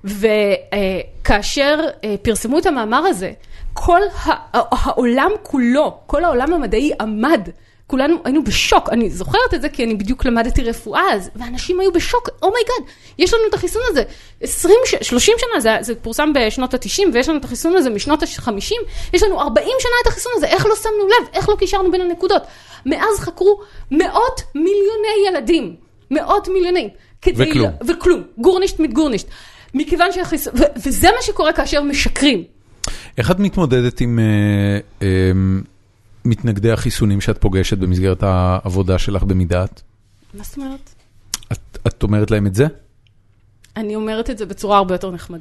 Speaker 3: וכאשר פרסמו את המאמר הזה, כל העולם כולו, כל העולם המדעי עמד, כולנו היינו בשוק, אני זוכרת את זה כי אני בדיוק למדתי רפואה אז, ואנשים היו בשוק, אומייגאד, יש לנו את החיסון הזה, עשרים, שלושים שנה, זה, זה פורסם בשנות ה-תשעים, ויש לנו את החיסון הזה משנות ה-חמישים, יש לנו ארבעים שנה את החיסון הזה, איך לא שמנו לב, איך לא קישרנו בין הנקודות. מאז חקרו מאות מיליוני ילדים, מאות מיליוני,
Speaker 1: וכלום.
Speaker 3: וכלום, גורנישט מתגורנישט, מכיוון שהחיסון, ו- וזה מה שקורה כאשר משקרים.
Speaker 1: איך את מתמודדת עם אה, אה, מתנגדי החיסונים שאת פוגשת במסגרת העבודה שלך במידעת?
Speaker 3: מה זאת אומרת?
Speaker 1: את, את אומרת להם את זה?
Speaker 3: אני אומרת את זה בצורה הרבה יותר נחמדה.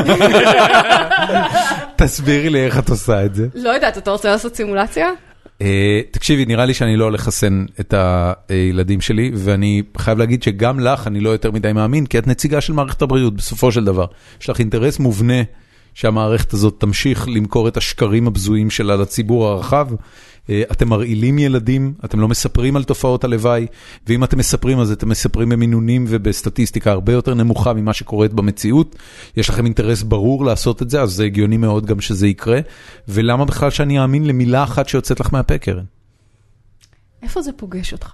Speaker 1: תסבירי לי איך את עושה את זה.
Speaker 3: לא יודעת, אתה רוצה לעשות סימולציה?
Speaker 1: אה, תקשיבי, נראה לי שאני לא הולך לחסן את הילדים שלי, ואני חייב להגיד שגם לך אני לא יותר מדי מאמין, כי את נציגה של מערכת הבריאות בסופו של דבר. יש לך אינטרס מובנה שהמערכת הזאת תמשיך למכור את השקרים הבזויים שלה לציבור הרחב. אתם מרעילים ילדים, אתם לא מספרים על תופעות הלוואי, ואם אתם מספרים, אז אתם מספרים במינונים ובסטטיסטיקה הרבה יותר נמוכה ממה שקורית במציאות. יש לכם אינטרס ברור לעשות את זה, אז זה הגיוני מאוד גם שזה יקרה. ולמה בכלל שאני אאמין למילה אחת שיוצאת לך מהפה, קרן?
Speaker 3: איפה זה פוגש אותך?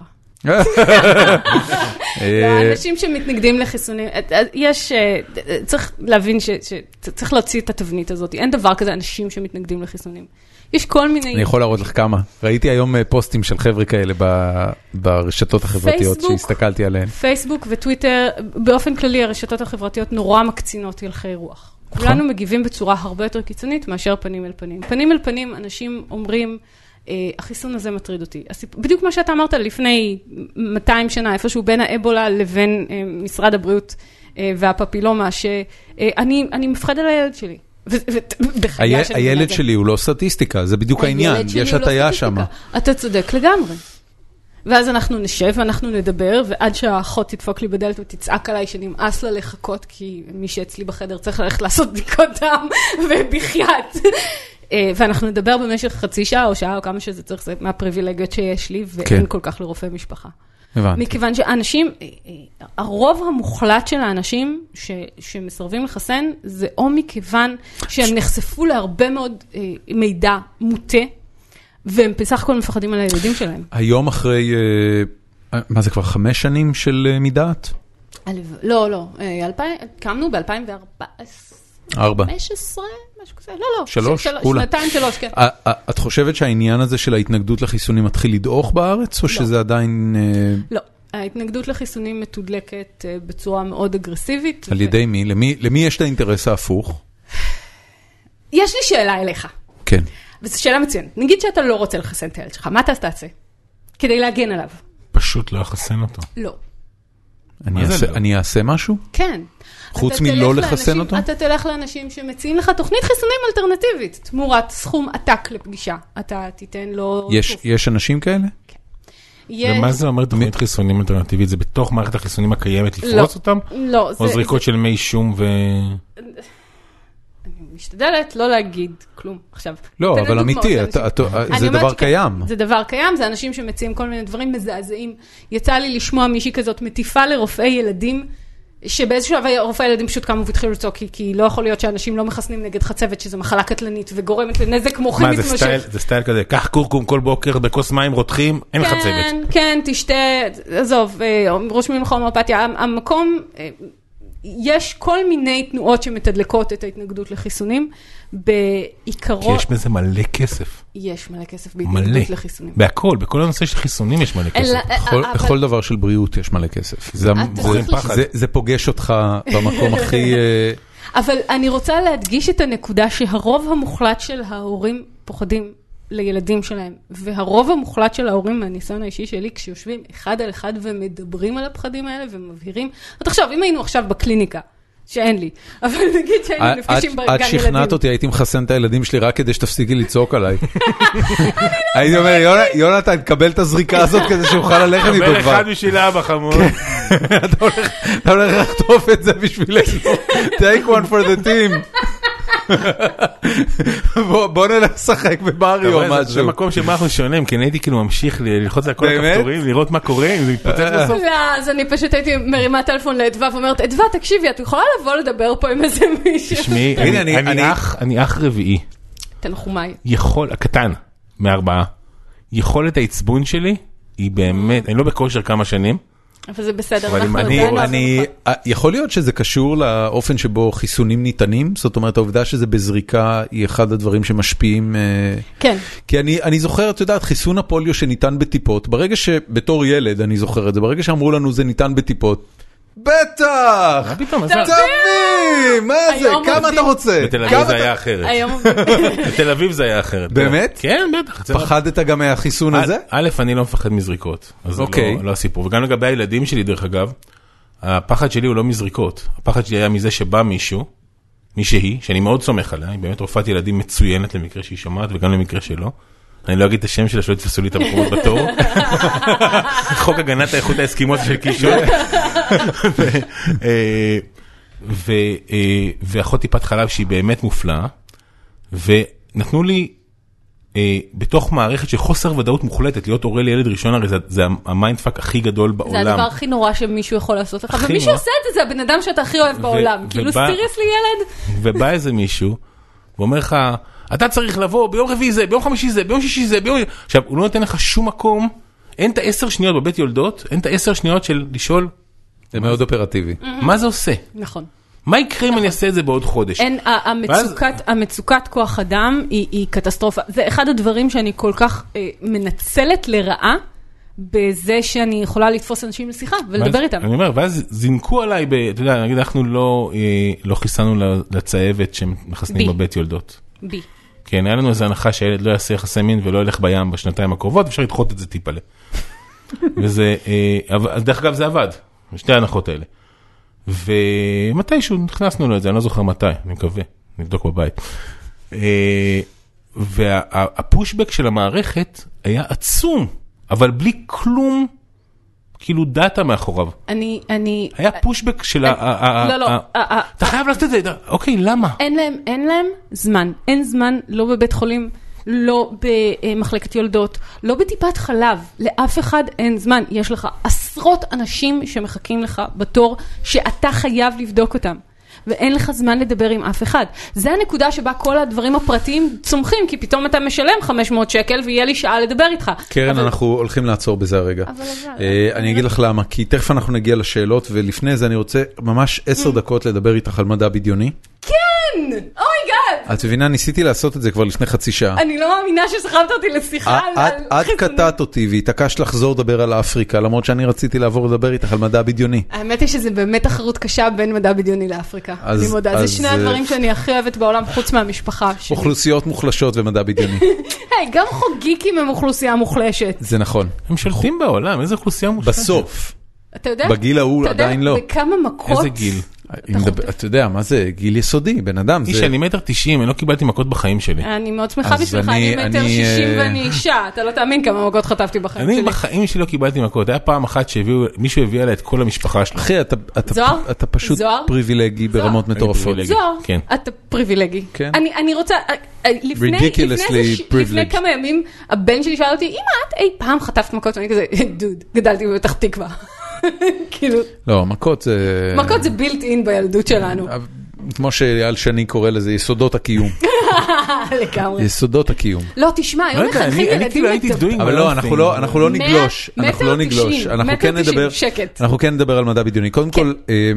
Speaker 3: האנשים שמתנגדים לחיסונים, יש, צריך להבין שצריך להוציא את התבנית הזאת. אין דבר כזה אנשים שמתנגדים לחיסונים. יש כל מיני...
Speaker 1: אני יכול להראות לך כמה. ראיתי היום פוסטים של חבר'ה כאלה ברשתות החברתיות שהסתכלתי עליהן.
Speaker 3: פייסבוק וטוויטר, באופן כללי הרשתות החברתיות נורא מקצינות הלכי רוח. כולנו מגיבים בצורה הרבה יותר קיצונית מאשר פנים אל פנים. פנים אל פנים, אנשים אומרים, החיסון הזה מטריד אותי. בדיוק מה שאתה אמרת לפני מאתיים שנה, איפשהו בין האבולה לבין משרד הבריאות והפפילומה, שאני מפחד על הילד שלי.
Speaker 1: הילד שלי הוא לא סטטיסטיקה, זה בדיוק העניין, יש הטיה שם.
Speaker 3: אתה צודק לגמרי. ואז אנחנו נשב ואנחנו נדבר, ועד שהאחות תדפוק לי בדלת ותצעק עליי שנמאס לה לחכות, כי מי שאצלי בחדר צריך ללכת לעשות בדיקות דם ובחייאת. ואנחנו נדבר במשך חצי שעה או שעה או כמה שזה צריך, זה מהפריבילגיות שיש לי, ואין כל כך לרופא משפחה. מכיוון שאנשים, הרוב המוחלט של האנשים שמסרבים לחסן, זה או מכיוון שהם נחשפו להרבה מאוד מידע מוטה, והם בסך הכל מפחדים על הילדים שלהם. היום אחרי,
Speaker 1: מה זה כבר חמש שנים של מדעת?
Speaker 3: לא, לא. קמנו ב-אלפיים וארבע עשרה.
Speaker 1: ארבע.
Speaker 3: חמש עשרה, משהו כזה. לא, לא.
Speaker 1: שלוש, כולה.
Speaker 3: שנתיים, שלוש, כן.
Speaker 1: את חושבת שהעניין הזה של ההתנגדות לחיסונים מתחיל לדעוך בארץ, או שזה עדיין...
Speaker 3: לא. ההתנגדות לחיסונים מתודלקת בצורה מאוד אגרסיבית.
Speaker 1: על ידי מי? למי יש את האינטרס ההפוך?
Speaker 3: יש לי שאלה אליך.
Speaker 1: כן.
Speaker 3: וזו שאלה מצוינת. נגיד שאתה לא רוצה לחסן את הילד שלך, מה אתה תעשה? כדי להגן עליו.
Speaker 2: פשוט לא לחסן אותו.
Speaker 3: לא.
Speaker 1: אני אעשה משהו?
Speaker 3: כן.
Speaker 1: חוץ מלא לחסן אותו?
Speaker 3: אתה תלך לאנשים שמציעים לך תוכנית חיסונים אלטרנטיבית, תמורת סכום עתק לפגישה. אתה תיתן לו...
Speaker 1: יש אנשים כאלה?
Speaker 3: כן.
Speaker 2: ומה זה אומר תוכנית חיסונים אלטרנטיבית? זה בתוך מערכת החיסונים הקיימת לפרוץ אותם?
Speaker 3: לא.
Speaker 2: או זריקות של מי שום ו...
Speaker 3: אני משתדלת לא להגיד כלום. עכשיו,
Speaker 1: לא, אבל אמיתי, זה דבר קיים.
Speaker 3: זה דבר קיים, זה אנשים שמציעים כל מיני דברים מזעזעים. יצא לי לשמוע מישהי כזאת מטיפה לרופאי ילדים, שבאיזשהו רופאי ילדים פשוט קמו והתחילו לצעוק, כי לא יכול להיות שאנשים לא מחסנים נגד חצבת, שזו מחלה קטלנית וגורמת לנזק מוחי מתמשך.
Speaker 2: מה, זה סטייל כזה, קח קורקום כל בוקר בכוס מים רותחים, אין חצבת.
Speaker 3: כן, כן, תשתה, עזוב, ראש מלחום הומאופתיה, המקום... יש כל מיני תנועות שמתדלקות את ההתנגדות לחיסונים, בעיקרו...
Speaker 2: כי יש בזה מלא כסף.
Speaker 3: יש מלא כסף בהתנגדות לחיסונים.
Speaker 2: בהכל, בכל הנושא של חיסונים יש מלא כסף.
Speaker 1: בכל דבר של בריאות יש מלא כסף. זה פוגש אותך במקום הכי...
Speaker 3: אבל אני רוצה להדגיש את הנקודה שהרוב המוחלט של ההורים פוחדים לילדים שלהם, והרוב המוחלט של ההורים מהניסיון האישי שלי, כשיושבים אחד על אחד ומדברים על הפחדים האלה ומבהירים, תחשוב, אם היינו עכשיו בקליניקה, שאין לי, אבל נגיד שהיינו נפגשים בגן ילדים.
Speaker 1: את שכנעת אותי, הייתי מחסן את הילדים שלי רק כדי שתפסיקי לצעוק עליי. הייתי אומר, יונתן, קבל את הזריקה הזאת כדי שאוכל ללכת איתו כבר.
Speaker 2: קבל אחד בשביל אבא חמוד.
Speaker 1: אתה הולך לחטוף את זה בשבילנו. Take one for the team. בוא נלך לשחק בבריו או משהו.
Speaker 2: זה מקום שמה אנחנו שונים, כי אני הייתי כאילו ממשיך ללחוץ על כל הכפתורים, לראות מה קורה, אם זה מתפוצץ בסוף.
Speaker 3: לא, אז אני פשוט הייתי מרימה טלפון לאדווה ואומרת, אדווה, תקשיבי, את יכולה לבוא לדבר פה עם איזה מישהו.
Speaker 2: תשמעי, אני אח רביעי.
Speaker 3: תנחומיי.
Speaker 2: יכול, הקטן, מארבעה. יכולת העצבון שלי היא באמת, אני לא בכושר כמה שנים,
Speaker 3: אבל זה בסדר.
Speaker 1: יכול להיות שזה קשור לאופן שבו חיסונים ניתנים? זאת אומרת, העובדה שזה בזריקה היא אחד הדברים שמשפיעים.
Speaker 3: כן.
Speaker 1: כי אני זוכר, את יודעת, חיסון הפוליו שניתן בטיפות, ברגע שבתור ילד אני זוכר את זה, ברגע שאמרו לנו זה ניתן בטיפות, בטח! תביא! מה זה? כמה אתה רוצה?
Speaker 2: בתל אביב זה היה אחרת. בתל אביב זה היה אחרת.
Speaker 1: באמת?
Speaker 2: כן, בטח.
Speaker 1: פחדת גם מהחיסון הזה?
Speaker 2: א', אני לא מפחד מזריקות. אז לא הסיפור. וגם לגבי הילדים שלי, דרך אגב, הפחד שלי הוא לא מזריקות. הפחד שלי היה מזה שבא מישהו, מישהי, שאני מאוד סומך עליה, היא באמת רופאת ילדים מצוינת למקרה שהיא שומעת, וגם למקרה שלא. אני לא אגיד את השם שלה, שלא יתפסו לי את המקומות בתור. חוק הגנת האיכות האסקימות של קישון. ואחות טיפת חלב שהיא באמת מופלאה, ונתנו לי בתוך מערכת של חוסר ודאות מוחלטת, להיות הורה לילד ראשון, הרי זה המיינדפאק הכי גדול בעולם.
Speaker 3: זה הדבר הכי נורא שמישהו יכול לעשות לך, ומי שעושה את זה, זה הבן אדם שאתה הכי אוהב בעולם. כאילו סטיריוס לי ילד.
Speaker 2: ובא איזה מישהו, ואומר לך, אתה צריך לבוא ביום רביעי זה, ביום חמישי זה, ביום שישי זה, ביום... עכשיו, הוא לא נותן לך שום מקום, אין את העשר שניות בבית יולדות, אין את העשר שניות של לשאול.
Speaker 1: זה מאוד אופרטיבי.
Speaker 2: מה זה עושה?
Speaker 3: נכון.
Speaker 2: מה יקרה אם אני אעשה את זה בעוד חודש?
Speaker 3: אין, המצוקת כוח אדם היא קטסטרופה. זה אחד הדברים שאני כל כך מנצלת לרעה בזה שאני יכולה לתפוס אנשים לשיחה ולדבר איתם.
Speaker 2: אני אומר, ואז זינקו עליי, אתה יודע, נגיד אנחנו לא חיסנו לצהבת שמחסנים בבית יולדות.
Speaker 3: בי.
Speaker 2: כן, היה לנו איזו הנחה שהילד לא יעשה יחסי מין ולא ילך בים בשנתיים הקרובות, אפשר לדחות את זה טיפה לה. וזה, אז דרך אגב זה עבד, שתי ההנחות האלה. ומתישהו נכנסנו לו את זה, אני לא זוכר מתי, אני מקווה, נבדוק בבית. והפושבק של המערכת היה עצום, אבל בלי כלום, כאילו דאטה מאחוריו.
Speaker 3: אני, אני...
Speaker 2: היה פושבק של ה...
Speaker 3: לא, לא.
Speaker 2: אתה חייב לעשות את זה, אוקיי, למה?
Speaker 3: אין להם, אין להם זמן. אין זמן, לא בבית חולים, לא במחלקת יולדות, לא בטיפת חלב. לאף אחד אין זמן. יש לך עשרות אנשים שמחכים לך בתור שאתה חייב לבדוק אותם. ואין לך זמן לדבר עם אף אחד. זה הנקודה שבה כל הדברים הפרטיים צומחים, כי פתאום אתה משלם חמש מאות שקל, ויהיה לי שעה לדבר איתך.
Speaker 1: קרן, אנחנו הולכים לעצור בזה הרגע. אני אגיד לך למה, כי תכף אנחנו נגיע לשאלות, ולפני זה אני רוצה ממש עשר דקות לדבר איתך על מדע בדיוני.
Speaker 3: כן! אומייגאד!
Speaker 1: את מבינה, ניסיתי לעשות את זה כבר לפני חצי שעה.
Speaker 3: אני לא מאמינה שסחבת אותי לשיחה על
Speaker 1: חיסונים. את קטעת אותי והתעקשת לחזור לדבר על אפריקה, למרות שאני רציתי לעבור לדבר איתך על מדע בדיוני.
Speaker 3: האמת היא שזה באמת תחרות קשה בין מדע בדיוני לאפריקה. אני מודה, זה שני הדברים שאני הכי אוהבת בעולם חוץ מהמשפחה.
Speaker 1: אוכלוסיות מוחלשות ומדע בדיוני.
Speaker 3: היי, גם חוגיקים הם אוכלוסייה מוחלשת.
Speaker 1: זה נכון.
Speaker 2: הם שולטים בעולם, איזה אוכלוסייה מוחלשת?
Speaker 1: בסוף.
Speaker 3: אתה יודע?
Speaker 1: בגיל ההוא עדיין לא.
Speaker 3: אתה יודע בכמה מכות?
Speaker 2: איזה גיל?
Speaker 1: אתה יודע, מה זה? גיל יסודי, בן אדם.
Speaker 2: איש, אני מטר תשעים, אני לא קיבלתי מכות בחיים שלי.
Speaker 3: אני מאוד שמחה בשבילך, אני מטר שישים ואני אישה. אתה לא תאמין כמה מכות חטפתי בחיים שלי.
Speaker 2: אני בחיים שלי לא קיבלתי מכות. היה פעם אחת שמישהו הביא עליי את כל המשפחה שלו.
Speaker 1: אחי, אתה פשוט פריבילגי ברמות מטורפות.
Speaker 3: זוהר, אתה פריבילגי. אני רוצה, לפני כמה ימים, הבן שלי שאל אותי, אמא, את אי פעם חטפת מכות? ואני כזה, דוד, גדלתי בפתח תקווה. כאילו...
Speaker 1: לא, מכות זה...
Speaker 3: מכות זה בילט אין בילדות שלנו.
Speaker 1: כמו שאייל שני קורא לזה, יסודות הקיום.
Speaker 3: לגמרי.
Speaker 1: יסודות הקיום.
Speaker 3: לא, תשמע, היום מחנכים ילדים מטורפים.
Speaker 1: אבל לא, אנחנו לא נגלוש. אנחנו לא נגלוש. אנחנו כן נדבר על מדע בדיוני. קודם כל,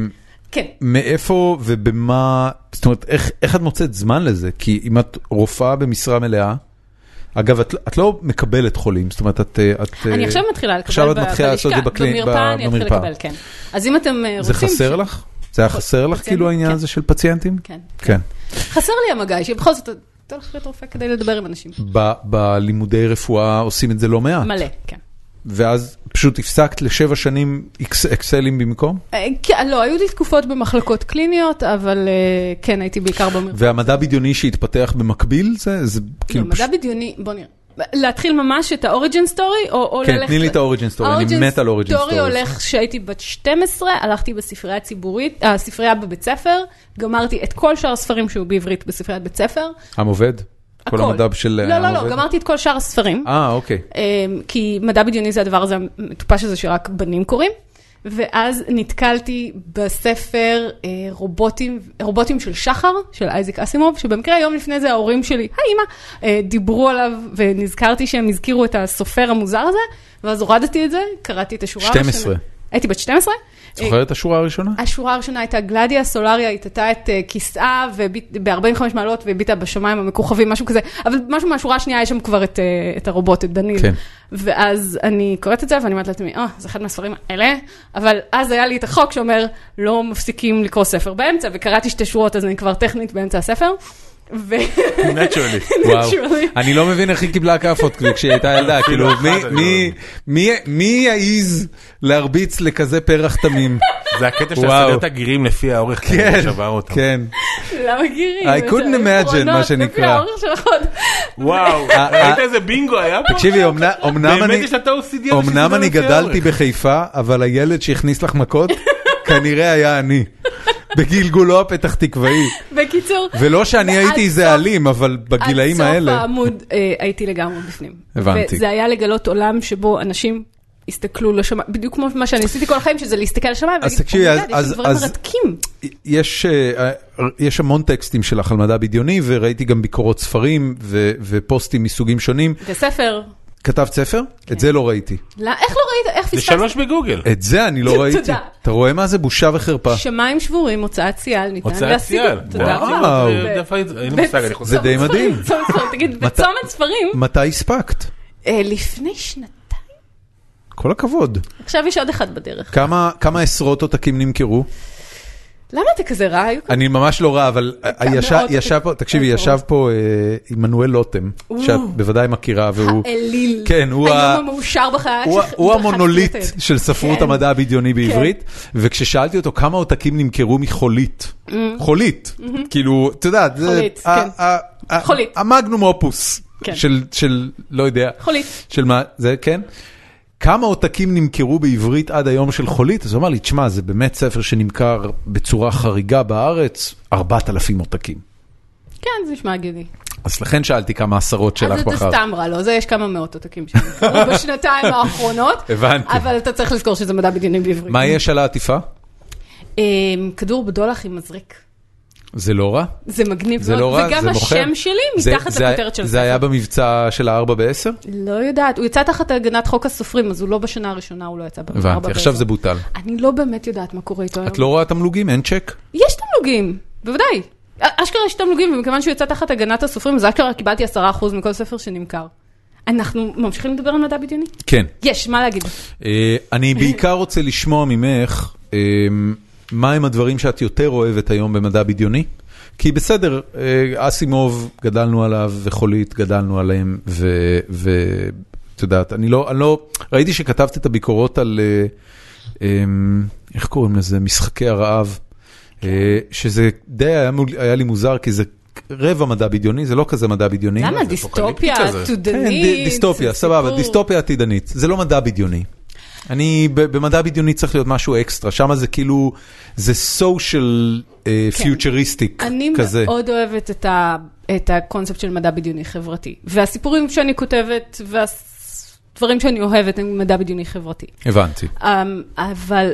Speaker 1: מאיפה ובמה... זאת אומרת, איך את מוצאת זמן לזה? כי אם את רופאה במשרה מלאה, אגב, את, את לא מקבלת חולים, זאת אומרת, את...
Speaker 3: אני עכשיו מתחילה לקבל
Speaker 1: עכשיו את מתחילה לעשות את זה
Speaker 3: במרפאה, אני אתחיל לקבל, כן. אז אם אתם רוצים...
Speaker 1: זה חסר לך? זה היה חסר לך כאילו העניין הזה של פציינטים?
Speaker 3: כן.
Speaker 1: כן.
Speaker 3: חסר לי המגע, שבכל זאת, אתה הולך להיות רופא כדי לדבר עם אנשים.
Speaker 1: בלימודי רפואה עושים את זה לא מעט.
Speaker 3: מלא, כן.
Speaker 1: ואז פשוט הפסקת לשבע שנים אקסלים במקום?
Speaker 3: כן, לא, היו לי תקופות במחלקות קליניות, אבל כן, הייתי בעיקר במרפאה.
Speaker 1: והמדע בדיוני שהתפתח במקביל, זה כאילו...
Speaker 3: מדע בדיוני, בוא נראה. להתחיל ממש את האוריג'ן סטורי, או...
Speaker 1: כן, תני לי את האוריג'ן סטורי, אני מת על אוריג'ן סטורי.
Speaker 3: האוריג'ן סטורי הולך שהייתי בת שתים עשרה, הלכתי בספרייה הציבורית, הספרייה בבית ספר, גמרתי את כל שאר הספרים שהוא בעברית בספריית בית ספר.
Speaker 1: המובד? כל המדע של...
Speaker 3: לא, לא, לא, גמרתי את כל שאר הספרים.
Speaker 1: אה, אוקיי.
Speaker 3: כי מדע בדיוני זה הדבר הזה המטופש הזה שרק בנים קוראים. ואז נתקלתי בספר רובוטים, רובוטים של שחר, של אייזק אסימוב, שבמקרה היום לפני זה ההורים שלי, האמא, דיברו עליו ונזכרתי שהם הזכירו את הסופר המוזר הזה, ואז הורדתי את זה, קראתי את השורה הראשונה.
Speaker 1: שתים עשרה.
Speaker 3: הייתי בת שתים עשרה.
Speaker 1: זוכרת את השורה הראשונה?
Speaker 3: השורה הראשונה הייתה גלדיה סולריה, התתה את כיסאה ב-ארבעים וחמש מעלות והביטה בשמיים המכוכבים, משהו כזה, אבל משהו מהשורה השנייה יש שם כבר את, את הרובוט, את דניל. כן. ואז אני קוראת את זה ואני אומרת לעצמי, אה, זה אחד מהספרים האלה, אבל אז היה לי את החוק שאומר, לא מפסיקים לקרוא ספר באמצע, וקראתי שתי שורות, אז אני כבר טכנית באמצע הספר.
Speaker 2: Naturally.
Speaker 1: וואו. אני לא מבין איך היא קיבלה כאפות כשהיא הייתה ילדה, כאילו מי יעיז להרביץ לכזה פרח תמים?
Speaker 2: זה הקטע של הסדרת הגירים לפי האורך,
Speaker 1: כן,
Speaker 2: שבר אותם.
Speaker 1: כן.
Speaker 3: למה גירים?
Speaker 1: I couldn't imagine מה שנקרא.
Speaker 3: לפי האורך של החוד.
Speaker 2: וואו, ראית איזה בינגו היה פה?
Speaker 1: תקשיבי, אמנם אני גדלתי בחיפה, אבל הילד שהכניס לך מכות, כנראה היה אני. בגלגולו הפתח תקוואי.
Speaker 3: בקיצור.
Speaker 1: ולא שאני הייתי איזה אלים, אבל בגילאים האלה.
Speaker 3: עד סוף העמוד הייתי לגמרי בפנים.
Speaker 1: הבנתי.
Speaker 3: וזה היה לגלות עולם שבו אנשים הסתכלו לשמיים, בדיוק כמו מה שאני עשיתי כל החיים, שזה להסתכל לשמיים,
Speaker 1: אז תקשיבי,
Speaker 3: יש דברים מרתקים.
Speaker 1: יש המון טקסטים שלך על מדע בדיוני, וראיתי גם ביקורות ספרים ופוסטים מסוגים שונים.
Speaker 3: וספר.
Speaker 1: כתבת ספר? את זה לא ראיתי.
Speaker 3: איך לא ראית? איך פספסת?
Speaker 2: זה שלוש בגוגל.
Speaker 1: את זה אני לא ראיתי.
Speaker 3: תודה.
Speaker 1: אתה רואה מה זה? בושה וחרפה.
Speaker 3: שמיים שבורים, הוצאת ציאל, ניתן להשיג.
Speaker 2: הוצאת ציאל.
Speaker 1: וואו. זה די מדהים.
Speaker 3: תגיד, בצומת ספרים.
Speaker 1: מתי הספקת?
Speaker 3: לפני שנתיים.
Speaker 1: כל הכבוד.
Speaker 3: עכשיו יש עוד אחד בדרך.
Speaker 1: כמה, כמה עשרות עותקים נמכרו?
Speaker 3: למה אתה כזה רע?
Speaker 1: אני ממש לא רע, אבל ישב פה, תקשיבי, ישב פה עמנואל לוטם, שאת בוודאי מכירה, והוא...
Speaker 3: האליל.
Speaker 1: כן, הוא
Speaker 3: היום המאושר בך.
Speaker 1: הוא המונוליט של ספרות המדע הבדיוני בעברית, וכששאלתי אותו כמה עותקים נמכרו מחולית, חולית, כאילו, אתה יודע,
Speaker 3: חולית, כן. חולית.
Speaker 1: המגנום אופוס של, לא יודע.
Speaker 3: חולית.
Speaker 1: של מה, זה, כן? כמה עותקים נמכרו בעברית עד היום של חולית? אז הוא אמר לי, תשמע, זה באמת ספר שנמכר בצורה חריגה בארץ, ארבעת אלפים עותקים.
Speaker 3: כן, זה נשמע הגיוני.
Speaker 1: אז לכן שאלתי כמה עשרות שלך בחר.
Speaker 3: אז זה סתם רע, לא? זה יש כמה מאות עותקים שנמכרו בשנתיים האחרונות.
Speaker 1: הבנתי.
Speaker 3: אבל אתה צריך לזכור שזה מדע בדיוני בעברית.
Speaker 1: מה יש על העטיפה?
Speaker 3: כדור בדולח עם מזריק.
Speaker 1: זה לא רע?
Speaker 3: זה מגניב.
Speaker 1: זה לא רע,
Speaker 3: וגם
Speaker 1: זה מוכר.
Speaker 3: השם שלי מתחת לכותרת של ספר.
Speaker 1: זה היה במבצע של הארבע בעשר?
Speaker 3: לא יודעת, הוא יצא תחת הגנת חוק הסופרים, אז הוא לא בשנה הראשונה, הוא לא יצא בארבע בעשר.
Speaker 1: הבנתי, עכשיו זה בוטל.
Speaker 3: אני לא באמת יודעת מה קורה איתו.
Speaker 1: את לא רואה תמלוגים? אין צ'ק?
Speaker 3: יש תמלוגים, בוודאי. אשכרה יש תמלוגים, ומכיוון שהוא יצא תחת הגנת הסופרים, אז אשכרה קיבלתי עשרה אחוז מכל ספר שנמכר. אנחנו ממשיכים לדבר על מדע בדיוני?
Speaker 1: כן.
Speaker 3: יש, מה להגיד?
Speaker 1: אני בעיקר רוצה לשמוע ממך, מה הם הדברים שאת יותר אוהבת היום במדע בדיוני? כי בסדר, אסימוב גדלנו עליו וחולית גדלנו עליהם, ואת יודעת, אני לא, אני לא, ראיתי שכתבת את הביקורות על, איך קוראים לזה, משחקי הרעב, שזה די היה לי מוזר, כי זה רבע מדע בדיוני, זה לא כזה מדע בדיוני.
Speaker 3: למה? דיסטופיה עתידנית?
Speaker 1: כן, דיסטופיה, סבבה, דיסטופיה עתידנית, זה לא מדע בדיוני. אני, במדע בדיוני צריך להיות משהו אקסטרה, שם זה כאילו, זה סושיאל פיוטריסטיק כזה.
Speaker 3: אני מאוד אוהבת את הקונספט של מדע בדיוני חברתי, והסיפורים שאני כותבת, והדברים שאני אוהבת הם מדע בדיוני חברתי.
Speaker 1: הבנתי.
Speaker 3: אבל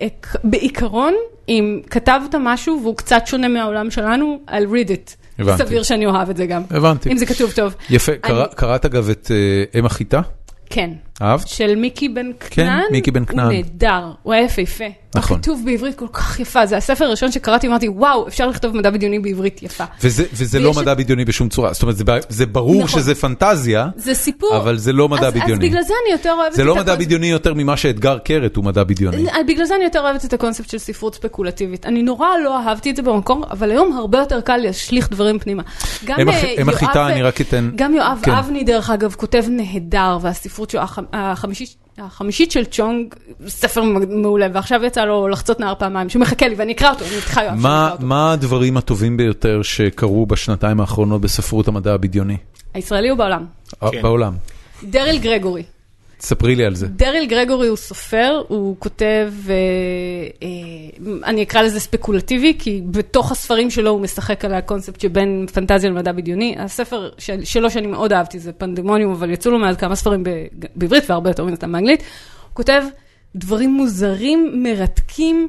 Speaker 3: בעיקרון, אם כתבת משהו והוא קצת שונה מהעולם שלנו, I'll read it.
Speaker 1: הבנתי.
Speaker 3: סביר שאני אוהב את זה גם.
Speaker 1: הבנתי.
Speaker 3: אם זה כתוב טוב.
Speaker 1: יפה, קראת אגב את אם החיטה?
Speaker 3: כן.
Speaker 1: אהבת?
Speaker 3: של מיקי בן כנען.
Speaker 1: כן, מיקי בן כנען.
Speaker 3: הוא נהדר, הוא היה יפהפה.
Speaker 1: נכון.
Speaker 3: הכתוב בעברית כל כך יפה, זה הספר הראשון שקראתי, אמרתי, וואו, אפשר לכתוב מדע בדיוני בעברית יפה.
Speaker 1: וזה, וזה לא מדע בדיוני בשום צורה, זאת אומרת, זה, זה ברור
Speaker 3: נכון.
Speaker 1: שזה פנטזיה,
Speaker 3: זה סיפור.
Speaker 1: אבל זה לא מדע
Speaker 3: אז,
Speaker 1: בדיוני.
Speaker 3: אז בגלל זה אני יותר אוהבת
Speaker 1: זה
Speaker 3: את
Speaker 1: לא
Speaker 3: הקונספט.
Speaker 1: מדע בדיוני יותר ממה שאתגר קרת הוא מדע בדיוני.
Speaker 3: בגלל זה אני יותר אוהבת את הקונספט של ספרות ספקולטיבית. אני נורא לא אהבתי את זה במקור, אבל היום הרבה יותר קל להשליך דברים פנימה. גם
Speaker 1: הם החיטה, אני רק אתן...
Speaker 3: גם יואב כן. אבני, דרך אגב, כותב נהדר, והספרות שלו, החמישית, החמישית של צ'ונג, ספר מעולה, ועכשיו יצא לו לחצות נהר פעמיים, שהוא מחכה לי, ואני אקרא אותו, אני אתך יואב
Speaker 1: מה, מה הדברים הטובים ביותר שקרו בשנתיים האחרונות בספרות המדע הבדיוני?
Speaker 3: הישראלי הוא בעולם.
Speaker 2: כן.
Speaker 1: בעולם.
Speaker 3: דריל גרגורי.
Speaker 1: ספרי לי על זה.
Speaker 3: דריל גרגורי הוא סופר, הוא כותב, אה, אה, אני אקרא לזה ספקולטיבי, כי בתוך הספרים שלו הוא משחק על הקונספט שבין פנטזיה למדע בדיוני. הספר של, שלו שאני מאוד אהבתי זה פנדמוניום, אבל יצאו לו מאז כמה ספרים ב, בעברית והרבה יותר מן הסתם באנגלית. הוא כותב דברים מוזרים, מרתקים,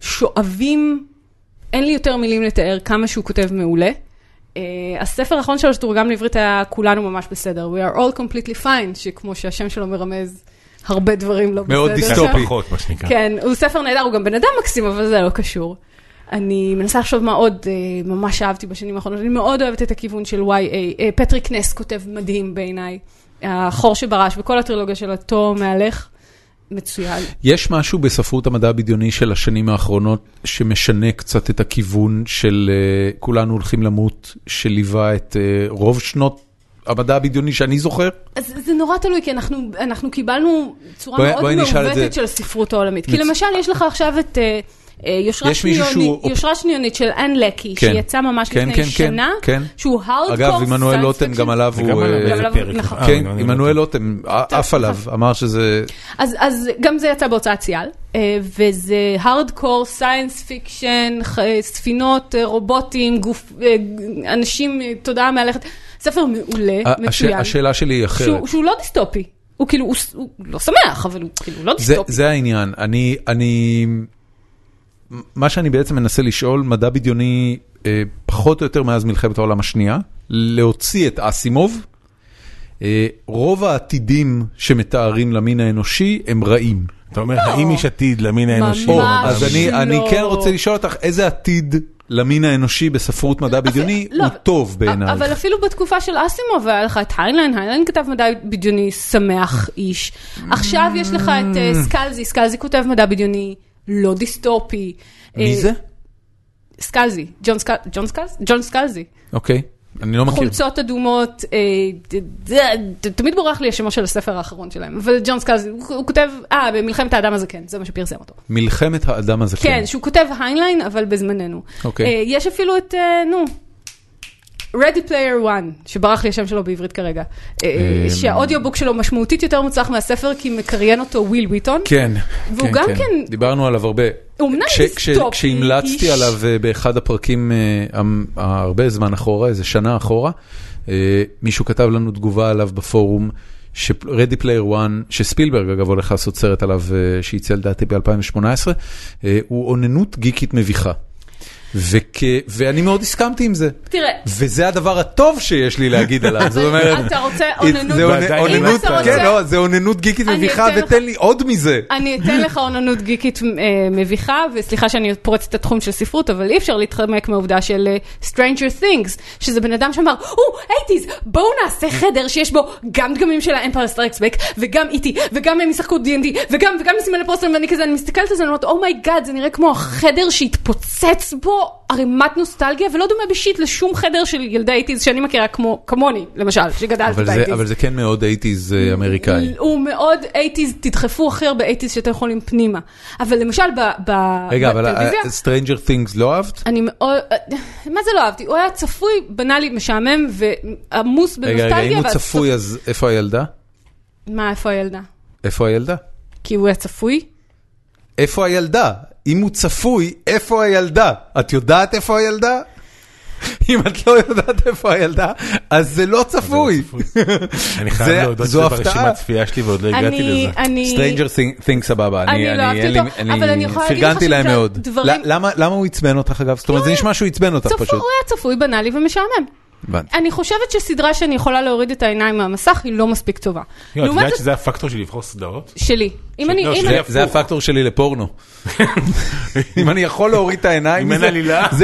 Speaker 3: שואבים, אין לי יותר מילים לתאר כמה שהוא כותב מעולה. Uh, הספר האחרון שלו שתורגם לעברית היה כולנו ממש בסדר. We are all completely fine, שכמו שהשם שלו מרמז, הרבה דברים לא בסדר.
Speaker 1: מאוד דיסטופי.
Speaker 2: פחות, מה שנקרא.
Speaker 3: כן, הוא ספר נהדר, הוא גם בן אדם מקסים, אבל זה לא קשור. אני מנסה לחשוב מה עוד uh, ממש אהבתי בשנים האחרונות. אני מאוד אוהבת את הכיוון של וואי איי. Uh, פטריק נס כותב מדהים בעיניי. החור שברש וכל הטרילוגיה של התו מהלך. מצוין.
Speaker 1: יש משהו בספרות המדע הבדיוני של השנים האחרונות שמשנה קצת את הכיוון של uh, כולנו הולכים למות, שליווה את uh, רוב שנות המדע הבדיוני שאני זוכר?
Speaker 3: אז זה נורא תלוי, כי אנחנו, אנחנו קיבלנו צורה
Speaker 1: בוא,
Speaker 3: מאוד
Speaker 1: בוא
Speaker 3: מעוותת של הספרות העולמית. מצ... כי למשל יש לך עכשיו את uh, יושרה, שניוני,
Speaker 1: שהוא...
Speaker 3: יושרה שניונית של אן לקי,
Speaker 1: כן.
Speaker 3: שיצא ממש
Speaker 1: כן,
Speaker 3: לפני
Speaker 1: כן,
Speaker 3: שנה,
Speaker 1: כן.
Speaker 3: שהוא הארדקור
Speaker 1: אגב, עמנואל לוטם גם עליו הוא...
Speaker 2: גם עליו פרק.
Speaker 1: כן, עמנואל לוטם עף עליו, אמר שזה...
Speaker 3: אז, אז גם זה יצא בהוצאת ציאל, וזה הארדקור, סיינס פיקשן, ספינות, רובוטים, גוף, אנשים, תודעה מהלכת, ספר מעולה, מצוין.
Speaker 1: השאלה שלי היא אחרת.
Speaker 3: שהוא, שהוא לא דיסטופי, הוא כאילו, הוא, הוא לא שמח, אבל הוא כאילו לא דיסטופי.
Speaker 1: זה, זה העניין, אני, אני, מה שאני בעצם מנסה לשאול, מדע בדיוני אה, פחות או יותר מאז מלחמת העולם השנייה, להוציא את אסימוב, אה, רוב העתידים שמתארים למין האנושי הם רעים.
Speaker 2: אתה אומר, האם יש עתיד למין האנושי?
Speaker 3: ממש
Speaker 1: אז אני, אני כן רוצה לשאול אותך, איזה עתיד למין האנושי בספרות מדע בדיוני הוא טוב בעיניי.
Speaker 3: אבל אפילו בתקופה של אסימוב, היה לך את היינליין, היינליין כתב מדע בדיוני שמח איש. עכשיו יש לך את סקלזי, סקלזי כותב מדע בדיוני לא דיסטופי.
Speaker 1: מי זה?
Speaker 3: סקלזי, ג'ון סקלזי.
Speaker 1: אוקיי. אני לא מכיר.
Speaker 3: חולצות אדומות, תמיד בורח לי השמו של הספר האחרון שלהם, אבל ג'ון סקלזי, הוא כותב, אה, במלחמת האדם הזקן, זה מה שפרסם אותו.
Speaker 1: מלחמת האדם הזקן.
Speaker 3: כן, שהוא כותב היינליין, אבל בזמננו. יש אפילו את, נו, Ready Player One, שברח לי השם שלו בעברית כרגע, שהאודיובוק שלו משמעותית יותר מוצלח מהספר, כי מקריין אותו וויל ויטון.
Speaker 1: כן,
Speaker 3: והוא גם כן...
Speaker 1: דיברנו עליו הרבה. כשהמלצתי עליו באחד הפרקים הרבה זמן אחורה, איזה שנה אחורה, מישהו כתב לנו תגובה עליו בפורום, ש-Ready Player One, שספילברג אגב הולך לעשות סרט עליו שיצא לדעתי ב-אלפיים שמונה עשרה, הוא עוננות גיקית מביכה. ואני מאוד הסכמתי עם זה.
Speaker 3: תראה.
Speaker 1: וזה הדבר הטוב שיש לי להגיד עליו. זאת אומרת...
Speaker 3: אתה רוצה עוננות...
Speaker 1: כן, לא, זה עוננות גיקית מביכה, ותן לי עוד מזה.
Speaker 3: אני אתן לך עוננות גיקית מביכה, וסליחה שאני פורצת את התחום של ספרות, אבל אי אפשר להתחמק מהעובדה של Stranger Things, שזה בן אדם שאמר, או, אייטיז, בואו נעשה חדר שיש בו גם דגמים של ה-Empire Strikes Back, וגם איטי, וגם הם ישחקו די אנד די, וגם נשים על הפוסטרים, ואני כזה, אני מסתכלת על זה, אני אומרת, אומייגאד, זה נראה כמו החדר שהתפוצץ בו ערימת נוסטלגיה, ולא דומה בשיט לשום חדר של ילדי אייטיז שאני מכירה כמו, כמוני, למשל, שגדלתי באייטיז.
Speaker 1: אבל זה כן מאוד אייטיז אמריקאי.
Speaker 3: הוא מאוד אייטיז, תדחפו הכי הרבה אייטיז שאתם יכולים פנימה. אבל למשל, בטלוויזיה...
Speaker 1: רגע, אבל Stranger Things לא אהבת?
Speaker 3: אני מאוד... מה זה לא אהבתי? הוא היה צפוי, בנאלי, משעמם, ועמוס בנוסטלגיה.
Speaker 1: רגע, רגע, אם הוא צפוי, אז איפה הילדה?
Speaker 3: מה, איפה הילדה?
Speaker 1: איפה הילדה?
Speaker 3: כי הוא היה צפוי?
Speaker 1: איפה הילדה? אם הוא צפוי, איפה הילדה? את יודעת איפה הילדה? אם את לא יודעת איפה הילדה, אז זה לא צפוי.
Speaker 2: אני חייב להודות שזה ברשימת צפייה שלי ועוד לא הגעתי לזה.
Speaker 1: Stranger Things סבבה.
Speaker 3: אני לא אהבתי אותו, אבל אני יכולה להגיד לך
Speaker 1: פרגנתי להם מאוד. למה הוא עצבן אותך אגב? זאת אומרת, זה נשמע שהוא עצבן אותך פשוט.
Speaker 3: הוא היה צפוי, בנאלי ומשעמם. אני חושבת שסדרה שאני יכולה להוריד את העיניים מהמסך היא לא מספיק טובה.
Speaker 2: את יודעת שזה הפקטור שלי לבחור סדרות?
Speaker 3: שלי.
Speaker 1: זה הפקטור שלי לפורנו. אם אני יכול להוריד את העיניים, זה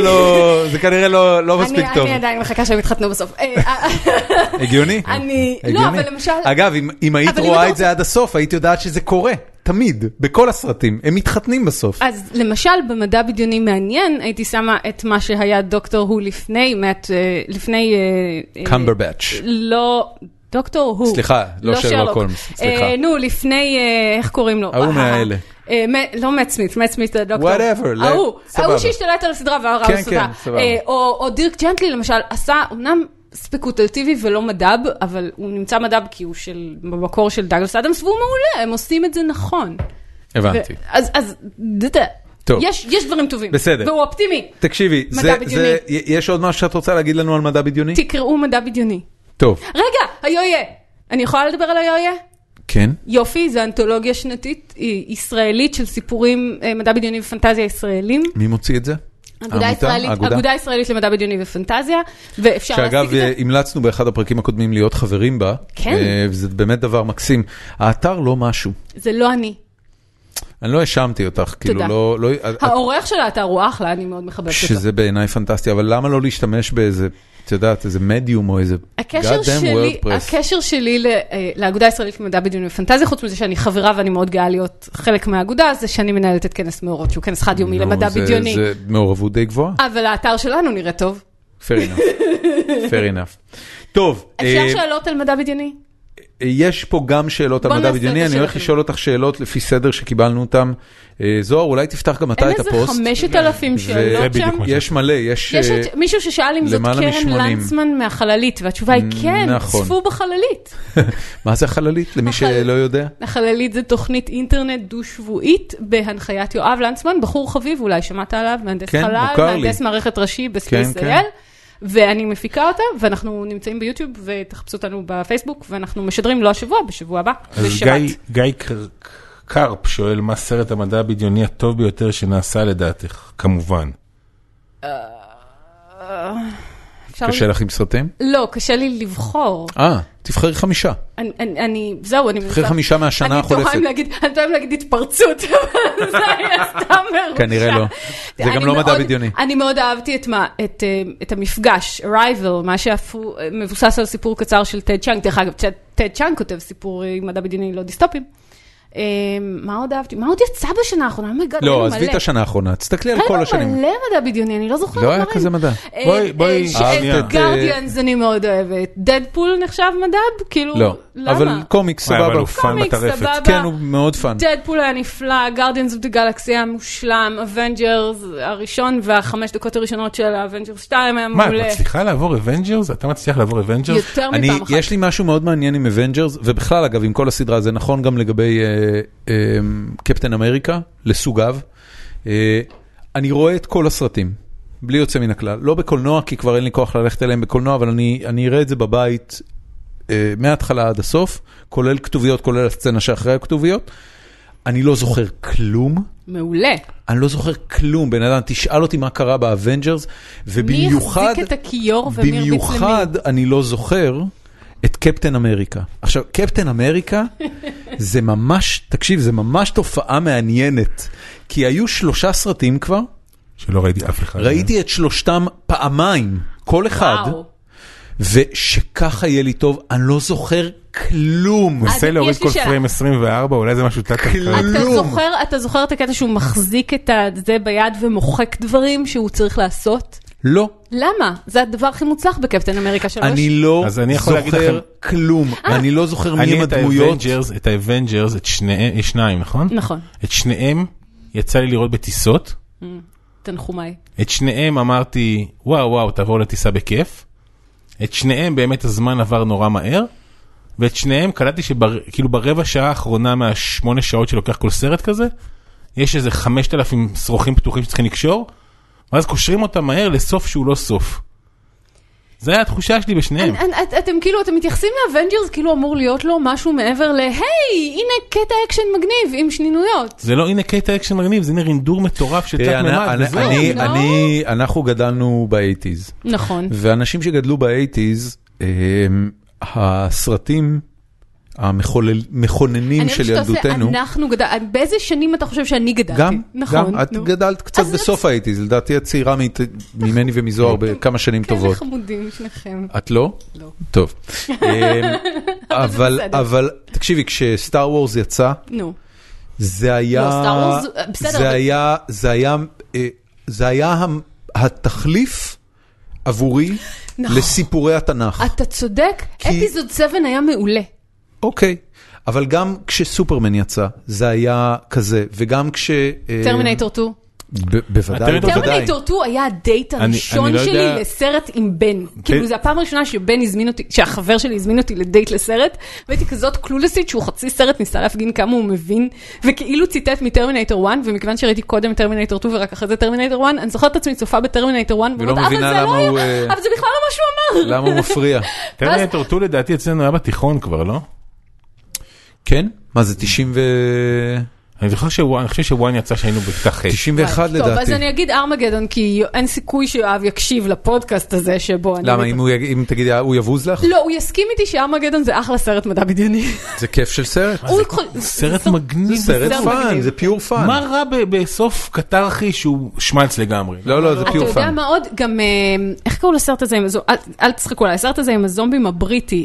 Speaker 1: כנראה לא מספיק טוב.
Speaker 3: אני עדיין מחכה שהם יתחתנו בסוף.
Speaker 1: הגיוני?
Speaker 3: לא, אבל למשל...
Speaker 1: אגב, אם היית רואה את זה עד הסוף, היית יודעת שזה קורה. תמיד, בכל הסרטים, הם מתחתנים בסוף.
Speaker 3: אז למשל, במדע בדיוני מעניין, הייתי שמה את מה שהיה דוקטור הו לפני, לפני...
Speaker 1: קמברבץ'.
Speaker 3: לא, דוקטור הו.
Speaker 1: סליחה, לא שרלוק הולמס, סליחה.
Speaker 3: נו, לפני, איך קוראים לו?
Speaker 1: ההוא מהאלה.
Speaker 3: לא מאט סמית, מאט סמית זה דוקטור.
Speaker 1: whatever, סבבה.
Speaker 3: ההוא שהשתלט על הסדרה והרב
Speaker 1: כן,
Speaker 3: סדרה.
Speaker 1: כן, סבבה.
Speaker 3: או דירק ג'נטלי, למשל, עשה, אמנם... ספקולטיבי ולא מדב, אבל הוא נמצא מדב כי הוא של, במקור של דאגלס אדמס, והוא מעולה, הם עושים את זה נכון.
Speaker 1: הבנתי.
Speaker 3: אז, אז, יש, יש דברים טובים.
Speaker 1: בסדר.
Speaker 3: והוא אופטימי.
Speaker 1: תקשיבי, זה, זה, יש עוד משהו שאת רוצה להגיד לנו על מדע בדיוני?
Speaker 3: תקראו מדע בדיוני.
Speaker 1: טוב.
Speaker 3: רגע, היויה. אני יכולה לדבר על היויה?
Speaker 1: כן.
Speaker 3: יופי, זה אנתולוגיה שנתית ישראלית של סיפורים מדע בדיוני ופנטזיה ישראלים. מי
Speaker 1: מוציא את זה?
Speaker 3: אגודה ישראלית למדע בדיוני ופנטזיה, ואפשר להשיג את זה.
Speaker 1: שאגב, המלצנו באחד הפרקים הקודמים להיות חברים בה, וזה באמת דבר מקסים. האתר לא משהו.
Speaker 3: זה לא אני.
Speaker 1: אני לא האשמתי אותך, כאילו לא...
Speaker 3: העורך של האתר הוא אחלה, אני מאוד מחבבת אותו.
Speaker 1: שזה בעיניי פנטסטי, אבל למה לא להשתמש באיזה, את יודעת, איזה מדיום או איזה goddamn WordPress?
Speaker 3: הקשר שלי לאגודה ישראלית למדע בדיוני ופנטזיה, חוץ מזה שאני חברה ואני מאוד גאה להיות חלק מהאגודה, זה שאני מנהלת את כנס מאורות, שהוא כנס חד יומי למדע בדיוני.
Speaker 1: זה מעורבות די גבוהה.
Speaker 3: אבל האתר שלנו נראה טוב.
Speaker 1: Fair enough. Fair enough. טוב.
Speaker 3: אפשר שאלות על מדע בדיוני?
Speaker 1: יש פה גם שאלות על מדע בדיוני, אני הולך לשאול אותך שאלות לפי סדר שקיבלנו אותם. זוהר, אולי תפתח גם אתה את הפוסט.
Speaker 3: אין איזה חמשת אלפים שאלות שם?
Speaker 1: יש מלא, יש
Speaker 3: יש מישהו ששאל אם זאת קרן לנצמן מהחללית, והתשובה היא כן, צפו בחללית.
Speaker 1: מה זה החללית? למי שלא יודע?
Speaker 3: החללית זה תוכנית אינטרנט דו-שבועית, בהנחיית יואב לנצמן, בחור חביב, אולי שמעת עליו, מהנדס חלל, מהנדס מערכת ראשי בספייס אל. ואני מפיקה אותה, ואנחנו נמצאים ביוטיוב, ותחפשו אותנו בפייסבוק, ואנחנו משדרים לא השבוע, בשבוע הבא, בשבת.
Speaker 2: גיא קרפ שואל, מה סרט המדע הבדיוני הטוב ביותר שנעשה לדעתך? כמובן.
Speaker 1: קשה לך עם סרטים?
Speaker 3: לא, קשה לי לבחור.
Speaker 1: אה. תבחרי חמישה.
Speaker 3: אני, אני, אני, זהו, אני...
Speaker 1: תבחרי חמישה מהשנה החולפת.
Speaker 3: אני תוהה להגיד, אני תוהה להגיד התפרצות, אבל זה היה סתם מרושע.
Speaker 1: כנראה לא. זה גם לא מדע בדיוני.
Speaker 3: אני מאוד אהבתי את, מה, את, את המפגש, Arrival, מה שמבוסס על סיפור קצר של טד צ'אנג. דרך אגב, טד צ'אנג כותב סיפור עם מדע בדיוני לא דיסטופים. מה עוד אהבתי? מה עוד יצא בשנה האחרונה?
Speaker 1: לא, עזבי את השנה האחרונה, תסתכלי על כל השנים.
Speaker 3: היה מלא מדע בדיוני, אני לא זוכרת.
Speaker 1: לא היה כזה מדע.
Speaker 2: בואי, בואי.
Speaker 3: גרדיאנס אני מאוד אוהבת. דדפול נחשב מדע? כאילו,
Speaker 1: לא,
Speaker 3: למה?
Speaker 1: אבל קומיקס סבבה.
Speaker 2: אבל הוא פן מטרפת.
Speaker 1: כן, הוא מאוד פן.
Speaker 3: דדפול היה נפלא, גרדיאנס אוף דה גלקסי היה מושלם, אבנג'רס הראשון והחמש דקות הראשונות של אבנג'רס שתיים היה מעולה.
Speaker 2: מה, את מצליחה לעבור אבנג'רס? אתה מצליח לעבור אבנג'רס?
Speaker 3: יותר מפעם אחת.
Speaker 1: יש לי משהו מאוד מעניין עם אבנג'רס, ובכלל אגב עם כל הסדרה, זה נכון גם לגבי קפטן אמריקה, לסוגיו. אני רואה את כל הסרטים, בלי יוצא מן הכלל. לא בקולנוע, כי כבר אין לי כוח ללכת אליהם בקולנוע, אבל אני, אני אראה את זה בבית מההתחלה עד הסוף, כולל כתוביות, כולל הסצנה שאחרי הכתוביות. אני לא זוכר כלום.
Speaker 3: מעולה.
Speaker 1: אני לא זוכר כלום. בן אדם, תשאל אותי מה קרה באבנג'רס, ובמיוחד...
Speaker 3: מי החזיק את הכיור ומי הרביץ למי?
Speaker 1: במיוחד אני לא זוכר את קפטן אמריקה. עכשיו, קפטן אמריקה זה ממש, תקשיב, זה ממש תופעה מעניינת. כי היו שלושה סרטים כבר.
Speaker 2: שלא ראיתי אף אחד.
Speaker 1: ראיתי את שלושתם פעמיים, כל אחד.
Speaker 3: וואו.
Speaker 1: ושככה יהיה לי טוב, אני לא זוכר כלום.
Speaker 2: נסה להוריד כל פריים עשרים וארבע, אולי זה משהו תת
Speaker 1: כלום.
Speaker 3: אתה זוכר, אתה זוכר את הקטע שהוא מחזיק את זה ביד ומוחק דברים שהוא צריך לעשות?
Speaker 1: לא.
Speaker 3: למה? זה הדבר הכי מוצלח בקפטן אמריקה שלוש.
Speaker 1: אני לא
Speaker 2: זוכר
Speaker 1: כלום. אני לא זוכר מי הם הדמויות.
Speaker 2: את האבנג'רס, את שניהם, יש שניים, נכון?
Speaker 3: נכון.
Speaker 2: את שניהם יצא לי לראות בטיסות.
Speaker 3: תנחומיי.
Speaker 2: את שניהם אמרתי, וואו וואו, תעבור לטיסה בכיף. את שניהם באמת הזמן עבר נורא מהר. ואת שניהם קלטתי שכאילו ברבע שעה האחרונה מהשמונה שעות שלוקח כל סרט כזה, יש איזה חמשת אלפים שרוכים פתוחים שצריכים לקשור. ואז קושרים אותם מהר לסוף שהוא לא סוף. זה היה התחושה שלי בשניהם.
Speaker 3: אתם כאילו, אתם מתייחסים לאבנג'רס כאילו אמור להיות לו משהו מעבר ל, היי, הנה קטע אקשן מגניב עם שנינויות.
Speaker 2: זה לא הנה קטע אקשן מגניב, זה הנה רינדור מטורף של תת ממד.
Speaker 1: אנחנו גדלנו ב-שמונים.
Speaker 3: נכון.
Speaker 1: ואנשים שגדלו ב-שמונים, הסרטים המכוננים של ילדותנו.
Speaker 3: אנחנו גדל, באיזה שנים אתה חושב שאני גדלתי?
Speaker 1: גם, גם, את גדלת קצת בסוף ה-שמונים, לדעתי את צעירה ממני ומזוהר בכמה שנים טובות.
Speaker 3: כאלה חמודים שניכם.
Speaker 1: את לא?
Speaker 3: לא.
Speaker 1: טוב. אבל תקשיבי, כשסטאר וורס יצא, זה היה, זה היה, זה היה, זה היה התחליף עבורי לסיפורי התנ"ך.
Speaker 3: אתה צודק, אפיזוד שבע היה מעולה.
Speaker 1: אוקיי, אבל גם כשסופרמן יצא, זה היה כזה, וגם כש...
Speaker 3: טרמינטור שתיים.
Speaker 1: בוודאי, בוודאי.
Speaker 3: טרמינטור שתיים היה הדייט הראשון שלי לסרט עם בן. כאילו, זה הפעם הראשונה שבן הזמין אותי, שהחבר שלי הזמין אותי לדייט לסרט, והייתי כזאת קלולסית שהוא חצי סרט ניסה להפגין כמה הוא מבין, וכאילו ציטט מטרמינטור אחת, ומכיוון שראיתי קודם טרמינטור שתיים ורק אחרי זה טרמינטור אחת, אני זוכרת את עצמי צופה בטרמינטור אחת,
Speaker 1: ולא מבינה למה הוא...
Speaker 3: אבל זה בכלל לא מה שהוא אמר.
Speaker 1: למה הוא מפריע?
Speaker 2: טרמינטור שתיים לדעתי אצלנו היה בתיכון כבר, לא?
Speaker 1: כן? מה זה תשעים ו...
Speaker 2: אני חושב שוואן יצא שהיינו בכתה ח'.
Speaker 1: תשעים ואחת לדעתי.
Speaker 3: טוב, אז אני אגיד ארמגדון, כי אין סיכוי שיואב יקשיב לפודקאסט הזה שבו אני...
Speaker 1: למה, אם תגיד, הוא יבוז לך?
Speaker 3: לא, הוא יסכים איתי שארמגדון זה אחלה סרט מדע בדיוני.
Speaker 1: זה כיף של סרט.
Speaker 2: סרט מגניב.
Speaker 1: סרט פאן, זה פיור פאן.
Speaker 2: מה רע בסוף קטרחי שהוא שמלץ לגמרי?
Speaker 1: לא, לא, זה פיור פאן.
Speaker 3: אתה יודע מה עוד? גם, איך קראו לסרט הזה? אל תשחקו לה, הסרט הזה עם הזומבים הבריטי.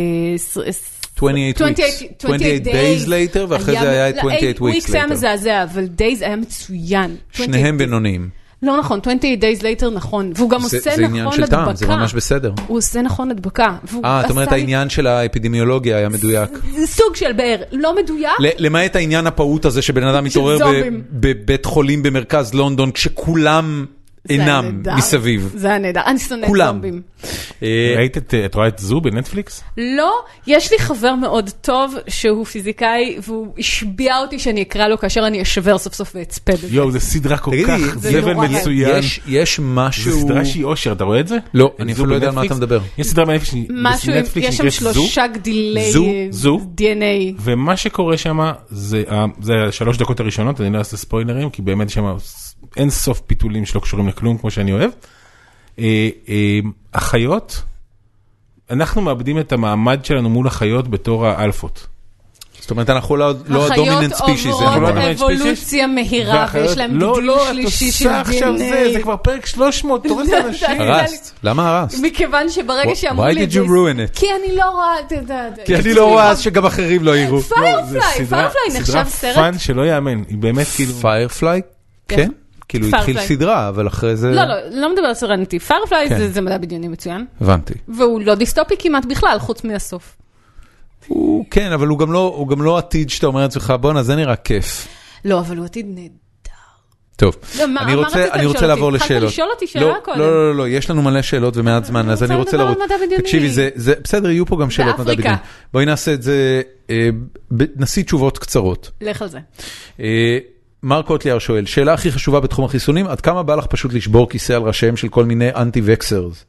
Speaker 1: עשרים ושמונה days later, ואחרי זה היה עשרים ושמונה weeks later.
Speaker 3: היה מזעזע, אבל days היה מצוין.
Speaker 1: שניהם בינוניים.
Speaker 3: לא נכון, עשרים ושמונה days later נכון, והוא גם עושה נכון הדבקה. זה עניין של טעם,
Speaker 1: זה ממש בסדר.
Speaker 3: הוא עושה נכון הדבקה.
Speaker 1: אה, זאת אומרת, העניין של האפידמיולוגיה היה מדויק.
Speaker 3: זה סוג של באר, לא מדויק.
Speaker 1: למעט העניין הפעוט הזה, שבן אדם מתעורר בבית חולים במרכז לונדון, כשכולם... אינם מסביב.
Speaker 3: זה הנהדר, אני שונאת זומבים.
Speaker 2: ראית את, את רואה את זו בנטפליקס?
Speaker 3: לא, יש לי חבר מאוד טוב שהוא פיזיקאי, והוא השביע אותי שאני אקרא לו כאשר אני אשבר סוף סוף ואצפה בזה.
Speaker 2: יואו, זה סדרה כל כך זבל מצוין.
Speaker 1: יש משהו...
Speaker 2: זה סדרה שהיא אושר, אתה רואה את זה?
Speaker 1: לא, אני אפילו לא יודע על מה אתה מדבר.
Speaker 2: יש סדרה בנטפליקס,
Speaker 3: יש שם שלושה גדילי די אן איי.
Speaker 2: ומה שקורה שם, זה השלוש דקות הראשונות, אני לא אעשה ספוילרים, כי באמת שם... אין סוף פיתולים שלא קשורים לכלום, כמו שאני אוהב. החיות אנחנו מאבדים את המעמד שלנו מול החיות בתור האלפות.
Speaker 1: זאת אומרת, אנחנו לא הדומיננט ספישיס.
Speaker 3: החיות עוברות אבולוציה מהירה, ויש להם גידול שלישי של די אן איי.
Speaker 2: זה כבר פרק שלוש מאות, תורד לאנשים.
Speaker 1: הרסת, למה הרסת?
Speaker 3: מכיוון שברגע שאמרו לי
Speaker 1: את זה,
Speaker 3: כי אני לא רואה,
Speaker 1: כי אני לא רואה אז שגם אחרים לא יראו.
Speaker 3: פיירפליי, פיירפליי נחשב סרט.
Speaker 2: סדרה פאן שלא יאמן, היא באמת כאילו...
Speaker 1: פיירפליי? כן. כאילו התחיל סדרה, אבל אחרי זה...
Speaker 3: לא, לא, לא מדבר על סרנטי. פיירפליי זה מדע בדיוני מצוין.
Speaker 1: הבנתי.
Speaker 3: והוא לא דיסטופי כמעט בכלל, חוץ מהסוף.
Speaker 1: הוא כן, אבל הוא גם לא, הוא גם לא עתיד שאתה אומר לעצמך, בוא'נה, זה נראה כיף.
Speaker 3: לא, אבל הוא עתיד נהדר.
Speaker 1: טוב, אני רוצה, אני רוצה לעבור לשאלות.
Speaker 3: התחלת לשאול אותי שאלה קודם.
Speaker 1: לא, לא, לא, יש לנו מלא שאלות ומעט זמן, אז אני רוצה לרוץ. תקשיבי, זה, בסדר, יהיו פה גם שאלות מדע בדיוני. בואי נעשה את זה, נעשה תשובות קצרות.
Speaker 3: לך על זה.
Speaker 1: מרק קוטליאר שואל, שאלה הכי חשובה בתחום החיסונים, עד כמה בא לך פשוט לשבור כיסא על ראשיהם של כל מיני אנטי-וקסרס?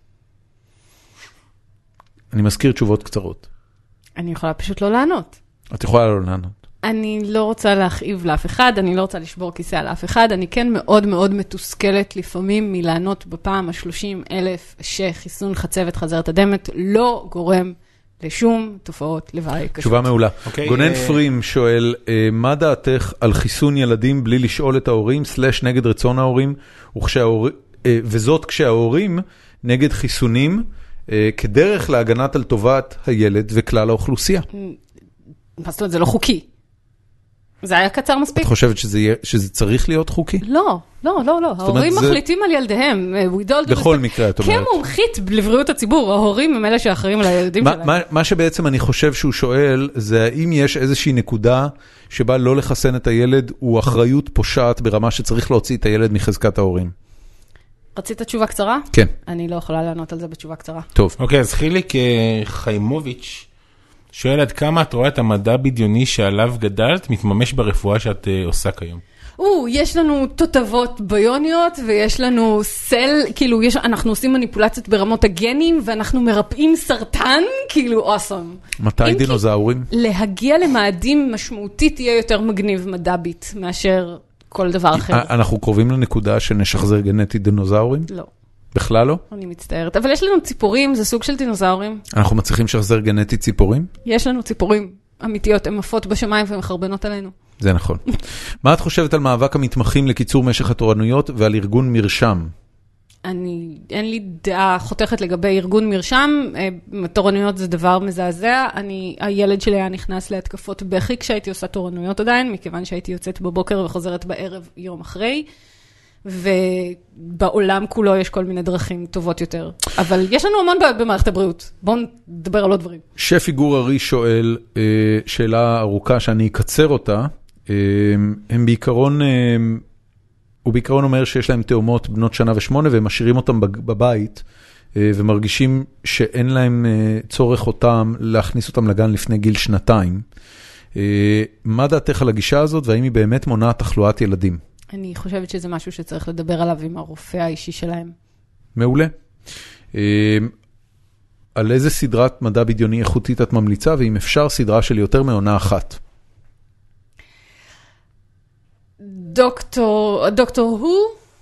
Speaker 1: אני מזכיר תשובות קצרות.
Speaker 3: אני יכולה פשוט לא לענות.
Speaker 1: את יכולה לא לענות.
Speaker 3: אני לא רוצה להכאיב לאף אחד, אני לא רוצה לשבור כיסא על אף אחד, אני כן מאוד מאוד מתוסכלת לפעמים מלענות בפעם ה-שלושים אלף שחיסון חצבת חזרת הדמת לא גורם לשום תופעות לוואי קשות.
Speaker 1: תשובה מעולה. גונן פרים שואל, מה דעתך על חיסון ילדים בלי לשאול את ההורים, סלש נגד רצון ההורים, וזאת כשההורים נגד חיסונים, כדרך להגנת על טובת הילד וכלל האוכלוסייה?
Speaker 3: מה זאת אומרת, זה לא חוקי. זה היה קצר מספיק.
Speaker 1: את חושבת שזה, שזה צריך להיות חוקי?
Speaker 3: לא, לא, לא, לא. ההורים
Speaker 1: זה...
Speaker 3: מחליטים על ילדיהם.
Speaker 1: בכל מקרה, את אומרת.
Speaker 3: כמומחית לבריאות הציבור, ההורים הם אלה שאחרים על הילדים
Speaker 1: מה,
Speaker 3: שלהם.
Speaker 1: מה, מה שבעצם אני חושב שהוא שואל, זה האם יש איזושהי נקודה שבה לא לחסן את הילד, הוא אחריות פושעת ברמה שצריך להוציא את הילד מחזקת ההורים.
Speaker 3: רצית תשובה קצרה?
Speaker 1: כן.
Speaker 3: אני לא יכולה לענות על זה בתשובה קצרה.
Speaker 1: טוב.
Speaker 2: אוקיי, אז חיליק חיימוביץ' שואל עד כמה את רואה את המדע בדיוני שעליו גדלת, מתממש ברפואה שאת uh, עושה כיום? או,
Speaker 3: יש לנו תותבות ביוניות, ויש לנו סל, כאילו, יש, אנחנו עושים מניפולציות ברמות הגנים, ואנחנו מרפאים סרטן, כאילו, אוסם.
Speaker 1: מתי דינוזאורים?
Speaker 3: להגיע למאדים משמעותית יהיה יותר מגניב מדעבית, מאשר כל דבר אחר.
Speaker 1: אנחנו קרובים לנקודה שנשחזר גנטית דינוזאורים?
Speaker 3: לא.
Speaker 1: בכלל לא?
Speaker 3: אני מצטערת, אבל יש לנו ציפורים, זה סוג של דינוזאורים.
Speaker 1: אנחנו מצליחים לשחזר גנטית ציפורים?
Speaker 3: יש לנו ציפורים אמיתיות, הן עפות בשמיים ומחרבנות עלינו.
Speaker 1: זה נכון. מה את חושבת על מאבק המתמחים לקיצור משך התורנויות ועל ארגון מרשם?
Speaker 3: אני, אין לי דעה חותכת לגבי ארגון מרשם, תורנויות זה דבר מזעזע, אני, הילד שלי היה נכנס להתקפות בכי כשהייתי עושה תורנויות עדיין, מכיוון שהייתי יוצאת בבוקר וחוזרת בערב יום אחרי, ובעולם כולו יש כל מיני דרכים טובות יותר. אבל יש לנו המון בעיות במערכת הבריאות. בואו נדבר על עוד דברים.
Speaker 1: שפי גור ארי שואל, שאלה ארוכה שאני אקצר אותה, הם בעיקרון, הוא בעיקרון אומר שיש להם תאומות בנות שנה ושמונה, והם משאירים אותם בבית, ומרגישים שאין להם צורך אותם להכניס אותם לגן לפני גיל שנתיים. מה דעתך על הגישה הזאת, והאם היא באמת מונעת תחלואת ילדים?
Speaker 3: אני חושבת שזה משהו שצריך לדבר עליו עם הרופא האישי שלהם.
Speaker 1: מעולה. על איזה סדרת מדע בדיוני איכותית את ממליצה, ואם אפשר סדרה של יותר מעונה אחת?
Speaker 3: דוקטור, דוקטור הו,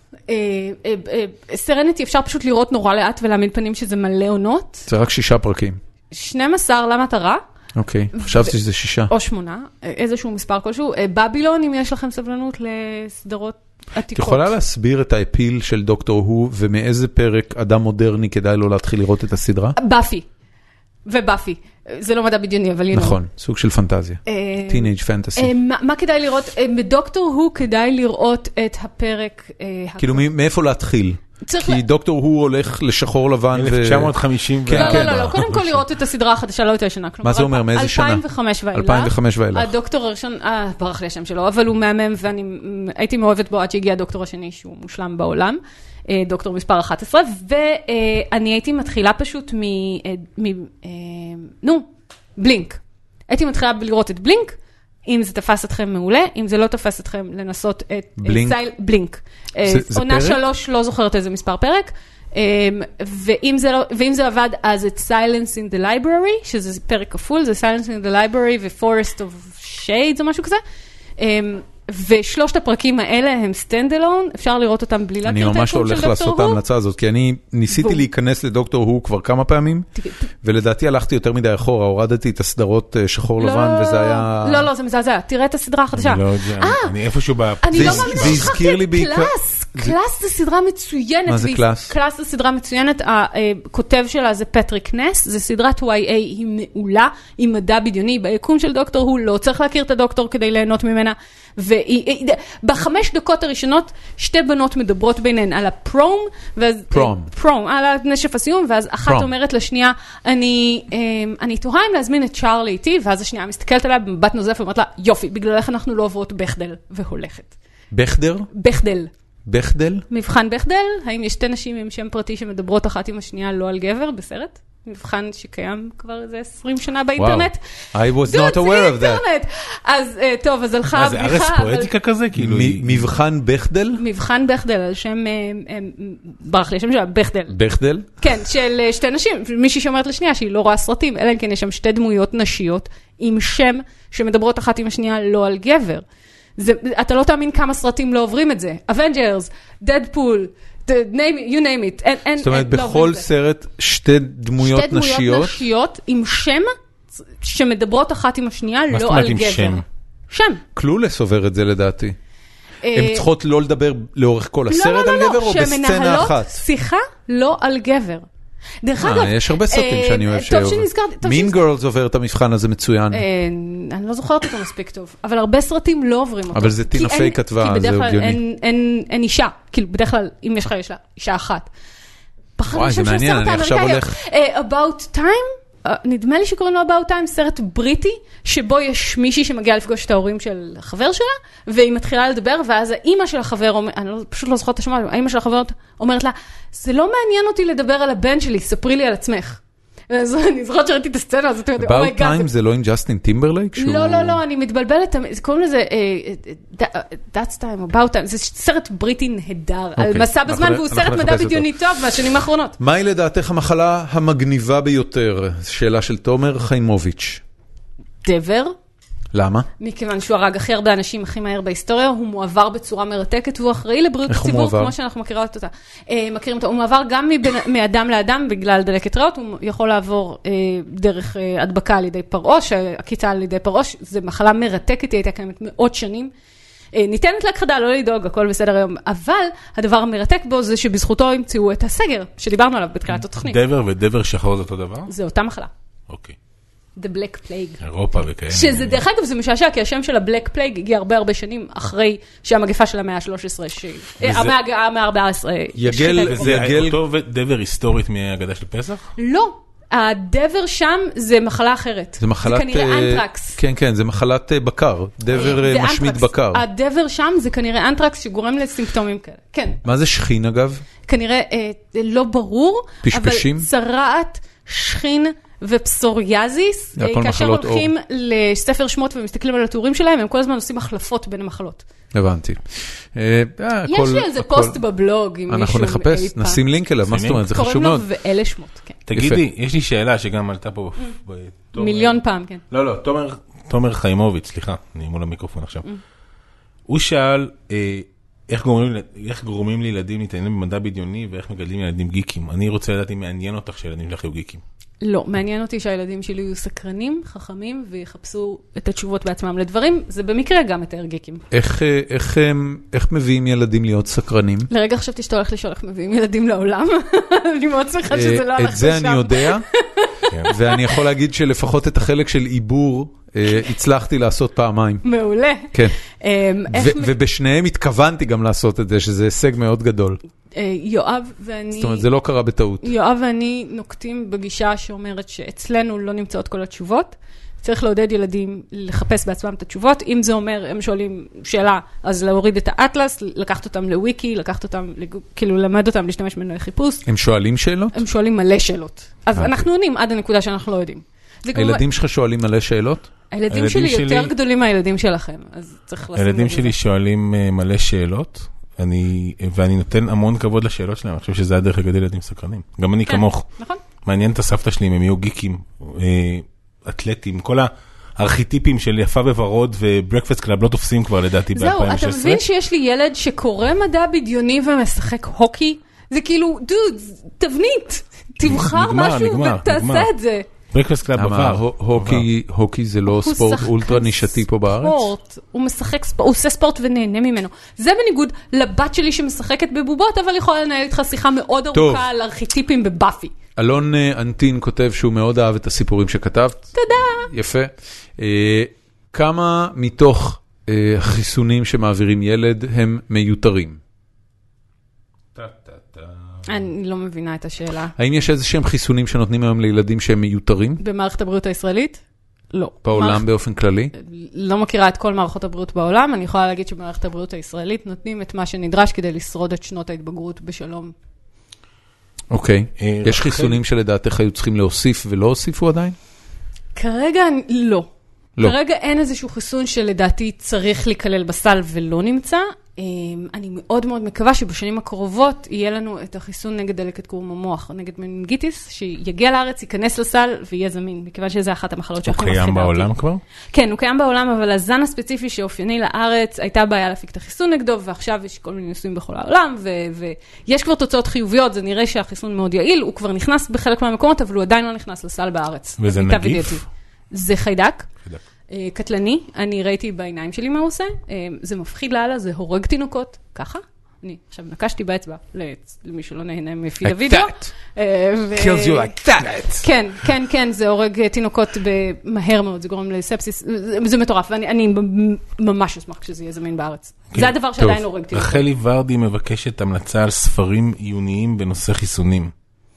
Speaker 3: סרנטי אפשר פשוט לראות נורא לאט ולהעמיד פנים שזה מלא עונות.
Speaker 1: זה רק שישה פרקים.
Speaker 3: שנים עשר, למה אתה רע?
Speaker 1: אוקיי, חשבתי שזה שישה.
Speaker 3: או שמונה, איזשהו מספר כלשהו. בבילון, אם יש לכם סבלנות לסדרות עתיקות. את
Speaker 1: יכולה להסביר את האפיל של דוקטור הו, ומאיזה פרק אדם מודרני כדאי לו להתחיל לראות את הסדרה?
Speaker 3: באפי. ובאפי. זה לא מדע בדיוני, אבל you know.
Speaker 1: נכון, סוג של פנטזיה. טינאג' פנטסי.
Speaker 3: מה כדאי לראות? בדוקטור הו כדאי לראות את הפרק...
Speaker 1: כאילו, מאיפה להתחיל? כי דוקטור הוא הולך לשחור לבן ו...
Speaker 2: אלף תשע מאות חמישים.
Speaker 3: לא, לא, לא, קודם כל לראות את הסדרה החדשה, לא יותר שנה.
Speaker 1: מה זה אומר? מאיזה שנה?
Speaker 3: אלפיים וחמש ואילך.
Speaker 1: אלפיים וחמש ואילך.
Speaker 3: הדוקטור הראשון, אה, ברח לי השם שלו, אבל הוא מהמם, ואני הייתי מאוהבת בו עד שהגיע הדוקטור השני, שהוא מושלם בעולם, דוקטור מספר אחת עשרה, ואני הייתי מתחילה פשוט מ... נו, בלינק. הייתי מתחילה לראות את בלינק, אם זה תפס אתכם מעולה, אם זה לא תפס אתכם לנסות את...
Speaker 1: בלינק?
Speaker 3: בלינק. עונה שלוש, לא זוכרת איזה מספר פרק, ואם זה, לא, ואם זה עבד, אז את Silence in the Library, שזה פרק כפול, זה Silence in the Library ו-Forest of Shades או משהו כזה. ושלושת הפרקים האלה הם סטנד אלון, אפשר לראות אותם בלי להכיר את
Speaker 1: אני ממש
Speaker 3: האיכון של
Speaker 1: הולך
Speaker 3: דוקטור
Speaker 1: לעשות את
Speaker 3: הוא.
Speaker 1: ההמלצה הזאת, כי אני ניסיתי להיכנס לדוקטור הוא כבר כמה פעמים, ולדעתי הלכתי יותר מדי אחורה, הורדתי את הסדרות שחור לבן, וזה היה...
Speaker 3: לא, לא, זה מזעזע, תראה את הסדרה החדשה.
Speaker 2: אני לא יודע, אני איפשהו ב...
Speaker 3: אני לא מאמינה ששכחתי את
Speaker 1: בעיקר...
Speaker 3: קלאס. קלאס זה סדרה מצוינת.
Speaker 1: מה זה קלאס?
Speaker 3: קלאס זה סדרה מצוינת, הכותב שלה זה פטריק נס, זה סדרת וואי איי, היא מעולה, היא מדע בדיוני, ביקום של דוקטור הוא לא צריך להכיר את הדוקטור כדי ליהנות ממנה, ובחמש דקות הראשונות שתי בנות מדברות ביניהן על הפרום,
Speaker 1: פרום.
Speaker 3: פרום, על הנשף הסיום, ואז אחת אומרת לשנייה, אני אני תוהה אם להזמין את צ'ארלי איתי, ואז השנייה מסתכלת עליה במבט נוזף ואומרת לה, יופי, בגלל איך אנחנו לא עוברות בכדל, והולכת.
Speaker 1: בכדר?
Speaker 3: בכדל.
Speaker 1: בכדל?
Speaker 3: מבחן בכדל, האם יש שתי נשים עם שם פרטי שמדברות אחת עם השנייה לא על גבר בסרט? מבחן שקיים כבר איזה עשרים שנה באינטרנט.
Speaker 1: I was not aware of that.
Speaker 3: אז טוב, אז הלכה
Speaker 2: הבדיחה. מה זה, ארס פואטיקה כזה?
Speaker 1: מבחן בכדל?
Speaker 3: מבחן בכדל, על שם, ברח לי, השם שלה, בכדל.
Speaker 1: בכדל? כן,
Speaker 3: של שתי נשים, מישהי שאומרת לשנייה שהיא לא רואה סרטים, אלא אם כן יש שם שתי דמויות נשיות עם שם שמדברות אחת עם השנייה לא על גבר. זה, אתה לא תאמין כמה סרטים לא עוברים את זה. Avengers, Deadpool, the name, you name it. אין, אין,
Speaker 1: זאת אומרת,
Speaker 3: אין,
Speaker 1: בכל
Speaker 3: לא
Speaker 1: סרט שתי דמויות נשיות?
Speaker 3: שתי דמויות נשיות עם שם שמדברות אחת עם השנייה לא על גבר. מה זאת אומרת עם שם? שם.
Speaker 1: קלולס עובר את זה לדעתי. הן צריכות לא לדבר לאורך כל הסרט על גבר או בסצנה אחת?
Speaker 3: שמנהלות שיחה לא על גבר. דרך אגב,
Speaker 1: יש הרבה סרטים שאני אוהב שעובר. מין גרלס עובר את המבחן הזה מצוין.
Speaker 3: אני לא זוכרת אותו מספיק טוב, אבל הרבה סרטים לא עוברים אותו.
Speaker 1: אבל זה טינה פיי כתבה, זה הגיוני.
Speaker 3: אין אישה, כאילו בדרך כלל, אם יש לך אישה אחת.
Speaker 1: וואי, זה מעניין, אני עכשיו הולך...
Speaker 3: About Time? נדמה לי שקוראים לו About Time, סרט בריטי, שבו יש מישהי שמגיעה לפגוש את ההורים של החבר שלה, והיא מתחילה לדבר, ואז האמא של החבר, אני פשוט לא זוכרת את השמה, האמא של החבר אומרת לה, זה לא מעניין אותי לדבר על הבן שלי, ספרי לי על עצמך. אני זוכרת שראיתי את הסצנה הזאת.
Speaker 1: About Time זה לא עם ג'סטין טימברלייק?
Speaker 3: לא, לא, לא, אני מתבלבלת, קוראים לזה That's Time, About Time, זה סרט בריטי נהדר, על מסע בזמן, והוא סרט מדע בדיוני טוב מהשנים האחרונות.
Speaker 1: מהי לדעתך המחלה המגניבה ביותר? שאלה של תומר חיימוביץ'.
Speaker 3: דבר.
Speaker 1: למה?
Speaker 3: מכיוון שהוא הרג הכי הרבה אנשים הכי מהר בהיסטוריה, הוא מועבר בצורה מרתקת, והוא אחראי לבריאות הציבור, כמו שאנחנו מכירות אותה. מכירים אותו, הוא מעבר גם מאדם לאדם בגלל דלקת ריאות, הוא יכול לעבור דרך הדבקה על ידי פרעוש, עקיצה על ידי פרעוש, זו מחלה מרתקת, היא הייתה קיימת מאות שנים. ניתנת להכחדה, לא לדאוג, הכל בסדר היום, אבל הדבר המרתק בו זה שבזכותו המציאו את הסגר, שדיברנו עליו בתחילת התוכנית.
Speaker 2: דבר ודבר שחור זה אותו דבר?
Speaker 3: זה אותה מחלה.
Speaker 2: אוקיי.
Speaker 3: The Black Plague.
Speaker 2: אירופה וכאלה.
Speaker 3: שזה, דרך אגב, זה משעשע, כי השם של ה-Black Plague הגיע הרבה הרבה שנים אחרי שהמגפה של המאה ה-שלוש עשרה, המאה ה-ארבע עשרה.
Speaker 1: יגל,
Speaker 2: וזה אותו דבר היסטורית מהאגדה של פסח?
Speaker 3: לא. הדבר שם זה מחלה אחרת.
Speaker 1: זה מחלת...
Speaker 3: זה כנראה אנטרקס.
Speaker 1: כן, כן, זה מחלת בקר. דבר משמיד בקר.
Speaker 3: הדבר שם זה כנראה אנטרקס שגורם לסימפטומים כאלה. כן.
Speaker 1: מה זה שכין אגב?
Speaker 3: כנראה לא ברור.
Speaker 1: פשפשים?
Speaker 3: אבל צרעת, שכין ופסוריאזיס, כאשר הולכים לספר שמות ומסתכלים על התיאורים שלהם, הם כל הזמן עושים החלפות בין המחלות.
Speaker 1: הבנתי.
Speaker 3: יש לי איזה פוסט בבלוג,
Speaker 1: אנחנו נחפש, נשים לינק אליו, מה זאת אומרת, זה חשוב מאוד.
Speaker 3: קוראים לו ואלה שמות, כן.
Speaker 2: תגידי, יש לי שאלה שגם עלתה פה.
Speaker 3: מיליון פעם, כן.
Speaker 2: לא, לא, תומר חיימוביץ', סליחה, אני מול המיקרופון עכשיו. הוא שאל, איך גורמים לילדים להתעניין במדע בדיוני, ואיך מגדלים ילדים גיקים. אני רוצה לדעת אם מעניין אותך שילדים שלך יהיו גיקים.
Speaker 3: לא, מעניין אותי שהילדים שלי יהיו סקרנים, חכמים, ויחפשו את התשובות בעצמם לדברים. זה במקרה גם מתאר גיקים.
Speaker 1: איך, איך, איך מביאים ילדים להיות סקרנים?
Speaker 3: לרגע חשבתי שאתה הולך לשאול איך מביאים ילדים לעולם. אני מאוד שמחה שזה לא הלך לשם.
Speaker 1: את זה אני יודע, ואני יכול להגיד שלפחות את החלק של עיבור, הצלחתי לעשות פעמיים.
Speaker 3: מעולה.
Speaker 1: כן. ובשניהם התכוונתי גם לעשות את זה, שזה הישג מאוד גדול.
Speaker 3: יואב ואני...
Speaker 1: זאת אומרת, זה לא קרה בטעות.
Speaker 3: יואב ואני נוקטים בגישה שאומרת שאצלנו לא נמצאות כל התשובות. צריך לעודד ילדים לחפש בעצמם את התשובות. אם זה אומר, הם שואלים שאלה, אז להוריד את האטלס, לקחת אותם לוויקי, לקחת אותם, כאילו למד אותם להשתמש במנועי חיפוש.
Speaker 1: הם שואלים שאלות?
Speaker 3: הם שואלים מלא שאלות. אז אנחנו עונים עד הנקודה שאנחנו לא יודעים.
Speaker 1: הילדים שלך שואלים מלא שאלות?
Speaker 3: הילדים שלי יותר גדולים מהילדים שלכם, אז צריך לשים...
Speaker 2: הילדים שלי שואלים מלא שאלות, ואני נותן המון כבוד לשאלות שלהם, אני חושב שזה הדרך לגדל ילדים סקרנים. גם אני כמוך.
Speaker 3: נכון.
Speaker 2: מעניין את הסבתא שלי, אם הם יהיו גיקים, אתלטים, כל הארכיטיפים של יפה וורוד וברקפסט קלאב לא תופסים כבר לדעתי ב-אלפיים ושש עשרה.
Speaker 3: זהו, אתה מבין שיש לי ילד שקורא מדע בדיוני ומשחק הוקי? זה כאילו, דוד, תבנית, תבחר משהו ותעשה את זה.
Speaker 2: ברקפסט קלאב עבר.
Speaker 1: הוקי זה לא ספורט אולטרה נישתי פה בארץ?
Speaker 3: ספורט, הוא משחק ספורט, הוא עושה ספורט ונהנה ממנו. זה בניגוד לבת שלי שמשחקת בבובות, אבל יכולה לנהל איתך שיחה מאוד ארוכה על ארכיטיפים בבאפי.
Speaker 1: אלון אנטין כותב שהוא מאוד אהב את הסיפורים שכתבת.
Speaker 3: תודה.
Speaker 1: יפה. כמה מתוך החיסונים שמעבירים ילד הם מיותרים?
Speaker 3: אני לא מבינה את השאלה.
Speaker 1: האם יש איזה שהם חיסונים שנותנים היום לילדים שהם מיותרים?
Speaker 3: במערכת הבריאות הישראלית? לא.
Speaker 1: בעולם באופן כללי?
Speaker 3: לא מכירה את כל מערכות הבריאות בעולם. אני יכולה להגיד שבמערכת הבריאות הישראלית נותנים את מה שנדרש כדי לשרוד את שנות ההתבגרות בשלום.
Speaker 1: אוקיי. יש חיסונים שלדעתך היו צריכים להוסיף ולא הוסיפו עדיין?
Speaker 3: כרגע לא.
Speaker 1: לא.
Speaker 3: כרגע אין איזשהו חיסון שלדעתי צריך להיכלל בסל ולא נמצא. אני מאוד מאוד מקווה שבשנים הקרובות יהיה לנו את החיסון נגד דלקת קרום המוח, נגד מנינגיטיס, שיגיע לארץ, ייכנס לסל ויהיה זמין, מכיוון שזה אחת המחלות שהכי מפחידה אותי.
Speaker 2: הוא קיים בעולם כבר?
Speaker 3: כן, הוא קיים בעולם, אבל הזן הספציפי שאופייני לארץ, הייתה בעיה להפיק את החיסון נגדו, ועכשיו יש כל מיני ניסויים בכל העולם, ויש כבר תוצאות חיוביות, זה נראה שהחיסון מאוד יעיל, הוא כבר נכנס בחלק מהמקומות, אבל הוא עדיין לא נכנס לסל בארץ.
Speaker 2: וזה נגיף?
Speaker 3: זה חיידק. קטלני, אני ראיתי בעיניים שלי מה הוא עושה, זה מפחיד לאללה, זה הורג תינוקות, ככה, אני עכשיו נקשתי באצבע, למי שלא נהנה מפיד הוידאו.
Speaker 1: Kills you like that.
Speaker 3: כן, כן, כן, זה הורג תינוקות במהר מאוד, זה גורם לספסיס, זה מטורף, ואני ממש אשמח כשזה יהיה זמין בארץ. זה הדבר שעדיין הורג תינוקות.
Speaker 2: רחלי ורדי מבקשת המלצה על ספרים עיוניים בנושא חיסונים.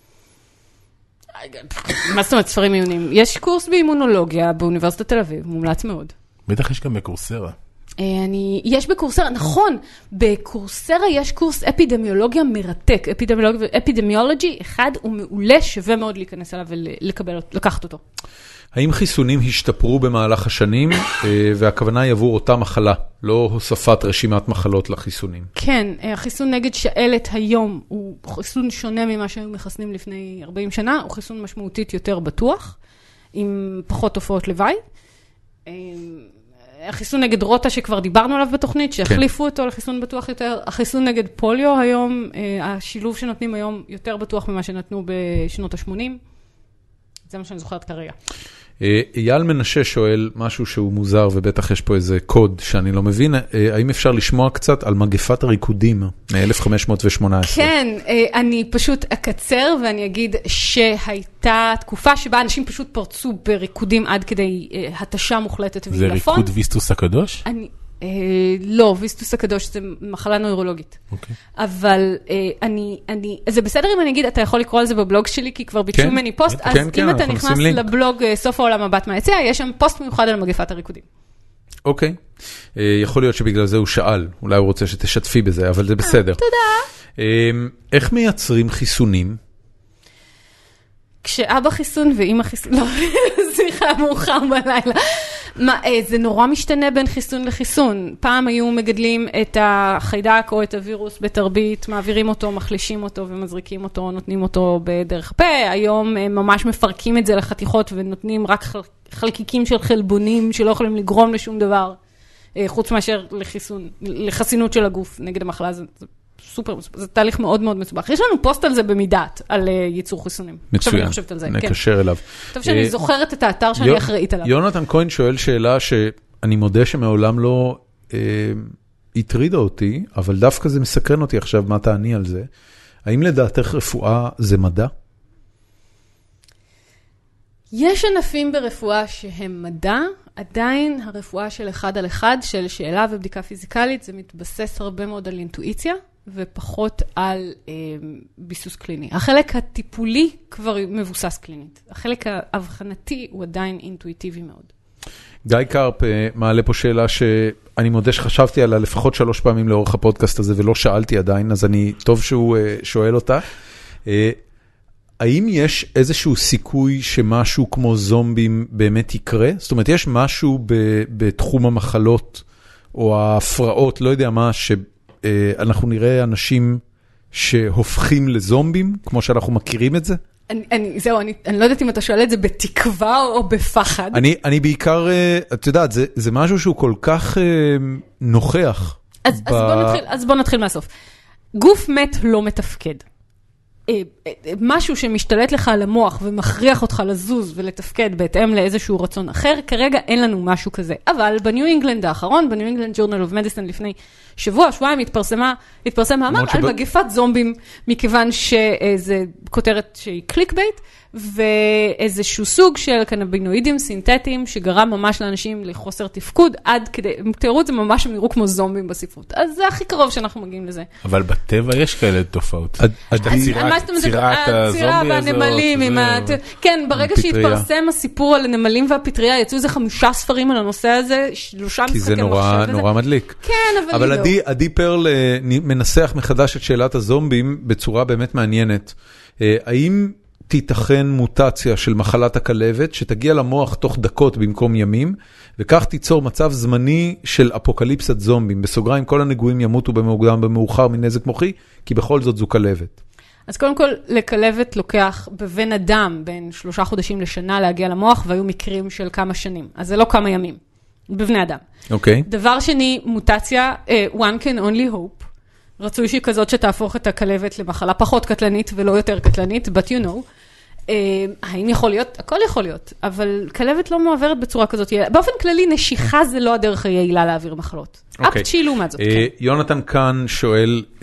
Speaker 3: מה זאת אומרת ספרים עיוניים? יש קורס באימונולוגיה באוניברסיטת תל אביב, מומלץ מאוד.
Speaker 2: בטח יש גם בקורסרה.
Speaker 3: אני, יש בקורסרה, נכון, בקורסרה יש קורס אפידמיולוגיה מרתק, אפידמיולוגי אחד הוא מעולה, שווה מאוד להיכנס אליו ולקחת אותו.
Speaker 1: האם חיסונים השתפרו במהלך השנים, והכוונה היא עבור אותה מחלה, לא הוספת רשימת מחלות לחיסונים?
Speaker 3: כן, החיסון נגד שאלת היום הוא חיסון שונה ממה שהיו מחסנים לפני ארבעים שנה, הוא חיסון משמעותית יותר בטוח, עם פחות תופעות לוואי. החיסון נגד רוטה שכבר דיברנו עליו בתוכנית, שהחליפו אותו לחיסון בטוח יותר. החיסון נגד פוליו היום, השילוב שנותנים היום יותר בטוח ממה שנתנו בשנות ה-שמונים. זה מה שאני זוכרת כרגע.
Speaker 1: אייל מנשה שואל משהו שהוא מוזר, ובטח יש פה איזה קוד שאני לא מבין. האם אפשר לשמוע קצת על מגפת הריקודים מ-אלף חמש מאות ושמונה עשרה?
Speaker 3: כן, אני פשוט אקצר ואני אגיד שהייתה תקופה שבה אנשים פשוט פרצו בריקודים עד כדי התשה מוחלטת ועילפון.
Speaker 2: זה ריקוד ויסטוס הקדוש?
Speaker 3: אני... לא, ויסטוס הקדוש זה מחלה נוירולוגית. אבל אני, אני, זה בסדר אם אני אגיד, אתה יכול לקרוא על זה בבלוג שלי, כי כבר ביטשו ממני פוסט, אז אם אתה נכנס לבלוג סוף העולם הבת מהיציאה, יש שם פוסט מיוחד על מגפת הריקודים.
Speaker 1: אוקיי. יכול להיות שבגלל זה הוא שאל, אולי הוא רוצה שתשתפי בזה, אבל זה בסדר.
Speaker 3: תודה.
Speaker 1: איך מייצרים חיסונים?
Speaker 3: כשאבא חיסון ואמא חיסון, לא, סליחה, מאוחר בלילה. מה, זה נורא משתנה בין חיסון לחיסון. פעם היו מגדלים את החיידק או את הווירוס בתרבית, מעבירים אותו, מחלישים אותו ומזריקים אותו, נותנים אותו בדרך פה. היום ממש מפרקים את זה לחתיכות ונותנים רק חלקיקים של חלבונים שלא יכולים לגרום לשום דבר, חוץ מאשר לחיסון, לחסינות של הגוף נגד המחלה. זה סופר, זה תהליך מאוד מאוד מסובך. יש לנו פוסט על זה במידת, על ייצור חיסונים.
Speaker 1: מצוין, נקשר אליו.
Speaker 3: טוב שאני זוכרת את האתר שאני אחראית עליו.
Speaker 1: יונתן כהן שואל שאלה שאני מודה שמעולם לא הטרידה אותי, אבל דווקא זה מסקרן אותי עכשיו, מה תעני על זה? האם לדעתך רפואה זה מדע?
Speaker 3: יש ענפים ברפואה שהם מדע, עדיין הרפואה של אחד על אחד, של שאלה ובדיקה פיזיקלית, זה מתבסס הרבה מאוד על אינטואיציה, ופחות על אה, ביסוס קליני. החלק הטיפולי כבר מבוסס קלינית. החלק האבחנתי הוא עדיין אינטואיטיבי מאוד.
Speaker 1: גיא קרפ מעלה פה שאלה שאני מודה שחשבתי עליה לפחות שלוש פעמים לאורך הפודקאסט הזה, ולא שאלתי עדיין, אז אני טוב שהוא אה, שואל אותה. אה, האם יש איזשהו סיכוי שמשהו כמו זומבים באמת יקרה? זאת אומרת, יש משהו בתחום המחלות או ההפרעות, לא יודע מה, שאנחנו נראה אנשים שהופכים לזומבים, כמו שאנחנו מכירים את זה?
Speaker 3: אני, אני, זהו, אני, אני לא יודעת אם אתה שואל את זה בתקווה או בפחד.
Speaker 1: אני, אני בעיקר, את יודעת, זה, זה משהו שהוא כל כך אה, נוכח.
Speaker 3: אז, ב... אז, בוא נתחיל, אז בוא נתחיל מהסוף. גוף מת לא מתפקד. משהו שמשתלט לך על המוח ומכריח אותך לזוז ולתפקד בהתאם לאיזשהו רצון אחר, כרגע אין לנו משהו כזה. אבל בניו אינגלנד האחרון, בניו אינגלנד ג'ורנל אוף מדיסין לפני שבוע, שבועיים התפרסמה, התפרסם מאמר על מגפת זומבים, מכיוון שזה כותרת שהיא קליק בייט, ואיזשהו סוג של קנבינואידים סינתטיים, שגרם ממש לאנשים לחוסר תפקוד, עד כדי, הם תיארו את זה ממש נראו כמו זומבים בספרות. אז זה הכי קרוב שאנחנו מגיעים לזה.
Speaker 2: אבל בטבע יש כאלה תופעות. צירת
Speaker 3: הצירה והנמלים, כן, ברגע שהתפרסם הסיפור על הנמלים והפטריה, יצאו איזה חמישה ספרים על הנושא הזה, שלושה משחקי מחשב.
Speaker 1: כי זה נורא מדליק.
Speaker 3: כן, אבל
Speaker 1: אבל עדי פרל מנסח מחדש את שאלת הזומבים בצורה באמת מעניינת. האם תיתכן מוטציה של מחלת הכלבת, שתגיע למוח תוך דקות במקום ימים, וכך תיצור מצב זמני של אפוקליפסת זומבים. בסוגריים, כל הנגועים ימותו במוקדם במאוחר מנזק מוחי, כי בכל זאת זו כלבת.
Speaker 3: אז קודם כל, לכלבת לוקח בבן אדם בין שלושה חודשים לשנה להגיע למוח, והיו מקרים של כמה שנים. אז זה לא כמה ימים, בבני אדם.
Speaker 1: אוקיי.
Speaker 3: דבר שני, מוטציה, uh, one can only hope. רצוי שהיא כזאת שתהפוך את הכלבת למחלה פחות קטלנית ולא יותר קטלנית, but you know. Uh, האם יכול להיות? הכל יכול להיות, אבל כלבת לא מועברת בצורה כזאת. באופן כללי, נשיכה זה לא הדרך היעילה להעביר מחלות.
Speaker 1: אוקיי.
Speaker 3: אפצ'י לעומת זאת,
Speaker 1: uh,
Speaker 3: כן.
Speaker 1: יונתן כאן שואל, uh,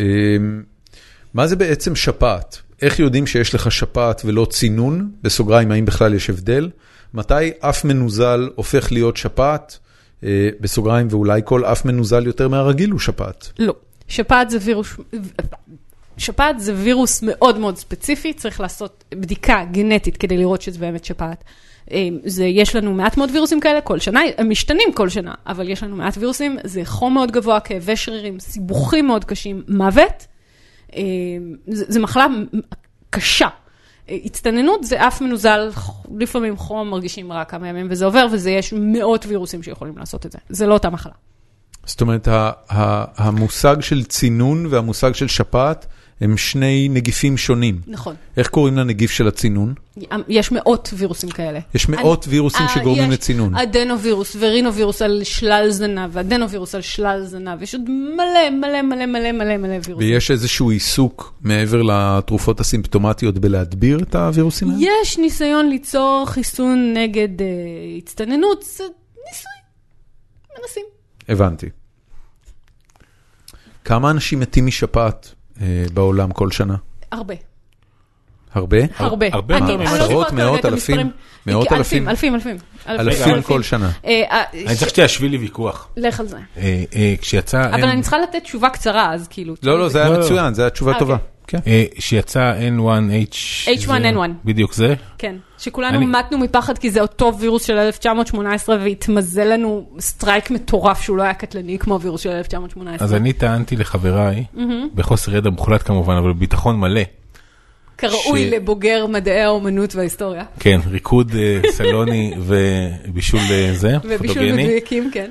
Speaker 1: מה זה בעצם שפעת? איך יודעים שיש לך שפעת ולא צינון? בסוגריים, האם בכלל יש הבדל? מתי אף מנוזל הופך להיות שפעת? Uh, בסוגריים, ואולי כל אף מנוזל יותר מהרגיל הוא שפעת.
Speaker 3: לא. שפעת זה וירוס, שפעת זה וירוס מאוד מאוד ספציפי, צריך לעשות בדיקה גנטית כדי לראות שזה באמת שפעת. זה, יש לנו מעט מאוד וירוסים כאלה כל שנה, הם משתנים כל שנה, אבל יש לנו מעט וירוסים, זה חום מאוד גבוה, כאבי שרירים, סיבוכים מאוד קשים, מוות, זה, זה מחלה קשה. הצטננות זה אף מנוזל, לפעמים חום, מרגישים רע כמה ימים, וזה עובר, וזה יש מאות וירוסים שיכולים לעשות את זה. זה לא אותה מחלה.
Speaker 1: זאת אומרת, המושג של צינון והמושג של שפעת הם שני נגיפים שונים.
Speaker 3: נכון.
Speaker 1: איך קוראים לנגיף של הצינון?
Speaker 3: יש מאות וירוסים כאלה.
Speaker 1: יש מאות וירוסים שגורמים לצינון.
Speaker 3: אדנווירוס ורינווירוס על שלל זנב, ואדנווירוס על שלל זנב. יש עוד מלא, מלא, מלא, מלא, מלא, מלא וירוסים.
Speaker 1: ויש איזשהו עיסוק מעבר לתרופות הסימפטומטיות בלהדביר את הווירוסים האלה?
Speaker 3: יש ניסיון ליצור חיסון נגד הצטננות. זה ניסוי. מנסים.
Speaker 1: הבנתי. כמה אנשים מתים משפעת אה, בעולם כל שנה?
Speaker 3: הרבה.
Speaker 1: הרבה?
Speaker 3: הרבה.
Speaker 2: הרבה.
Speaker 1: עשרות, מאות, אלפים? מאות אלפים?
Speaker 3: אלפים, אלפים.
Speaker 1: אלפים כל שנה.
Speaker 2: אני צריך שתשבי לי ויכוח.
Speaker 3: לך על זה.
Speaker 2: כשיצא...
Speaker 3: אבל אני צריכה לתת תשובה קצרה, אז כאילו...
Speaker 1: לא, לא, זה היה מצוין, זה היה תשובה טובה.
Speaker 2: שיצא אן וואן אייץ'
Speaker 3: אייץ' וואן אן וואן.
Speaker 2: בדיוק זה?
Speaker 3: כן. שכולנו מתנו מפחד כי זה אותו וירוס של אלף תשע מאות שמונה עשרה והתמזל לנו סטרייק מטורף שהוא לא היה קטלני כמו הווירוס של אלף תשע מאות שמונה עשרה.
Speaker 2: אז אני טענתי לחבריי, בחוסר ידע מוחלט כמובן, אבל בביטחון מלא.
Speaker 3: כראוי לבוגר מדעי האומנות וההיסטוריה.
Speaker 2: כן, ריקוד סלוני ובישול זה, פוטוגני.
Speaker 3: ובישול מדויקים, כן.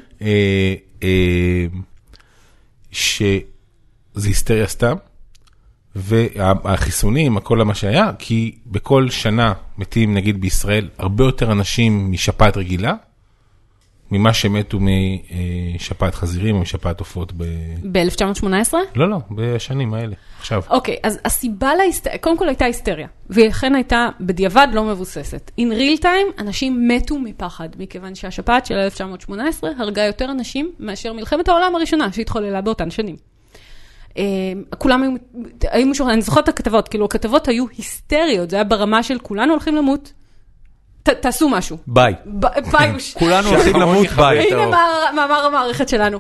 Speaker 2: שזה היסטריה סתם. והחיסונים, הכל מה שהיה, כי בכל שנה מתים, נגיד בישראל, הרבה יותר אנשים משפעת רגילה, ממה שמתו משפעת חזירים או משפעת עופות ב...
Speaker 3: ב-אלף תשע מאות שמונה עשרה?
Speaker 2: לא, לא, בשנים האלה, עכשיו.
Speaker 3: אוקיי, אז הסיבה להיסטריה, קודם כל הייתה היסטריה, ולכן הייתה בדיעבד לא מבוססת. In real time, אנשים מתו מפחד, מכיוון שהשפעת של אלף תשע מאות שמונה עשרה הרגה יותר אנשים מאשר מלחמת העולם הראשונה, שהתחוללה באותן שנים. כולם היו, היו משהו, אני זוכרת את הכתבות, כאילו הכתבות היו היסטריות, זה היה ברמה של כולנו הולכים למות, תעשו משהו.
Speaker 1: ביי.
Speaker 3: ביי.
Speaker 1: כולנו הולכים למות, ביי.
Speaker 3: הנה מאמר המערכת שלנו.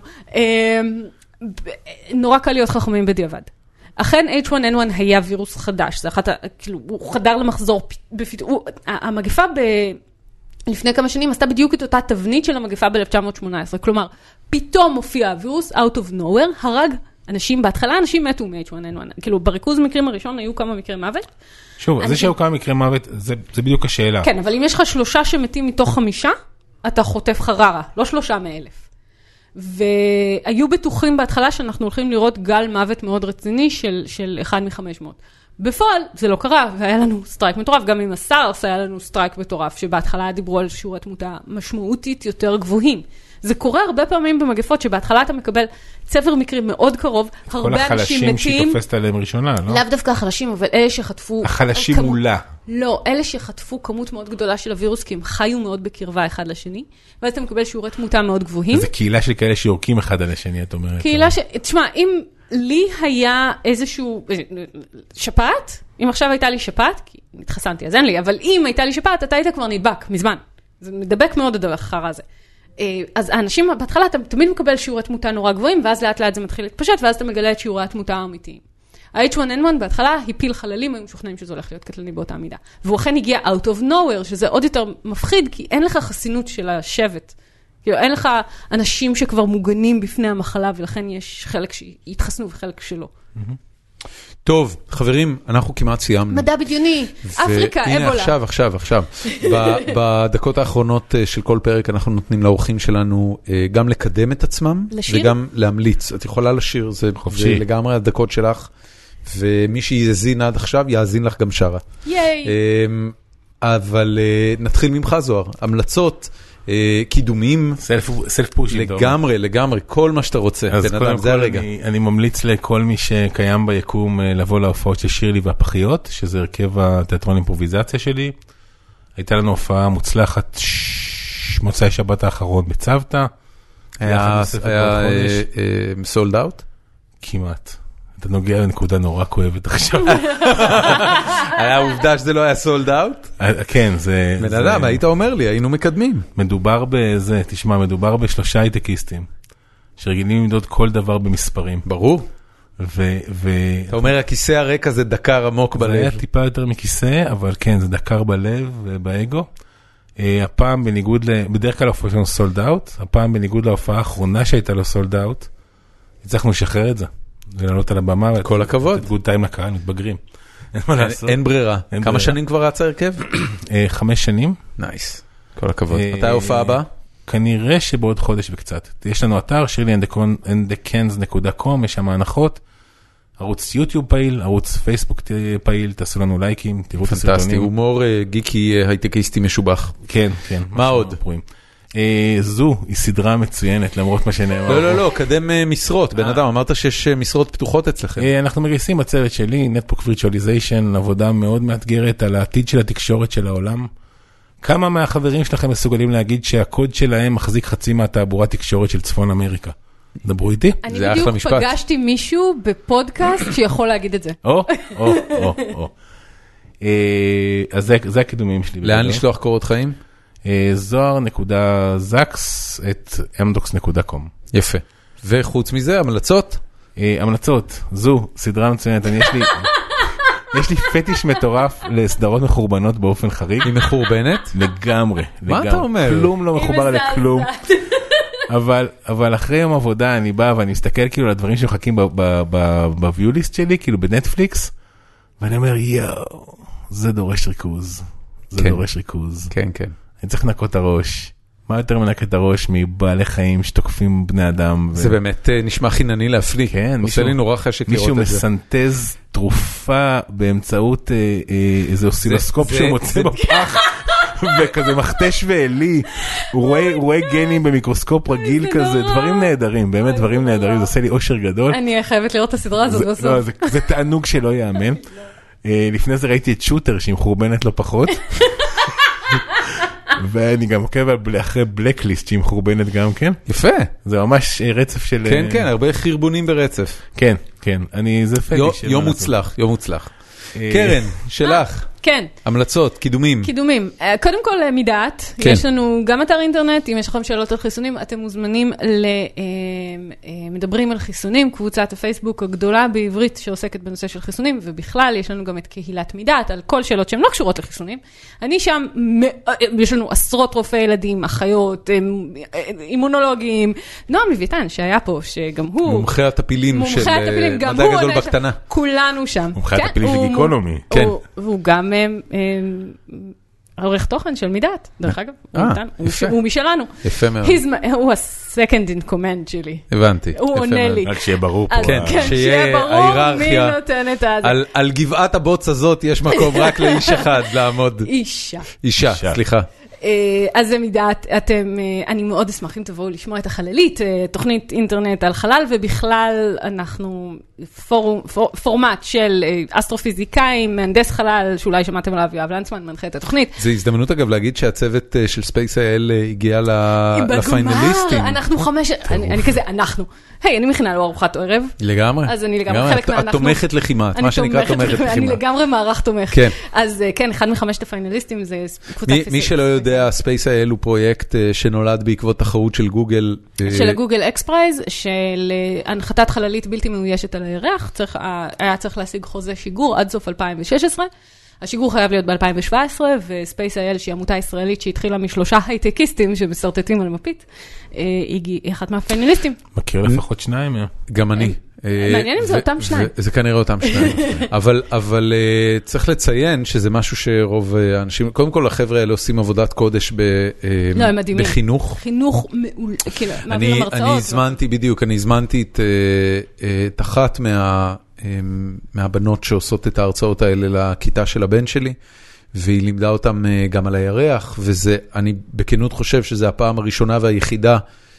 Speaker 3: נורא קל להיות חכמים בדיעבד. אכן אייץ' וואן אן וואן היה וירוס חדש, זה אחת, כאילו, הוא חדר למחזור, המגפה לפני כמה שנים עשתה בדיוק את אותה תבנית של המגפה ב-אלף תשע מאות שמונה עשרה, כלומר, פתאום מופיע הווירוס, out of nowhere, הרג אנשים, בהתחלה אנשים מתו מ-אייץ' וואן אן וואן, כאילו בריכוז מקרים הראשון היו כמה מקרי מוות.
Speaker 2: שוב, זה שהיו כמה מקרי מוות, זה בדיוק השאלה.
Speaker 3: כן, אבל אם יש לך שלושה שמתים מתוך חמישה, אתה חוטף חררה, לא שלושה מאלף. והיו בטוחים בהתחלה שאנחנו הולכים לראות גל מוות מאוד רציני של, של אחד מחמש מאות. בפועל זה לא קרה, והיה לנו סטרייק מטורף, גם עם הסארס היה לנו סטרייק מטורף, שבהתחלה דיברו על שיעורי תמותה משמעותית יותר גבוהים. זה קורה הרבה פעמים במגפות, שבהתחלה אתה מקבל צבר מקרים מאוד קרוב, הרבה אנשים מתים.
Speaker 2: כל החלשים שהיא תופסת עליהם ראשונה, לא?
Speaker 3: לאו דווקא החלשים, אבל אלה שחטפו...
Speaker 2: החלשים
Speaker 3: כמות,
Speaker 2: מולה.
Speaker 3: לא, אלה שחטפו כמות מאוד גדולה של הווירוס, כי הם חיו מאוד בקרבה אחד לשני, ואז אתה מקבל שיעורי תמותה מאוד גבוהים. זה
Speaker 2: קהילה של כאלה שיורקים אחד על השני, את אומרת.
Speaker 3: קהילה ש... תשמע, אם לי היה איזשהו שפעת, אם עכשיו הייתה לי שפעת, כי התחסנתי, אז אין לי, אבל אם הייתה לי שפעת, אתה היית כבר נדבק, מזמן. זה מדבק מאוד הדבר אחר הזה. אז האנשים, בהתחלה אתה תמיד מקבל שיעורי תמותה נורא גבוהים, ואז לאט לאט זה מתחיל להתפשט, ואז אתה מגלה את שיעורי התמותה האמיתיים. ה-אייץ' וואן אן וואן בהתחלה הפיל חללים, היו משוכנעים שזה הולך להיות קטלני באותה מידה. והוא אכן הגיע out of nowhere, שזה עוד יותר מפחיד, כי אין לך חסינות של השבט. כאילו, אין לך אנשים שכבר מוגנים בפני המחלה, ולכן יש חלק שיתחסנו וחלק שלא.
Speaker 1: טוב, חברים, אנחנו כמעט סיימנו.
Speaker 3: מדע בדיוני, אפריקה, אבולה.
Speaker 1: הנה, עכשיו, עכשיו, עכשיו. בדקות האחרונות של כל פרק אנחנו נותנים לאורחים שלנו גם לקדם את עצמם, וגם להמליץ. את יכולה לשיר, זה לגמרי הדקות שלך, ומי שיאזין עד עכשיו, יאזין לך גם שרה.
Speaker 3: ייי.
Speaker 1: אבל נתחיל ממך, זוהר. המלצות, קידומים.
Speaker 2: סלף פושינג.
Speaker 1: לגמרי, לגמרי, כל מה שאתה רוצה.
Speaker 2: אז קודם כל אני, אני ממליץ לכל מי שקיים ביקום לבוא להופעות של שירלי והפחיות, שזה הרכב התיאטרון אימפרוביזציה שלי. הייתה לנו הופעה מוצלחת מוצאי שבת האחרון בצוותא.
Speaker 1: היה סולד אאוט?
Speaker 2: כמעט. אתה נוגע לנקודה נורא כואבת עכשיו.
Speaker 1: היה עובדה שזה לא היה סולד אאוט?
Speaker 2: כן, זה...
Speaker 1: בן אדם, היית אומר לי, היינו מקדמים.
Speaker 2: מדובר בזה, תשמע, מדובר בשלושה הייטקיסטים, שרגילים למדוד כל דבר במספרים.
Speaker 1: ברור.
Speaker 2: ו...
Speaker 1: אתה אומר, הכיסא הרקע זה דקר עמוק בלב.
Speaker 2: זה היה טיפה יותר מכיסא, אבל כן, זה דקר בלב ובאגו. הפעם בניגוד ל... בדרך כלל ההופעה שלנו סולד אאוט, הפעם בניגוד להופעה האחרונה שהייתה לו סולד אאוט, הצלחנו לשחרר את זה. ולעלות על הבמה.
Speaker 1: כל הכבוד.
Speaker 2: גוד טיים לקהל, מתבגרים. אין מה לעשות.
Speaker 1: אין ברירה. כמה שנים כבר רץ ההרכב?
Speaker 2: חמש שנים.
Speaker 1: נייס. כל הכבוד. מתי ההופעה הבאה?
Speaker 2: כנראה שבעוד חודש וקצת. יש לנו אתר, שירלי אנד דה קנס נקודה קום, יש שם הנחות. ערוץ יוטיוב פעיל, ערוץ פייסבוק פעיל, תעשו לנו לייקים, תראו את הסרטונים.
Speaker 1: פנטסטי, הומור גיקי הייטקיסטי משובח.
Speaker 2: כן, כן.
Speaker 1: מה עוד?
Speaker 2: זו היא סדרה מצוינת, למרות מה שנאמר.
Speaker 1: לא, לא, לא, קדם משרות. בן אדם, אמרת שיש משרות פתוחות אצלכם.
Speaker 2: אנחנו מגייסים בצוות שלי, Netbook Virtualization, עבודה מאוד מאתגרת על העתיד של התקשורת של העולם. כמה מהחברים שלכם מסוגלים להגיד שהקוד שלהם מחזיק חצי מהתעבורת תקשורת של צפון אמריקה? דברו איתי.
Speaker 3: אני בדיוק פגשתי מישהו בפודקאסט שיכול להגיד את זה.
Speaker 2: או, או, או, או. אז זה הקידומים שלי.
Speaker 1: לאן לשלוח קורות חיים?
Speaker 2: זוהר נקודה זקס את אמדוקס נקודה קום.
Speaker 1: יפה. וחוץ מזה, המלצות?
Speaker 2: המלצות, זו סדרה מצוינת. יש לי יש לי פטיש מטורף לסדרות מחורבנות באופן חריג.
Speaker 1: היא מחורבנת?
Speaker 2: לגמרי.
Speaker 1: מה אתה אומר?
Speaker 2: כלום לא מחובר לכלום. אבל אבל אחרי יום עבודה אני בא ואני מסתכל כאילו על הדברים שמחכים בוויוליסט שלי, כאילו בנטפליקס, ואני אומר, יאו, זה דורש ריכוז. זה דורש ריכוז.
Speaker 1: כן, כן.
Speaker 2: אני צריך לנקות את הראש. מה יותר מנקת את הראש מבעלי חיים שתוקפים בני אדם?
Speaker 1: זה באמת נשמע חינני להפליא.
Speaker 2: כן.
Speaker 1: עושה לי נורא חשק לראות את זה.
Speaker 2: מישהו מסנטז תרופה באמצעות איזה אוסילוסקופ שהוא מוצא בפח, וכזה מכתש ואלי. הוא רואה גנים במיקרוסקופ רגיל כזה, דברים נהדרים, באמת דברים נהדרים. זה עושה לי אושר גדול.
Speaker 3: אני חייבת לראות את הסדרה הזאת בסוף.
Speaker 2: זה תענוג שלא יאמן. לפני זה ראיתי את שוטר שהיא מחורבנת לא פחות. ואני גם עוקב אחרי בלקליסט שהיא מחורבנת גם כן.
Speaker 1: יפה.
Speaker 2: זה ממש רצף של...
Speaker 1: כן, כן, הרבה חרבונים ברצף.
Speaker 2: כן, כן. אני, זה פטיש.
Speaker 1: יום מוצלח, יום מוצלח. קרן, שלך.
Speaker 3: כן.
Speaker 1: המלצות, קידומים.
Speaker 3: קידומים. קודם כל, מדעת.
Speaker 1: כן.
Speaker 3: יש לנו גם אתר אינטרנט, אם יש לכם שאלות על חיסונים, אתם מוזמנים למדברים על חיסונים, קבוצת הפייסבוק הגדולה בעברית שעוסקת בנושא של חיסונים, ובכלל יש לנו גם את קהילת מדעת על כל שאלות שהן לא קשורות לחיסונים. אני שם, יש לנו עשרות רופאי ילדים, אחיות, אימונולוגים, נועם לויטן שהיה פה, שגם הוא...
Speaker 1: מומחי הטפילים של מדע גדול בקטנה.
Speaker 3: כולנו שם.
Speaker 2: מומחי הטפילים של גיקונומי.
Speaker 3: והוא גם העורך תוכן של מידת, דרך אגב,
Speaker 1: יפה.
Speaker 3: הוא משלנו.
Speaker 1: יפה מאוד.
Speaker 3: הוא ה-second in command שלי.
Speaker 1: הבנתי.
Speaker 3: הוא עונה לי.
Speaker 2: רק שיהיה ברור פה.
Speaker 1: כן, שיהיה ההיררכיה. על גבעת הבוץ הזאת יש מקום רק לאיש אחד לעמוד.
Speaker 3: אישה.
Speaker 1: אישה, סליחה.
Speaker 3: אז זה מידת, אתם, אני מאוד אשמח אם תבואו לשמוע את החללית, תוכנית אינטרנט על חלל, ובכלל אנחנו פורום, פורמט של אסטרופיזיקאים, מהנדס חלל, שאולי שמעתם עליו, יואב לנצמן, מנחה את התוכנית.
Speaker 1: זה הזדמנות אגב להגיד שהצוות של ספייס אי-אל הגיע לפיינליסטים.
Speaker 3: בגמר, אנחנו חמש, אני כזה, אנחנו. היי, אני מכינה לו ארוחת ערב.
Speaker 1: לגמרי.
Speaker 3: אז אני לגמרי חלק מהאנחנו.
Speaker 1: את תומכת לחימה, מה שנקרא תומכת לחימה.
Speaker 3: אני לגמרי מערך תומך.
Speaker 1: כן.
Speaker 3: אז כן, אחד מחמשת הפיינליסטים זה קבוצת פיזיקה.
Speaker 1: מי שלא יודע, ספייס אי-אל הוא פרויקט שנולד בעקבות תחרות של גוגל.
Speaker 3: של הגוגל אקס פרייז, של הנחתת חללית בלתי מאוישת על הירח. היה צריך להשיג חוזה שיגור עד סוף אלפיים ושש עשרה. השיגור חייב להיות ב-אלפיים שבע עשרה, וספייס אי-אל, שהיא עמותה ישראלית שהתחילה משלושה הייטקיסטים שמסרטטים על מפית, היא אחת מהפיינליסטים.
Speaker 2: מכיר לפחות שניים.
Speaker 1: גם אני.
Speaker 3: מעניין אם זה אותם שניים.
Speaker 1: זה כנראה אותם שניים. אבל צריך לציין שזה משהו שרוב האנשים, קודם כל החבר'ה האלה עושים עבודת קודש בחינוך.
Speaker 3: חינוך מעולה, כאילו, מעבירים הרצאות.
Speaker 1: אני הזמנתי בדיוק, אני הזמנתי את אחת מה... מהבנות שעושות את ההרצאות האלה לכיתה של הבן שלי, והיא לימדה אותם גם על הירח, וזה, אני בכנות חושב שזה הפעם הראשונה והיחידה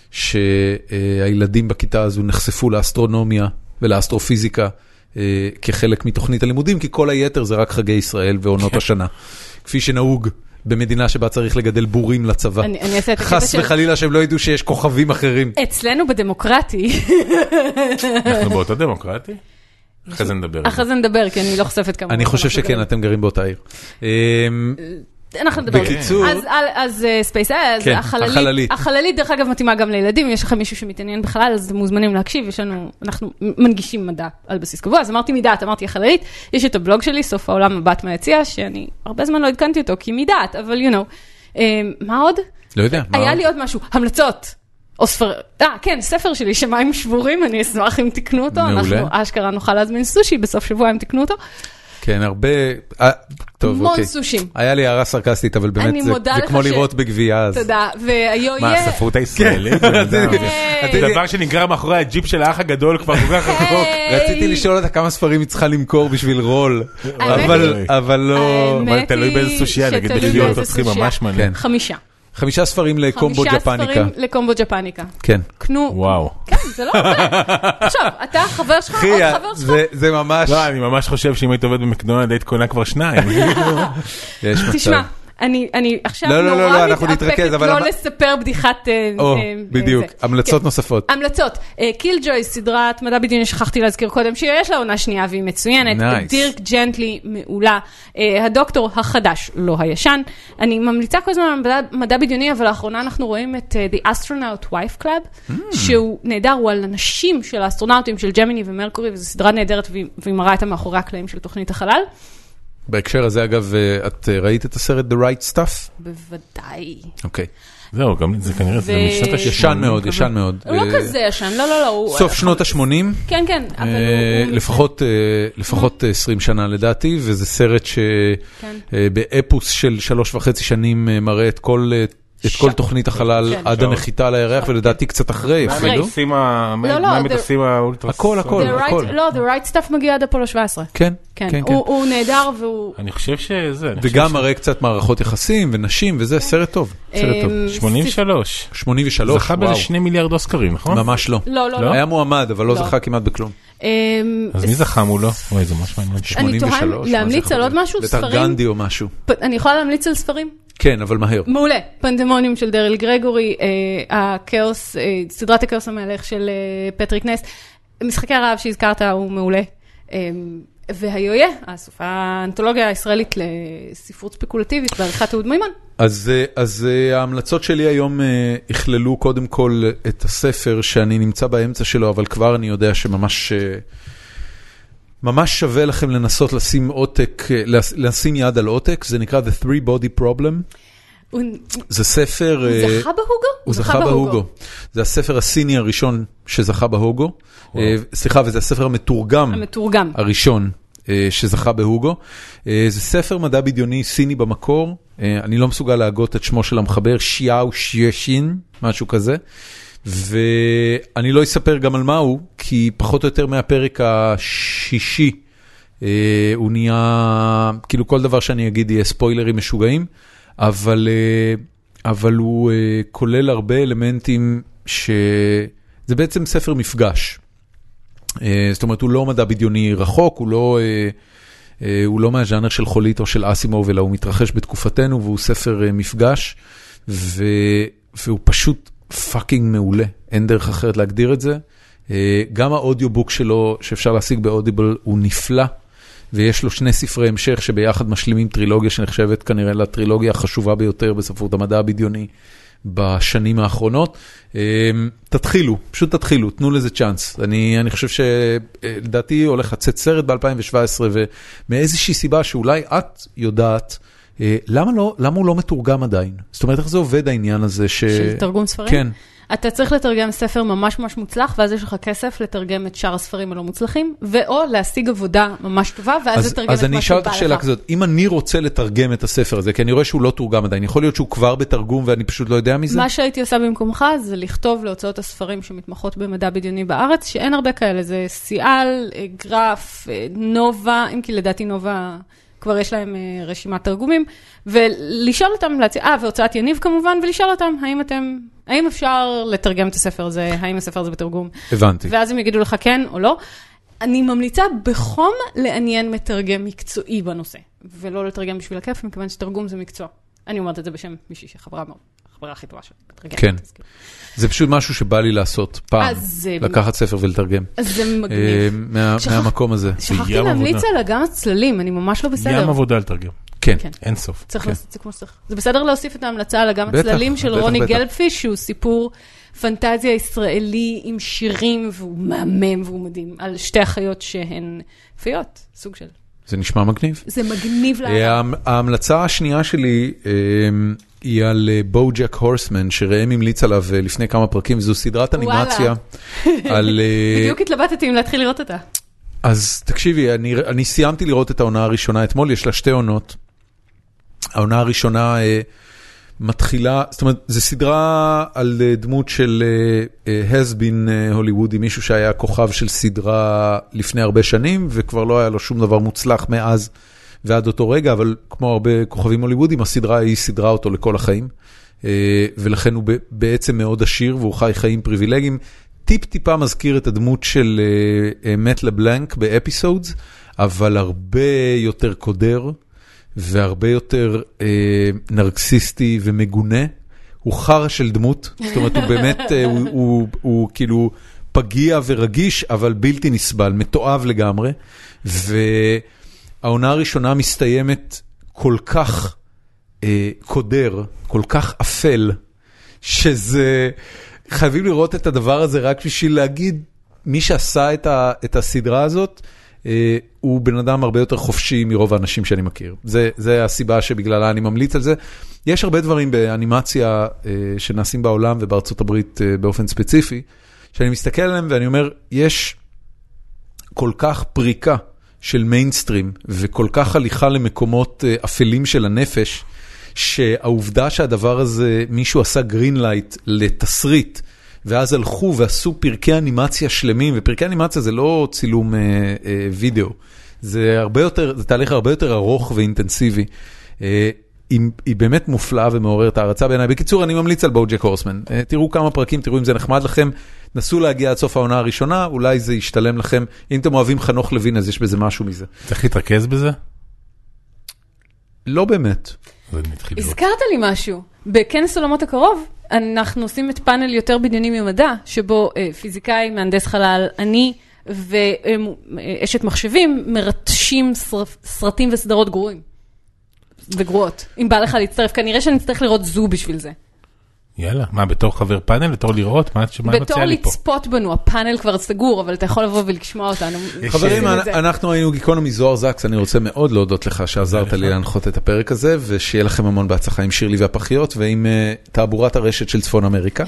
Speaker 1: שהילדים בכיתה הזו נחשפו לאסטרונומיה ולאסטרופיזיקה כחלק מתוכנית הלימודים, כי כל היתר זה רק חגי ישראל ועונות השנה. כפי שנהוג במדינה שבה צריך לגדל בורים לצבא. חס וחלילה שהם לא ידעו שיש כוכבים אחרים.
Speaker 3: אצלנו בדמוקרטי.
Speaker 2: אנחנו באותו דמוקרטי? אחרי זה נדבר.
Speaker 3: אחרי זה נדבר, כי אני לא חושפת כמה.
Speaker 1: אני חושב שכן, אתם גרים באותה עיר.
Speaker 3: אנחנו נדבר.
Speaker 1: בקיצור.
Speaker 3: אז ספייס אי-אל, החללית. החללית, דרך אגב, מתאימה גם לילדים. יש לכם מישהו שמתעניין בחלל, אז אתם מוזמנים להקשיב. יש לנו, אנחנו מנגישים מדע על בסיס קבוע. אז אמרתי מידעת, אמרתי החללית. יש את הבלוג שלי, סוף העולם מבט מהיציאה, שאני הרבה זמן לא עדכנתי אותו, כי מידעת, אבל you know. מה עוד?
Speaker 1: לא יודע.
Speaker 3: היה לי עוד משהו. המלצות. או ספר, אה, כן, ספר שלי, שמיים שבורים, אני אשמח אם תקנו אותו.
Speaker 1: מעולה.
Speaker 3: אנחנו אשכרה נוכל להזמין סושי, בסוף שבוע אם תקנו אותו.
Speaker 1: כן, הרבה, טוב,
Speaker 3: המון
Speaker 1: אוקיי.
Speaker 3: סושים.
Speaker 1: היה לי הערה סרקסטית, אבל באמת זה, זה כמו ש... לראות בגבייה. אז...
Speaker 3: תודה, והיו
Speaker 2: מה,
Speaker 3: יהיה...
Speaker 2: הספרות הישראלית? זה דבר שנגרר מאחורי הג'יפ של האח הגדול כבר כל כך רחוק.
Speaker 1: רציתי לשאול אותה כמה ספרים היא צריכה למכור בשביל רול, אבל לא...
Speaker 2: אבל תלוי באיזה סושיה, נגיד בחייות צריכים ממש מעניין.
Speaker 3: חמישה.
Speaker 1: חמישה ספרים לקומבו ג'פניקה.
Speaker 3: חמישה ספרים לקומבו ג'פניקה.
Speaker 1: כן.
Speaker 3: קנו...
Speaker 2: וואו.
Speaker 3: כן, זה לא הרבה. עכשיו, אתה חבר שלך, עוד חבר שלך?
Speaker 1: זה ממש...
Speaker 2: לא, אני ממש חושב שאם היית עובד במקדונלד, היית קונה כבר שניים.
Speaker 1: יש מצב.
Speaker 3: תשמע, אני, אני עכשיו
Speaker 1: לא, לא, לא,
Speaker 3: נורא
Speaker 1: אנחנו נתרכז,
Speaker 3: מתאפקת
Speaker 1: אבל...
Speaker 3: לא לספר בדיחת...
Speaker 1: או, בדיוק, המלצות נוספות.
Speaker 3: המלצות. קילג'וי, סדרת מדע בדיוני, שכחתי להזכיר קודם, שיש לה עונה שנייה והיא מצוינת. דירק ג'נטלי, מעולה. הדוקטור החדש, לא הישן. אני ממליצה כל הזמן מדע בדיוני, אבל לאחרונה אנחנו רואים את The Astronaut Wife Club, שהוא נהדר, הוא על אנשים של האסטרונאוטים של ג'מיני ומרקורי, וזו סדרה נהדרת, והיא מראה את מאחורי הקלעים של תוכנית החלל.
Speaker 1: בהקשר הזה, אגב, את ראית את הסרט The Right Stuff?
Speaker 3: בוודאי.
Speaker 1: אוקיי.
Speaker 2: זהו, גם זה כנראה, זה משנות ה-שמונים.
Speaker 1: ישן מאוד, ישן מאוד.
Speaker 3: הוא לא כזה ישן, לא, לא, לא.
Speaker 1: סוף שנות ה-שמונים.
Speaker 3: כן, כן.
Speaker 1: לפחות עשרים שנה לדעתי, וזה סרט שבאפוס של שלוש וחצי שנים מראה את כל... את כל תוכנית החלל עד הנחיתה על הירח, ולדעתי קצת אחרי אפילו.
Speaker 2: מה מטוסים האולטרס?
Speaker 1: הכל, הכל, הכל.
Speaker 3: לא, The Right Stuff מגיע עד אפולו שבע עשרה.
Speaker 1: כן, כן, כן.
Speaker 3: הוא נהדר והוא...
Speaker 2: אני חושב שזה...
Speaker 1: וגם מראה קצת מערכות יחסים ונשים, וזה סרט טוב. סרט טוב.
Speaker 2: שמונים ושלוש.
Speaker 1: שמונים ושלוש,
Speaker 2: זכה באיזה שני מיליארד אוסקרים, נכון?
Speaker 1: ממש לא.
Speaker 3: לא, לא, לא.
Speaker 1: היה מועמד, אבל לא זכה כמעט בכלום.
Speaker 2: אז מי זכה מולו? אוי, זה ממש מעניין.
Speaker 3: אני תוהה להמליץ על עוד משהו, ספרים.
Speaker 1: בטח גנדי או משהו.
Speaker 3: אני יכולה להמליץ על ספרים?
Speaker 1: כן, אבל מהר.
Speaker 3: מעולה. פנדמוניום של דריל גרגורי, הכאוס, סדרת הכאוס המהלך של פטריק נס. משחקי הרעב שהזכרת הוא מעולה. והיויה, האנתולוגיה הישראלית לספרות ספקולטיבית בעריכת אהוד מימון.
Speaker 1: אז, אז ההמלצות שלי היום הכללו קודם כל את הספר שאני נמצא באמצע שלו, אבל כבר אני יודע שממש... ממש שווה לכם לנסות לשים עותק, לשים יד על עותק, זה נקרא The Three Body Problem. זה ספר...
Speaker 3: הוא זכה בהוגו?
Speaker 1: הוא זכה בהוגו. זה הספר הסיני הראשון שזכה בהוגו. סליחה, וזה הספר המתורגם. המתורגם. הראשון שזכה בהוגו. זה ספר מדע בדיוני סיני במקור, אני לא מסוגל להגות את שמו של המחבר, שיאו שישין, משהו כזה, ואני לא אספר גם על מה הוא, כי פחות או יותר מהפרק השישי, הוא נהיה, כאילו כל דבר שאני אגיד יהיה ספוילרים משוגעים, אבל, אבל הוא כולל הרבה אלמנטים שזה בעצם ספר מפגש. זאת אומרת, הוא לא מדע בדיוני רחוק, הוא לא, הוא לא מהז'אנר של חולית או של אסימוב, אלא הוא מתרחש בתקופתנו, והוא ספר מפגש, והוא פשוט פאקינג מעולה. אין דרך אחרת להגדיר את זה. גם האודיובוק שלו, שאפשר להשיג באודיבל, הוא נפלא, ויש לו שני ספרי המשך שביחד משלימים טרילוגיה שנחשבת כנראה לטרילוגיה החשובה ביותר בספרות המדע הבדיוני בשנים האחרונות. תתחילו, פשוט תתחילו, תנו לזה צ'אנס. אני, אני חושב שלדעתי הולך לצאת סרט ב-אלפיים שבע עשרה, ומאיזושהי סיבה שאולי את יודעת, למה לא, למה הוא לא מתורגם עדיין? זאת אומרת, איך זה עובד העניין הזה ש...
Speaker 3: של תרגום ספרים?
Speaker 1: כן.
Speaker 3: אתה צריך לתרגם ספר ממש ממש מוצלח, ואז יש לך כסף לתרגם את שאר הספרים הלא מוצלחים, ואו להשיג עבודה ממש טובה, ואז לתרגם את מה שבא לך. אז
Speaker 1: אני אשאל אותך שאלה כזאת, אם אני רוצה לתרגם את הספר הזה, כי אני רואה שהוא לא תורגם עדיין, יכול להיות שהוא כבר בתרגום ואני פשוט לא יודע מזה?
Speaker 3: מה שהייתי עושה במקומך זה לכתוב להוצאות הספרים שמתמחות במדע בדיוני בארץ, שאין הרבה כאלה, זה סיאל, גרף, נובה, אם כי לדעתי נובה... כבר יש להם רשימת תרגומים, ולשאול אותם, להציע, אה, והוצאת יניב כמובן, ולשאול אותם, האם אתם, האם אפשר לתרגם את הספר הזה, האם הספר הזה בתרגום?
Speaker 1: הבנתי.
Speaker 3: ואז הם יגידו לך כן או לא. אני ממליצה בחום לעניין מתרגם מקצועי בנושא, ולא לתרגם בשביל הכיף, מכיוון שתרגום זה מקצוע. אני אומרת את זה בשם מישהי שחברה מאוד, החברה הכי טובה שמתרגם.
Speaker 1: כן. זה פשוט משהו שבא לי לעשות פעם, לקחת ספר ולתרגם.
Speaker 3: אז זה מגניב.
Speaker 1: מהמקום הזה.
Speaker 3: שכחתי להמליץ על גם הצללים, אני ממש לא בסדר.
Speaker 2: ים עבודה לתרגם.
Speaker 1: כן.
Speaker 2: אין סוף.
Speaker 3: צריך לעשות את זה כמו שצריך. זה בסדר להוסיף את ההמלצה על גם הצללים של רוני גלבפיש, שהוא סיפור פנטזיה ישראלי עם שירים, והוא מהמם והוא מדהים, על שתי אחיות שהן פיות, סוג של.
Speaker 1: זה נשמע מגניב.
Speaker 3: זה מגניב לעולם.
Speaker 1: ההמלצה השנייה שלי היא על בוג'ק הורסמן, שראם המליץ עליו לפני כמה פרקים, זו סדרת אנימציה.
Speaker 3: בדיוק התלבטתי אם להתחיל לראות אותה.
Speaker 1: אז תקשיבי, אני, אני סיימתי לראות את העונה הראשונה אתמול, יש לה שתי עונות. העונה הראשונה אה, מתחילה, זאת אומרת, זו סדרה על אה, דמות של הסבין אה, הוליוודי, מישהו שהיה כוכב של סדרה לפני הרבה שנים, וכבר לא היה לו שום דבר מוצלח מאז ועד אותו רגע, אבל כמו הרבה כוכבים הוליוודים, הסדרה היא סדרה אותו לכל החיים, אה, ולכן הוא ב- בעצם מאוד עשיר, והוא חי חיים פריבילגיים, טיפ-טיפה מזכיר את הדמות של מאט לבלנק באפיסודס, אבל הרבה יותר קודר, והרבה יותר נרקסיסטי ומגונה. הוא חרא של דמות, זאת אומרת, הוא באמת, הוא כאילו פגיע ורגיש, אבל בלתי נסבל, מתואב לגמרי, והעונה הראשונה מסתיימת כל כך קודר, כל כך אפל, שזה... חייבים לראות את הדבר הזה רק בשביל להגיד, מי שעשה את, ה, את הסדרה הזאת, אה, הוא בן אדם הרבה יותר חופשי מרוב האנשים שאני מכיר. זה, זה הסיבה שבגללה אני ממליץ על זה. יש הרבה דברים באנימציה אה, שנעשים בעולם ובארצות הברית אה, באופן ספציפי, שאני מסתכל עליהם ואני אומר, יש כל כך פריקה של מיינסטרים, וכל כך הליכה למקומות אה, אפלים של הנפש, שהעובדה שהדבר הזה, מישהו עשה גרין לייט לתסריט, ואז הלכו ועשו פרקי אנימציה שלמים, ופרקי אנימציה זה לא צילום אה, אה, וידאו, זה הרבה יותר, זה תהליך הרבה יותר ארוך ואינטנסיבי. אה, היא, היא באמת מופלאה ומעוררת הערצה בעיניי. בקיצור, אני ממליץ על בוג'ק הורסמן. אה, תראו כמה פרקים, תראו אם זה נחמד לכם, נסו להגיע עד סוף העונה הראשונה, אולי זה ישתלם לכם. אם אתם אוהבים חנוך לוין, אז יש בזה משהו מזה.
Speaker 2: צריך להתרכז בזה?
Speaker 1: לא באמת.
Speaker 3: הזכרת לי משהו. בכנס עולמות הקרוב, אנחנו עושים את פאנל יותר בדיוני ממדע, שבו פיזיקאי, מהנדס חלל, אני ואשת מחשבים מרטשים סרטים וסדרות גרועים. וגרועות. אם בא לך להצטרף, כנראה שאני צריך לראות זו בשביל זה.
Speaker 2: יאללה, מה, בתור חבר פאנל, בתור לראות? מה מציע לי פה?
Speaker 3: בתור לצפות בנו, הפאנל כבר סגור, אבל אתה יכול לבוא ולשמוע אותנו.
Speaker 1: חברים, אנחנו היינו גיקונומי זוהר זקס, אני רוצה מאוד להודות לך שעזרת לי להנחות את הפרק הזה, ושיהיה לכם המון בהצלחה עם שירלי והפחיות, ועם תעבורת הרשת של צפון אמריקה.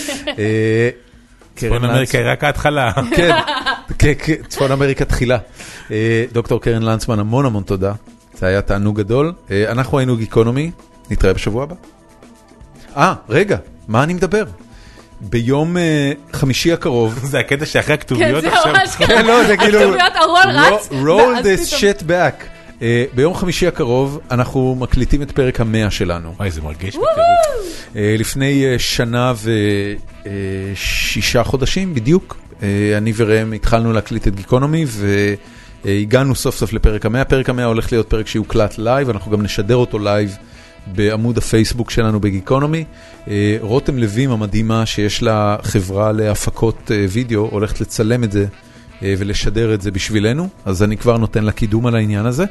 Speaker 2: צפון אמריקה היא רק ההתחלה.
Speaker 1: כן, צפון אמריקה תחילה. דוקטור קרן לנצמן, המון המון תודה. זה היה תענוג גדול. אנחנו היינו גיקונומי. נתראה בשבוע הבא. אה, רגע, מה אני מדבר? ביום חמישי הקרוב...
Speaker 2: זה הקטע שאחרי הכתוביות
Speaker 3: כן,
Speaker 2: עכשיו...
Speaker 3: זה ממש ככה.
Speaker 1: כן, לא, זה כאילו...
Speaker 3: הכתוביות ארון רץ.
Speaker 1: roll this shit back. Uh, ביום חמישי הקרוב אנחנו מקליטים את פרק המאה שלנו.
Speaker 2: וואי, זה מרגיש בטירוף.
Speaker 1: Uh, לפני uh, שנה ושישה uh, חודשים בדיוק, uh, אני ורם התחלנו להקליט את גיקונומי, והגענו סוף סוף לפרק המאה. פרק המאה הולך להיות פרק שיוקלט לייב, אנחנו גם נשדר אותו לייב בעמוד הפייסבוק שלנו בגיקונומי. Uh, רותם לוים המדהימה שיש לה חברה להפקות uh, וידאו, הולכת לצלם את זה ולשדר את זה בשבילנו, אז אני כבר נותן לה קידום על העניין הזה,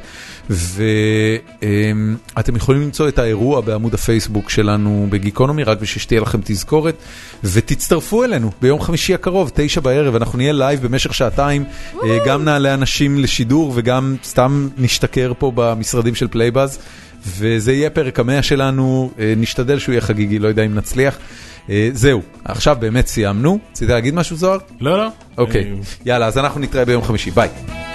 Speaker 1: ואתם יכולים למצוא את האירוע בעמוד הפייסבוק שלנו בגיקונומי, רק בשביל שתהיה לכם תזכורת, ותצטרפו אלינו ביום חמישי הקרוב, תשע בערב, אנחנו נהיה לייב במשך שעתיים, גם נעלה אנשים לשידור, וגם סתם נשתכר פה במשרדים של פלייבאז, וזה יהיה פרק המאה שלנו, נשתדל שהוא יהיה חגיגי, לא יודע אם נצליח. זהו, עכשיו באמת סיימנו. רצית להגיד משהו, זוהר?
Speaker 2: לא, לא.
Speaker 1: אוקיי, יאללה, אז אנחנו נתראה ביום חמישי, ביי.